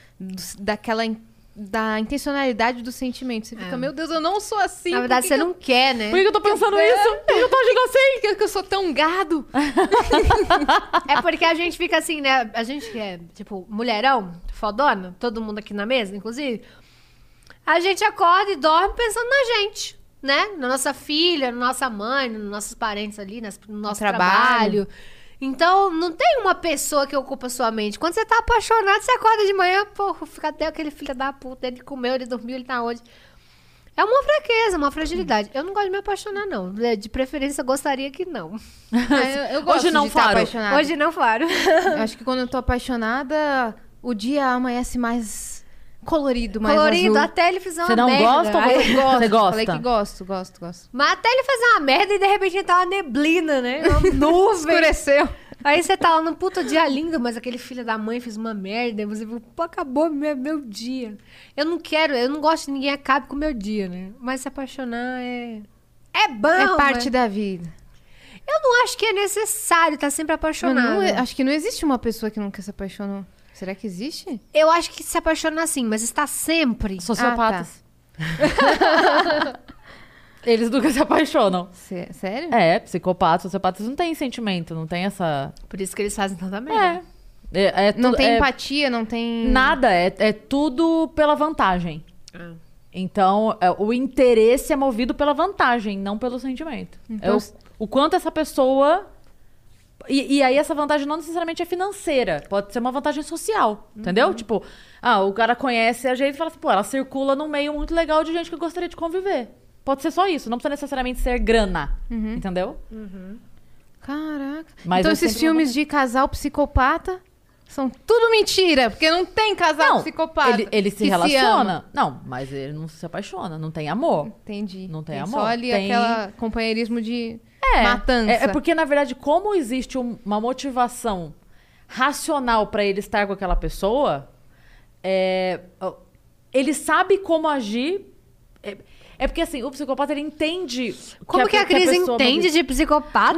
Da intencionalidade do sentimento. Você fica, meu Deus, eu não sou assim. Na verdade, você não quer, né? Por que eu tô pensando isso? Por que eu tô agindo assim? Por que eu sou tão gado? É porque a gente fica assim, né? A gente que é, tipo, mulherão, fodona, todo mundo aqui na mesa, inclusive. A gente acorda e dorme pensando na gente, né? Na nossa filha, na nossa mãe, nos nossos parentes ali, no nosso trabalho. Então, não tem uma pessoa que ocupa sua mente. Quando você tá apaixonado, você acorda de manhã, porra, fica até aquele filho da puta, ele comeu, ele dormiu, ele tá onde? É uma fraqueza, uma fragilidade. Eu não gosto de me apaixonar, não. De preferência, eu gostaria que não. Eu gosto Hoje não de estar faro. apaixonada. Hoje não faro. Eu acho que quando eu tô apaixonada, o dia amanhece mais colorido, mais Colorido, azul. até ele fizer uma Você não merda. gosta ou Aí- você gosta? Você gosta? Falei que gosto. Mas até ele fazer uma merda e de repente tá uma neblina, né? Uma nuvem. Escureceu. Aí você tá lá num puta dia lindo, mas aquele filho da mãe fez uma merda. E você fala, pô, acabou meu dia. Eu não gosto que ninguém acabe com o meu dia, né? Mas se apaixonar é bom. É parte mas- da vida. Eu não acho que é necessário estar sempre apaixonado. Acho que não existe uma pessoa que nunca se apaixonou. Será que existe? Eu acho que se apaixona sim, mas está sempre. Sociopatas. Eles nunca se apaixonam. Sério? Psicopatas, sociopatas não tem sentimento, não tem essa... Por isso que eles fazem tanta merda. Não tem empatia, não tem... Nada, é tudo pela vantagem. Então, o interesse é movido pela vantagem, não pelo sentimento. Então, O quanto essa pessoa... E aí essa vantagem não necessariamente é financeira. Pode ser uma vantagem social, entendeu? Tipo, o cara conhece a gente e fala assim, pô, ela circula num meio muito legal de gente que eu gostaria de conviver. Pode ser só isso, não precisa necessariamente ser grana, entendeu? Caraca. Mas então é esses sempre filmes de casal psicopata são tudo mentira, porque não tem casal psicopata. Ele se que relaciona. ama. Não, mas ele não se apaixona, não tem amor. Entendi. Não tem Só amor. ali Tem- aquela companheirismo de matança. É porque, na verdade, como existe uma motivação racional pra ele estar com aquela pessoa, ele sabe como agir. É porque, assim, o psicopata, ele entende... Como que a Cris pessoa entende de psicopata?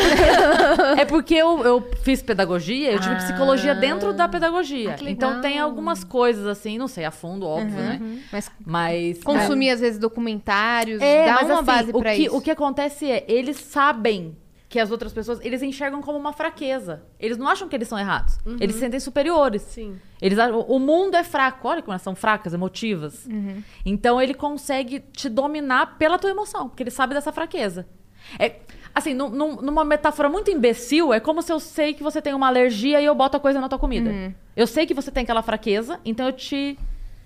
É porque eu fiz pedagogia, eu tive psicologia dentro da pedagogia. que legal. Então tem algumas coisas, assim, não sei a fundo, óbvio, né? Mas... Consumir, às vezes, documentários, É, dá mas uma assim, base pra isso. O que acontece é, eles sabem que as outras pessoas, eles enxergam como uma fraqueza. Eles não acham que eles são errados. Eles se sentem superiores. Sim. Eles acham, o mundo é fraco. Olha como elas são fracas, emotivas. Então ele consegue te dominar pela tua emoção, porque ele sabe dessa fraqueza. Assim, numa metáfora muito imbecil, é como se eu sei que você tem uma alergia e eu boto a coisa na tua comida. Eu sei que você tem aquela fraqueza, então eu te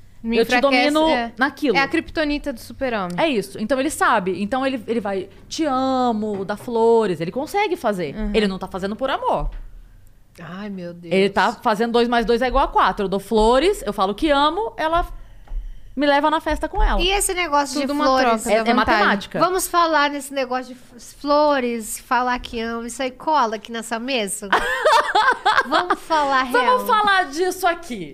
domino naquilo. É a criptonita do super-homem. É isso. Então ele sabe. Então ele vai, te amo, dá flores. Ele consegue fazer. Ele não tá fazendo por amor. Ai, meu Deus. Ele tá fazendo 2 mais 2 é igual a 4. Eu dou flores, eu falo que amo, ela me leva na festa com ela. E esse negócio Tudo de uma flores? troca. É vantagem. matemática. Vamos falar nesse negócio de flores, falar que amo. Isso aí cola aqui nessa mesa? Vamos falar real. Vamos falar disso aqui.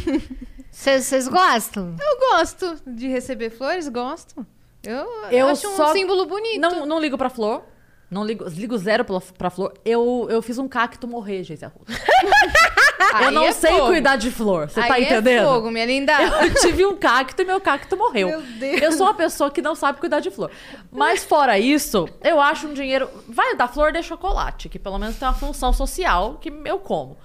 Vocês gostam? Eu gosto de receber flores, gosto. Eu acho um só símbolo bonito. Não ligo pra flor. Não ligo zero pra flor. Eu fiz um cacto morrer, Geise Arruda. Eu não sei cuidar de flor. Você tá entendendo? É fogo, minha linda. Eu tive um cacto e meu cacto morreu. Meu Deus. Eu sou uma pessoa que não sabe cuidar de flor. Mas fora isso, eu acho um dinheiro... Vai dar flor de chocolate, que pelo menos tem uma função social que eu como.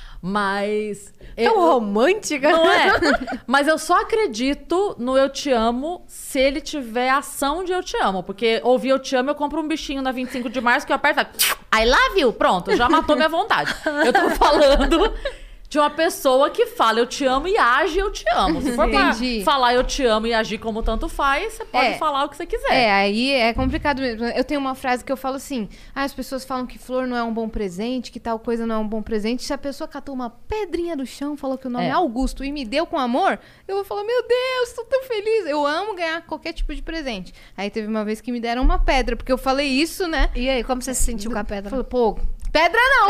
Mas... Tão romântica. Não é? Mas eu só acredito no eu te amo se ele tiver ação de eu te amo. Porque ouvir eu te amo, eu compro um bichinho na 25 de março que eu aperto e I love you. Pronto, já matou minha vontade. Eu tô falando de uma pessoa que fala eu te amo e age eu te amo. Se for pra Entendi. falar eu te amo e agir como tanto faz, você pode falar o que você quiser. Aí é complicado mesmo. Eu tenho uma frase que eu falo assim: as pessoas falam que flor não é um bom presente, que tal coisa não é um bom presente. Se a pessoa catou uma pedrinha do chão, falou que o nome é Augusto e me deu com amor, eu vou falar: meu Deus, tô tão feliz. Eu amo ganhar qualquer tipo de presente. Aí teve uma vez que me deram uma pedra, porque eu falei isso, né? E aí, como você se sentiu com a pedra? Falei, pô, pedra não!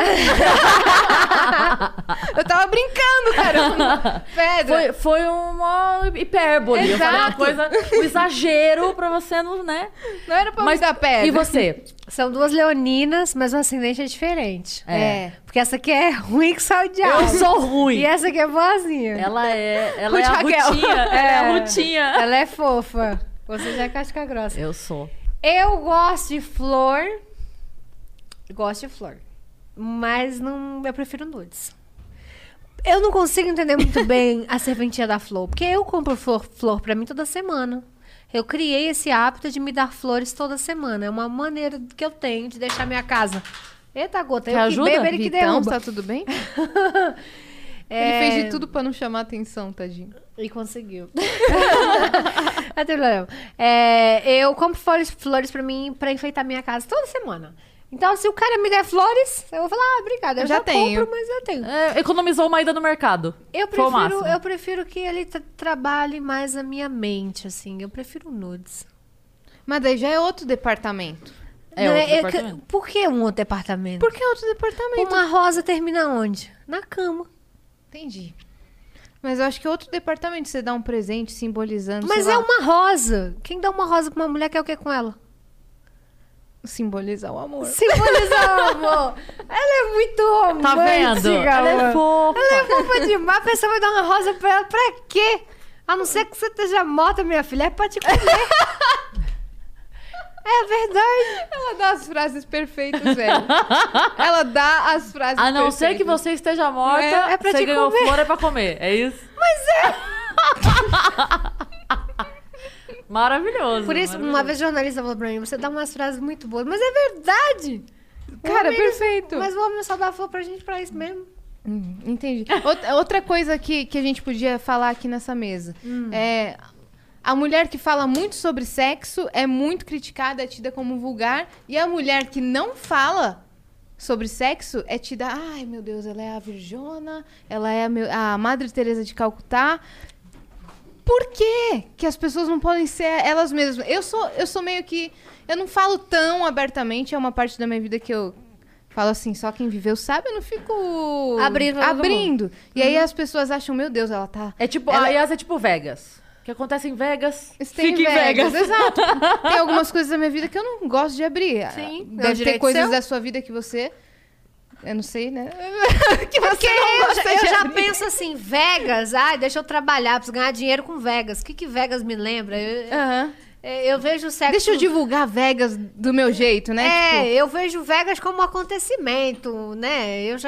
Eu tava brincando, caramba! Pedra! Foi uma hipérbole. Eu falei uma Exato. coisa, um exagero pra você não, né? Não era pra me dar pedra. E você? São duas leoninas, mas o ascendente é diferente. É. Porque essa aqui é ruim que sai de Eu alma. sou ruim. E essa aqui é boazinha. Ela é a Ruth Raquel. Rutinha. Ela é a Rutinha. Ela é fofa. Você já é casca grossa. Eu sou. Eu gosto de flor. Gosto de flor. Mas não, eu prefiro nudes. Eu não consigo entender muito bem a serventia da flor. Porque eu compro flor pra mim toda semana. Eu criei esse hábito de me dar flores toda semana. É uma maneira que eu tenho de deixar minha casa. Eita, gota, eu que ajuda? bebo, ele que Vitão, derruba. tá tudo bem? É, Ele fez de tudo pra não chamar atenção, tadinho. E conseguiu. Não tem problema. Eu compro flores pra mim, pra enfeitar minha casa toda semana. Então, se o cara me der flores, eu vou falar, obrigada. Eu já tenho. compro, mas eu tenho. Economizou uma ida no mercado. Foi o máximo. Eu prefiro que ele trabalhe mais a minha mente, assim. Eu prefiro nudes. Mas daí já é outro departamento. É outro departamento. Por que um outro departamento? Por que outro departamento? Uma rosa termina onde? Na cama. Entendi. Mas eu acho que é outro departamento. Você dá um presente simbolizando, Mas sei é lá. uma rosa. Quem dá uma rosa pra uma mulher quer o que com ela? Simboliza o amor. Simboliza o amor. Ela é muito romântica. Tá vendo? Ela é fofa. Ela é fofa demais. A pessoa vai dar uma rosa pra ela. Pra quê? A não ser que você esteja morta, minha filha. É pra te comer. É verdade. Ela dá as frases perfeitas, velho. Ela dá as frases perfeitas. A não ser que você esteja morta, É pra você te ganhou comer. flor, é pra comer. É isso? Maravilhoso. Por isso, maravilhoso. uma vez o jornalista falou pra mim, você dá umas frases muito boas. Mas é verdade. Cara, O homem, perfeito. Mas o homem só dá flor pra gente pra isso mesmo. Entendi. Outra coisa que a gente podia falar aqui nessa mesa. É... A mulher que fala muito sobre sexo é muito criticada, é tida como vulgar. E a mulher que não fala sobre sexo é tida... Ai, meu Deus, ela é a virgona, ela é a Madre Teresa de Calcutá. Por quê que as pessoas não podem ser elas mesmas? Eu sou meio que... Eu não falo tão abertamente, é uma parte da minha vida que eu falo assim, só quem viveu sabe, eu não fico... Abrindo. E aí as pessoas acham, meu Deus, ela tá... É tipo, ela... aliás, é tipo Vegas. O que acontece em Vegas, Tem fica em Vegas. Exato. Tem algumas coisas da minha vida que eu não gosto de abrir. Sim, é um Deve ter direito coisas seu. da sua vida que você... Eu não sei, né? que Porque você não eu gosta já, eu de já abrir. penso assim, Vegas, ai, deixa eu trabalhar, preciso ganhar dinheiro com Vegas. O que Vegas me lembra? Aham. Eu vejo o sexo... Deixa eu divulgar Vegas do meu jeito, né? Tipo, Eu vejo Vegas como um acontecimento, né? Eu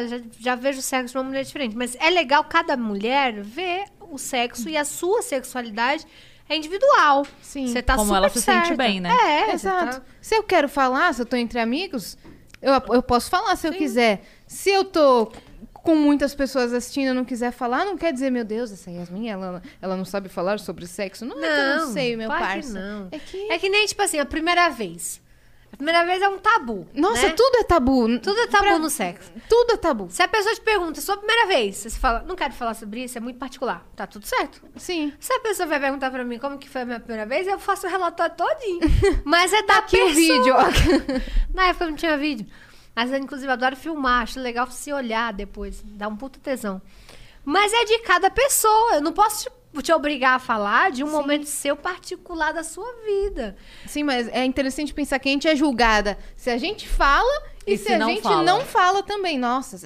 já vejo o sexo de uma mulher diferente. Mas é legal cada mulher ver o sexo e a sua sexualidade é individual. Sim. Você tá Como super ela se sente certa. bem, né? exato. Você tá... Se eu quero falar, se eu tô entre amigos, eu posso falar se eu quiser. Se eu tô com muitas pessoas assistindo e eu não quiser falar, não quer dizer, meu Deus, essa Yasmin, ela não sabe falar sobre sexo. Não é que eu não sei, meu claro que parça. não. É que... nem, tipo assim, a primeira vez. A primeira vez é um tabu. Nossa, né? tudo é tabu. Tudo é tabu no sexo. Tudo é tabu. Se a pessoa te pergunta, sua primeira vez, você fala, não quero falar sobre isso, é muito particular. Tá tudo certo. Sim. Se a pessoa vai perguntar pra mim como que foi a minha primeira vez, eu faço o relatório todinho. Mas é da Aqui pessoa. o vídeo, ó. Na época não tinha vídeo. Mas eu, inclusive, adoro filmar. Acho legal se olhar depois. Dá um puto tesão. Mas é de cada pessoa. Eu não posso te obrigar a falar de um momento seu particular da sua vida. Sim, mas é interessante pensar que a gente é julgada se a gente fala e se a não gente fala. não fala também. Nossa,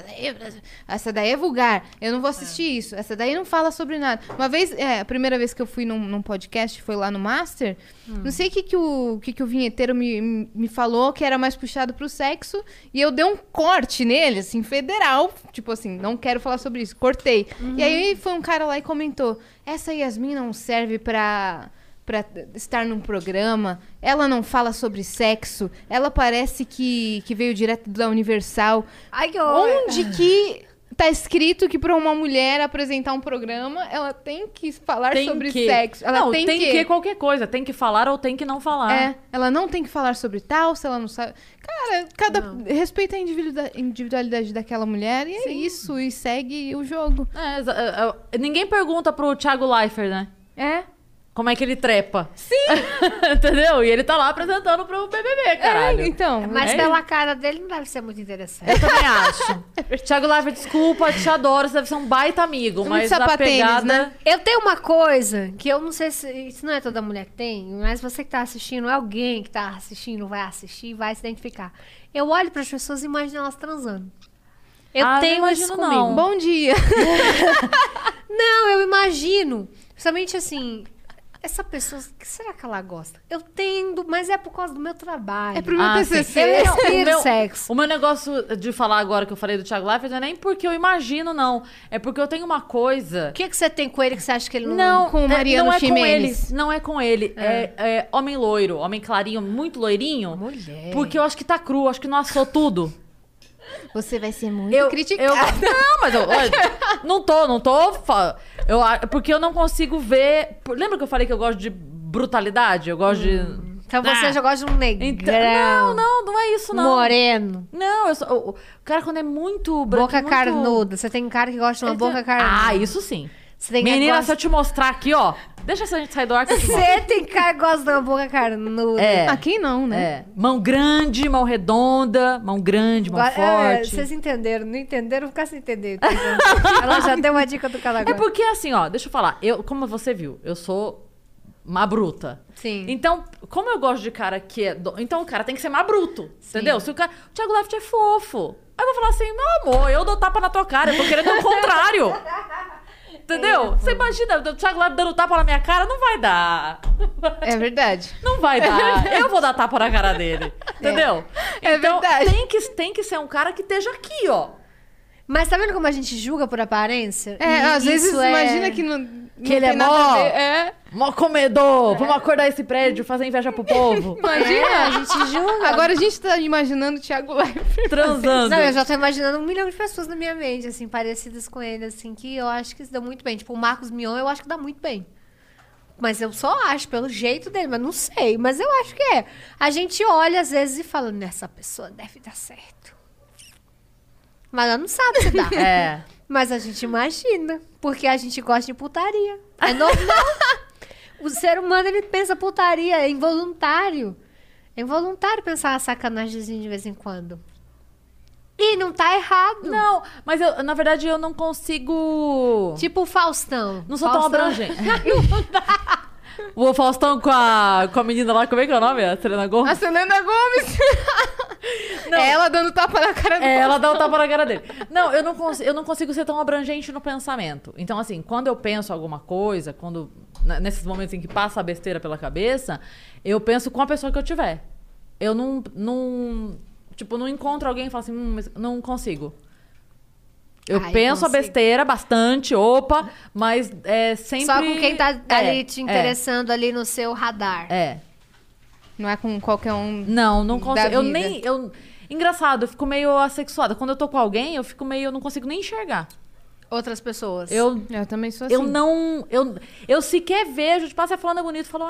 essa daí é vulgar. Eu não vou assistir isso. Essa daí não fala sobre nada. Uma vez, a primeira vez que eu fui num podcast, foi lá no Master. Não sei o que o vinheteiro me falou, que era mais puxado pro sexo. E eu dei um corte nele, assim, federal. Tipo assim, não quero falar sobre isso. Cortei. E aí foi um cara lá e comentou, essa Yasmin não serve pra estar num programa, ela não fala sobre sexo, ela parece que veio direto da Universal. Ai, que horror. Onde que tá escrito que pra uma mulher apresentar um programa, ela tem que falar sobre sexo? Ela não, tem que qualquer coisa. Tem que falar ou tem que não falar. Ela não tem que falar sobre tal, se ela não sabe... Cara, respeita a individualidade daquela mulher e é isso, e segue o jogo. Ninguém pergunta pro Thiago Leifert, né? Como é que ele trepa. Sim! Entendeu? E ele tá lá apresentando pro BBB, caralho. Então... Mas pela cara dele não deve ser muito interessante. Eu também acho. Thiago Leifert, desculpa, te adoro, você deve ser um baita amigo, Muito mas a sapatênis, pegada... né? Eu tenho uma coisa que eu não sei se... Isso não é toda mulher que tem, mas você que tá assistindo, alguém que tá assistindo, vai assistir, vai se identificar. Eu olho pras pessoas e imagino elas transando. Eu não tenho imagino, isso comigo. não. Bom dia! Não, eu imagino. Principalmente assim... Essa pessoa, o que será que ela gosta? Eu tendo, mas é por causa do meu trabalho. É pro meu TCC. sim. Eu Não, respiro sexo. O meu negócio de falar agora que eu falei do Thiago Leifert não é nem porque eu imagino, não. É porque eu tenho uma coisa... O que você tem com ele que você acha que ele não... Não, Com o Mariano não é com Ximenes. ele. Não é com ele. É homem loiro, homem clarinho, muito loirinho. Mulher. Porque eu acho que tá cru, acho que não assou tudo. Você vai ser muito criticada. Não, mas não tô. Porque eu não consigo ver. Lembra que eu falei que eu gosto de brutalidade? Eu gosto de. Então você já gosta de um negrão. Então, não é isso, não. Moreno. Não, o cara quando é muito branco. Boca muito... carnuda. Você tem um cara que gosta de uma boca carnuda. Ah, isso sim. Você tem Menina, gosta... se eu te mostrar aqui, ó. Deixa essa gente sair do ar que eu te mostro. Você tem cara que gosta de uma boca carnuda. Aqui não, né? É. Mão grande, mão redonda, mão grande, mão forte. Vocês entenderam, não entenderam, ficar sem entender. Ela já deu uma dica do canal agora. É porque assim, ó, deixa eu falar. Como você viu, eu sou bruta. Sim. Então, como eu gosto de cara que é... Então, o cara tem que ser mais bruto, entendeu? Se o Thiago Leifert é fofo. Aí eu vou falar assim, meu amor, eu dou tapa na tua cara, eu tô querendo o contrário. Entendeu? Você imagina, o Thiago Leifert dando tapa na minha cara, não vai dar. É verdade. Não vai dar. Eu vou dar tapa na cara dele. Entendeu? É Então, verdade. tem que ser um cara que esteja aqui, ó. Mas tá vendo como a gente julga por aparência? É, E às vezes isso é- imagina que não Que ele é tem nada mó. a ver. É. Mó comedor. Vamos acordar esse prédio, fazer inveja pro povo. Imagina. a gente julga. Agora a gente tá imaginando o Thiago Leifert. Transando. Não, eu já tô imaginando 1 milhão de pessoas na minha mente, assim, parecidas com ele, assim, que eu acho que se dá muito bem. Tipo, o Marcos Mion, eu acho que dá muito bem. Mas eu só acho, pelo jeito dele, mas não sei. Mas eu acho que é. A gente olha, às vezes, e fala, nessa pessoa deve dar certo. Mas ela não sabe se dá. É. Mas a gente imagina, porque a gente gosta de putaria. É normal. O ser humano, ele pensa putaria, é involuntário. É involuntário pensar uma sacanagemzinha de vez em quando. E não tá errado. Não, mas eu, na verdade eu não consigo... Tipo o Faustão. Não sou tão Faustão- abrangente. O Faustão com a menina lá, como é que é o nome? A Selena Gomez? A Selena Gomez. É ela dando tapa na cara dele. É, ela dá o tapa na cara dele. Não, eu não consigo ser tão abrangente no pensamento. Então, assim, quando eu penso alguma coisa, nesses momentos em que passa a besteira pela cabeça, eu penso com a pessoa que eu tiver. Eu não encontro alguém e falo assim, mas não consigo. Eu Eu penso a consigo. besteira bastante, mas é sempre... Só com quem tá ali te é, interessando ali no seu radar. É. Não é com qualquer um. Não Da consigo. Eu vida. nem... Engraçado, eu fico meio assexuada. Quando eu tô com alguém, eu não consigo nem enxergar. Outras pessoas. Eu também sou assim. Eu não... Eu sequer vejo, tipo, você falando é bonito. Eu falo,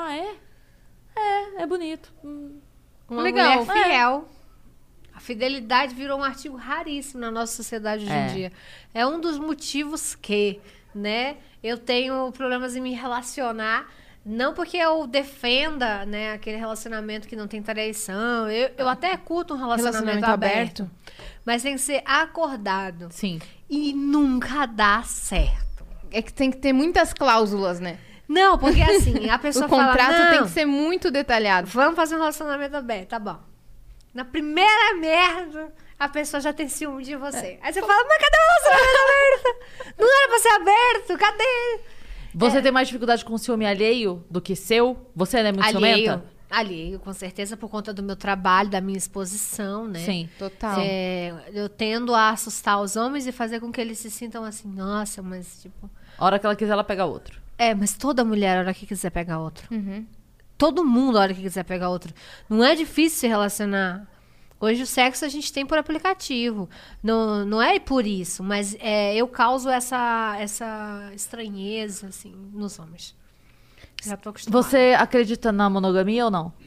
é bonito. Uma Legal. mulher fiel. A fidelidade virou um artigo raríssimo na nossa sociedade hoje em dia. É um dos motivos que, né, eu tenho problemas em me relacionar. Não porque eu defenda, né, aquele relacionamento que não tem traição. Eu até curto um relacionamento aberto. Mas tem que ser acordado. Sim. E nunca dá certo. É que tem que ter muitas cláusulas, né? Não, porque assim, a pessoa O contrato fala, tem "Não, que ser muito detalhado. vamos fazer um relacionamento aberto, tá bom." Na primeira merda, a pessoa já tem ciúme de você. Aí você fala, mas cadê o relacionamento aberto? Não era pra ser aberto, cadê? Você tem mais dificuldade com ciúme alheio do que seu? Você é muito ciumenta? Alheio, com certeza, por conta do meu trabalho, da minha exposição, né? Sim. Total. Eu tendo a assustar os homens e fazer com que eles se sintam assim, nossa, mas tipo... A hora que ela quiser, ela pega outro. Mas toda mulher, a hora que quiser pegar outro. Uhum. Todo mundo, a hora que quiser pegar outro. Não é difícil se relacionar. Hoje o sexo a gente tem por aplicativo. Não é por isso, mas eu causo essa estranheza, assim, nos homens. Já tô acostumada. Você acredita na monogamia ou não?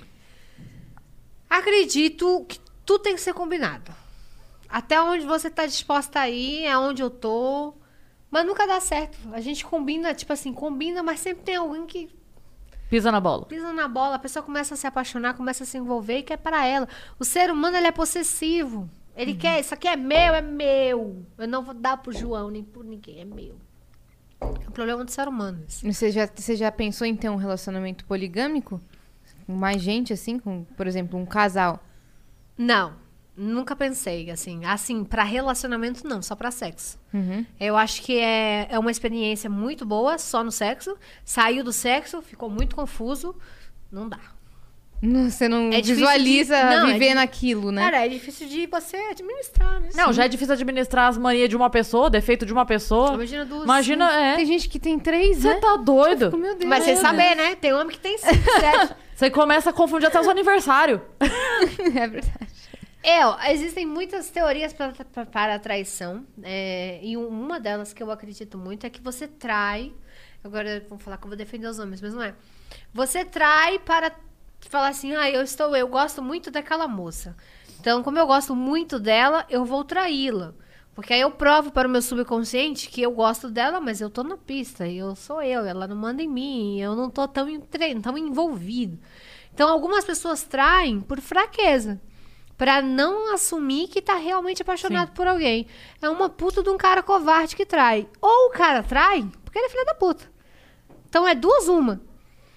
Acredito que tudo tem que ser combinado. Até onde você tá disposta a ir, é onde eu tô. Mas nunca dá certo. A gente combina, tipo assim, combina, mas sempre tem alguém que Pisa na bola. pisa na bola, a pessoa começa a se apaixonar, começa a se envolver e quer pra ela. O ser humano, ele é possessivo. Ele quer, isso aqui é meu, é meu. Eu não vou dar pro João, nem por ninguém, é meu. É um problema do ser humano. Isso. Você já pensou em ter um relacionamento poligâmico? Com mais gente, assim? Com, por exemplo, um casal? Não, nunca pensei, assim. Assim, pra relacionamento, não, só pra sexo. Uhum. Eu acho que é uma experiência muito boa, só no sexo. Saiu do sexo, ficou muito confuso. Não dá. Você não É difícil visualiza de- não, viver é di- naquilo, né? Cara, é difícil de você administrar, né? Não, já é difícil administrar as manias de uma pessoa, defeito de uma pessoa. Imagina duas. Imagina, Tem gente que tem 3, Você né? tá doido? Meu Deus. Mas sem saber, né? Tem homem que tem 5, 7. Você começa a confundir até os aniversários. É verdade. Existem muitas teorias para a traição. E uma delas que eu acredito muito é que você trai. Agora vamos falar que eu vou defender os homens, mas não é. Você trai para falar assim, eu gosto muito daquela moça. Então, como eu gosto muito dela, eu vou traí-la. Porque aí eu provo para o meu subconsciente que eu gosto dela, mas eu tô na pista, eu sou eu, ela não manda em mim, eu não tô tão envolvido. Então, algumas pessoas traem por fraqueza. Pra não assumir que tá realmente apaixonado por alguém. É uma puta de um cara covarde que trai. Ou o cara trai porque ele é filho da puta. Então é duas uma.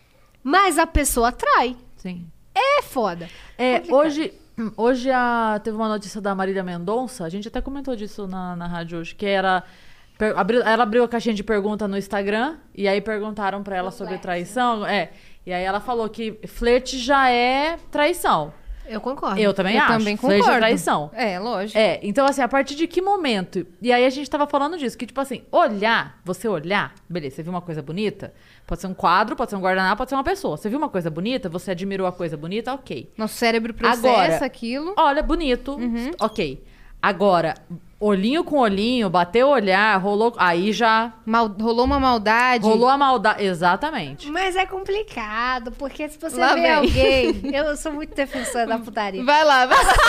Mas a pessoa trai. Sim. É foda. Hoje teve uma notícia da Marília Mendonça, a gente até comentou disso na rádio hoje, que era... Ela abriu a caixinha de pergunta no Instagram, e aí perguntaram pra ela sobre traição. E aí ela falou que flerte já é traição. Eu concordo. Eu também acho. Também Flerte concordo. é traição. Lógico. Então assim, a partir de que momento? E aí a gente tava falando disso, que tipo assim, você olhar, beleza, você viu uma coisa bonita? Pode ser um quadro, pode ser um guardanapo, pode ser uma pessoa. Você viu uma coisa bonita, você admirou a coisa bonita, ok. Nosso cérebro processa Agora, aquilo. Olha, bonito, ok. Agora, olhinho com olhinho, bateu o olhar, rolou... Aí já... Rolou uma maldade. Rolou a maldade, exatamente. Mas é complicado, porque se você Lá vê vem. alguém... Eu sou muito defensora da putaria. Vai lá.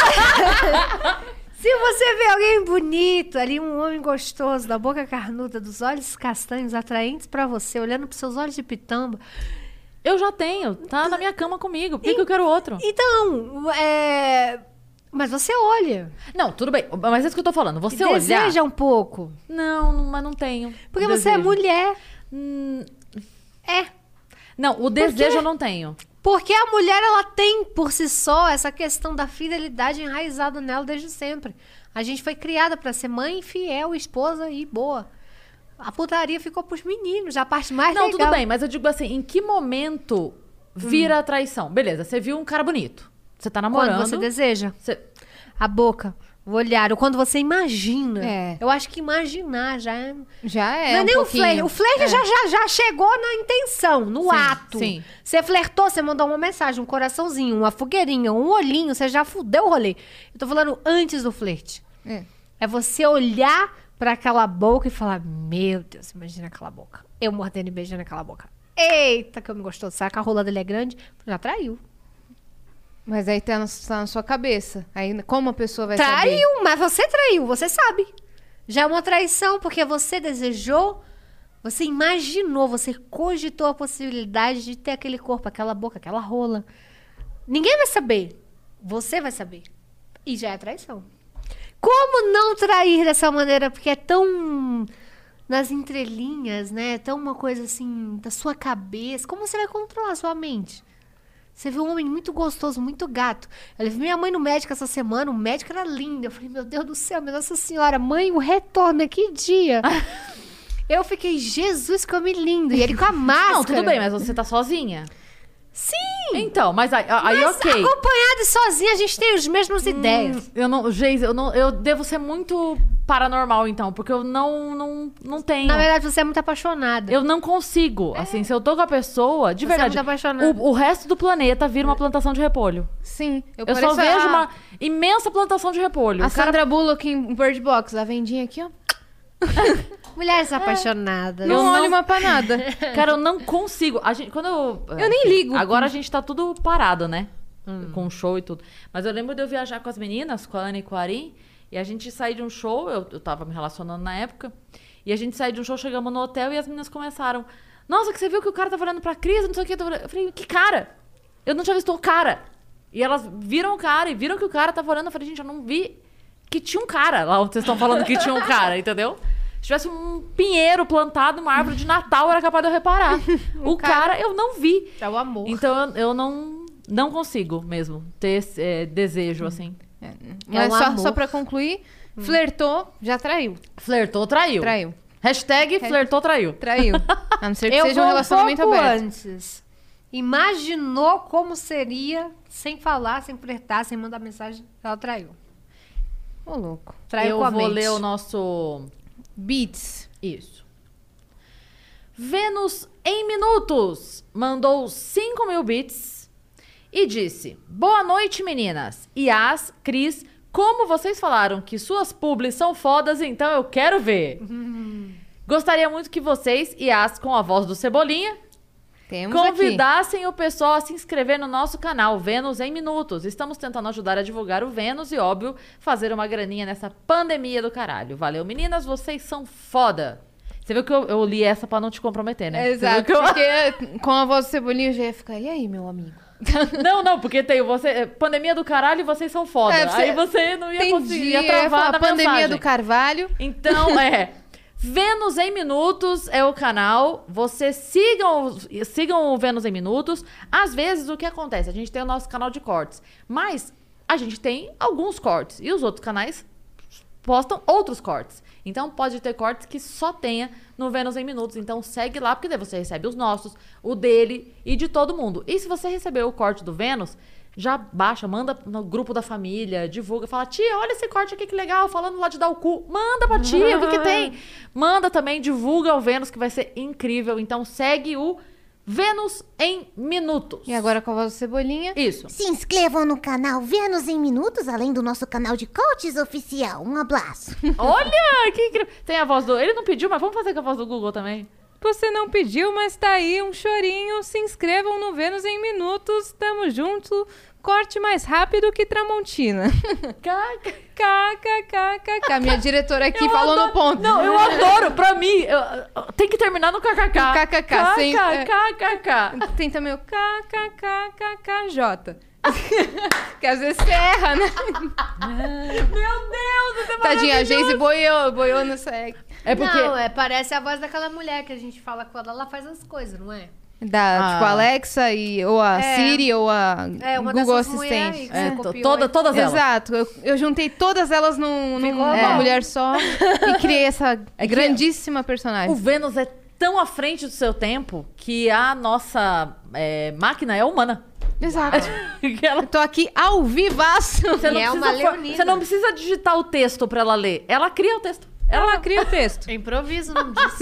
Se você vê alguém bonito, ali um homem gostoso, da boca carnuda, dos olhos castanhos, atraentes pra você, olhando pros seus olhos de pitamba... Eu já tenho, tá na minha cama comigo. Por que eu quero outro? Então, mas você olha. Não, tudo bem. Mas é isso que eu tô falando. Você olhar... Deseja um pouco. Não, mas não tenho. Porque você é mulher. Não, o desejo eu não tenho. Porque a mulher, ela tem por si só essa questão da fidelidade enraizada nela desde sempre. A gente foi criada pra ser mãe, fiel, esposa e boa. A putaria ficou pros meninos, a parte mais Não, legal. tudo bem, mas eu digo assim, em que momento vira traição? Beleza, você viu um cara bonito. Você tá namorando. Quando você deseja. você- A boca, o olhar, ou quando você imagina. É. Eu acho que imaginar já é... Já é não é um nem pouquinho. o flerte. O flerte já chegou na intenção, no Sim, ato. sim. Você flertou, você mandou uma mensagem, um coraçãozinho, uma fogueirinha, um olhinho, você já fudeu o rolê. Eu tô falando antes do flerte. É você olhar pra aquela boca e falar, meu Deus, imagina aquela boca. Eu mordendo e beijando aquela boca. Eita, que eu me gostou. Será que a rola dele é grande? Já traiu. Mas aí tá na sua cabeça. Aí como a pessoa vai saber? Traiu, mas você traiu, você sabe. Já é uma traição, porque você desejou, você imaginou, você cogitou a possibilidade de ter aquele corpo, aquela boca, aquela rola. Ninguém vai saber. Você vai saber. E já é traição. Como não trair dessa maneira? Porque é tão nas entrelinhas, né? É tão uma coisa assim, da sua cabeça. Como você vai controlar a sua mente? Você viu um homem muito gostoso, muito gato. Eu levei minha mãe no médico essa semana, o médico era lindo. Eu falei, meu Deus do céu, minha Nossa Senhora, mãe, o retorno é que dia? Eu fiquei, Jesus, que homem lindo. E ele com a máscara. Não, tudo bem, mas você tá sozinha. Sim! Então, mas aí Mas ok. acompanhada e sozinha, a gente tem as mesmas ideias. Eu devo ser muito paranormal, então, porque eu não tenho. Na verdade, você é muito apaixonada. Eu não consigo. Assim, se eu tô com a pessoa, de Você é verdade, muito apaixonada. o resto do planeta vira uma plantação de repolho. Sim. Eu pareço só vejo uma imensa plantação de repolho. A O cara- Sandra Bullock em Bird Box, a vendinha aqui, ó. Mulheres apaixonadas. Não olho uma pra nada. Cara, eu não consigo. A gente, quando eu nem ligo. Agora a gente tá tudo parado, né? Com show e tudo. Mas eu lembro de eu viajar com as meninas, com a Ana e com a Ari, e a gente sair de um show, eu tava me relacionando na época, e a gente saiu de um show, chegamos no hotel e as meninas começaram. Nossa, que você viu que o cara tava olhando pra Cris, não sei o que. Eu falei, que cara? Eu não tinha visto o cara. E elas viram o cara e viram que o cara tava olhando. Eu falei, gente, eu não vi que tinha um cara lá onde vocês estão falando que tinha um cara, entendeu? Se tivesse um pinheiro plantado, uma árvore de Natal, era capaz de eu reparar. O cara, eu não vi. É o amor. Então, eu não consigo mesmo ter esse desejo, assim. Mas um amor. só pra concluir, flertou, já traiu. Flertou, traiu. Traiu. Hashtag flertou, traiu. Traiu. A não ser que Eu seja um vou relacionamento pouco aberto. antes. Imaginou como seria, sem falar, sem flertar, sem mandar mensagem, ela traiu. Ô, louco. Traiu Eu com a vou mente. ler o nosso... Beats. Isso. Vênus em Minutos mandou 5.000 bits e disse: boa noite, meninas. Yas, Cris, como vocês falaram que suas publis são fodas, então eu quero ver. Gostaria muito que vocês, Yas, com a voz do Cebolinha, Temos aqui. convidassem o pessoal a se inscrever no nosso canal Vênus em Minutos. Estamos tentando ajudar a divulgar o Vênus e, óbvio, fazer uma graninha nessa pandemia do caralho. Valeu, meninas, vocês são foda. Você viu que eu li essa pra não te comprometer, né? Você viu Exato, que eu- porque com a voz do Cebolinha eu já ia ficar, e aí, meu amigo? Não, porque tem pandemia do caralho e vocês são foda. É, você- Aí você não ia conseguir, ia eu ia travar falar, na pandemia mensagem. do Carvalho. Então, Vênus em Minutos é o canal. Vocês sigam o Vênus em Minutos. Às vezes, o que acontece? A gente tem o nosso canal de cortes. Mas a gente tem alguns cortes. E os outros canais postam outros cortes. Então, pode ter cortes que só tenha no Vênus em Minutos. Então, segue lá, porque daí você recebe os nossos, o dele e de todo mundo. E se você recebeu o corte do Vênus, já baixa, manda no grupo da família, divulga, fala, tia, olha esse corte aqui que legal, falando lá de dar o cu. Manda pra tia, o que tem? Manda também, divulga o Vênus, que vai ser incrível. Então, segue o Vênus em Minutos. E agora com a voz do Cebolinha. Isso. Se inscrevam no canal Vênus em Minutos, além do nosso canal de coaches oficial. Um abraço. Olha, que incrível. Tem a voz do... Ele não pediu, mas vamos fazer com a voz do Google também. Você não pediu, mas tá aí um chorinho. Se inscrevam no Vênus em Minutos. Tamo junto. Corte mais rápido que Tramontina. KKKKK. Minha diretora aqui falou no ponto. Não, eu adoro. Pra mim, tem que terminar no KKK. KKK. KKKKK. Tem também o KKKKJ. Que às vezes você erra, né? Meu Deus, isso é Tadinha, a Geise maravilhoso. boiou nessa... É porque... Não, parece a voz daquela mulher que a gente fala quando ela faz as coisas, não é? Tipo, a Alexa, ou a Siri, ou a uma Google dessas mulheres Assistente. aí que você copiou aí. Todas elas. Exato. Eu juntei todas elas numa mulher só e criei essa grandíssima personagem. O Vênus é tão à frente do seu tempo que a nossa máquina é humana. Exato. Ela... Eu tô aqui ao vivaço. Você não, E é uma leonina. você não precisa digitar o texto pra ela ler. Ela cria o texto. Ela cria o texto. Improviso, não disse.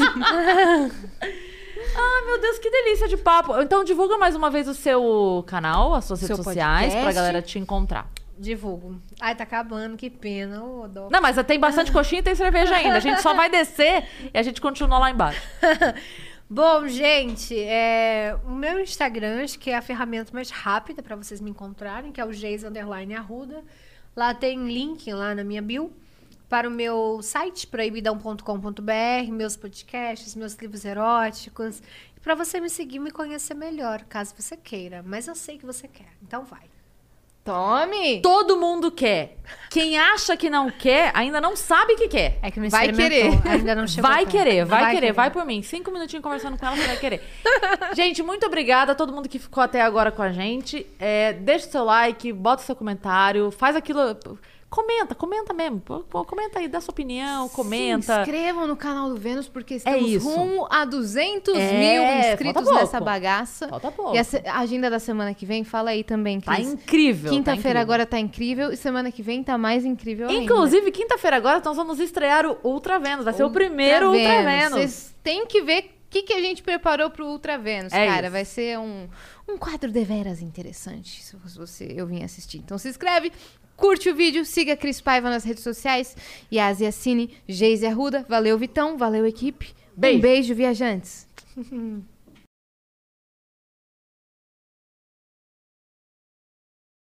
Ai, meu Deus, que delícia de papo. Então, divulga mais uma vez o seu canal, as suas redes sociais, podcast. pra galera te encontrar. Divulgo. Ai, tá acabando, que pena. Ô, dó. Não, mas tem bastante coxinha e tem cerveja ainda. A gente só vai descer e a gente continua lá embaixo. Bom, gente, o meu Instagram, acho que é a ferramenta mais rápida pra vocês me encontrarem, que é o Geis_Arruda. Lá tem link lá na minha bio para o meu site, proibidão.com.br, meus podcasts, meus livros eróticos. E para você me seguir, me conhecer melhor, caso você queira. Mas eu sei que você quer, então vai. Tome! Todo mundo quer. Quem acha que não quer, ainda não sabe que quer. É que não Vai experimentou, querer. ainda não chegou Vai perto. querer, vai querer, vai por mim. 5 minutinhos conversando com ela, você vai querer. Gente, muito obrigada a todo mundo que ficou até agora com a gente. Deixa o seu like, bota o seu comentário, faz aquilo... Comenta mesmo. Comenta aí, dá sua opinião, comenta. Se inscrevam no canal do Vênus, porque estamos isso. rumo a 200 mil inscritos falta nessa pouco. bagaça. Falta pouco. E a agenda da semana que vem, fala aí também, Tá Cris. incrível. Quinta-feira tá incrível. agora tá incrível e semana que vem tá mais incrível ainda. Inclusive, quinta-feira agora nós vamos estrear o Ultra Vênus. Vai ser o primeiro Ultra Vênus. Vocês têm que ver o que a gente preparou pro Ultra Vênus, cara. Isso. Vai ser um quadro deveras interessante, se eu vim assistir. Então se inscreve, curte o vídeo, siga a Cris Paiva nas redes sociais, Yasi Assine, Geise Arruda. Valeu, Vitão. Valeu, equipe. Beijo. Um beijo, viajantes.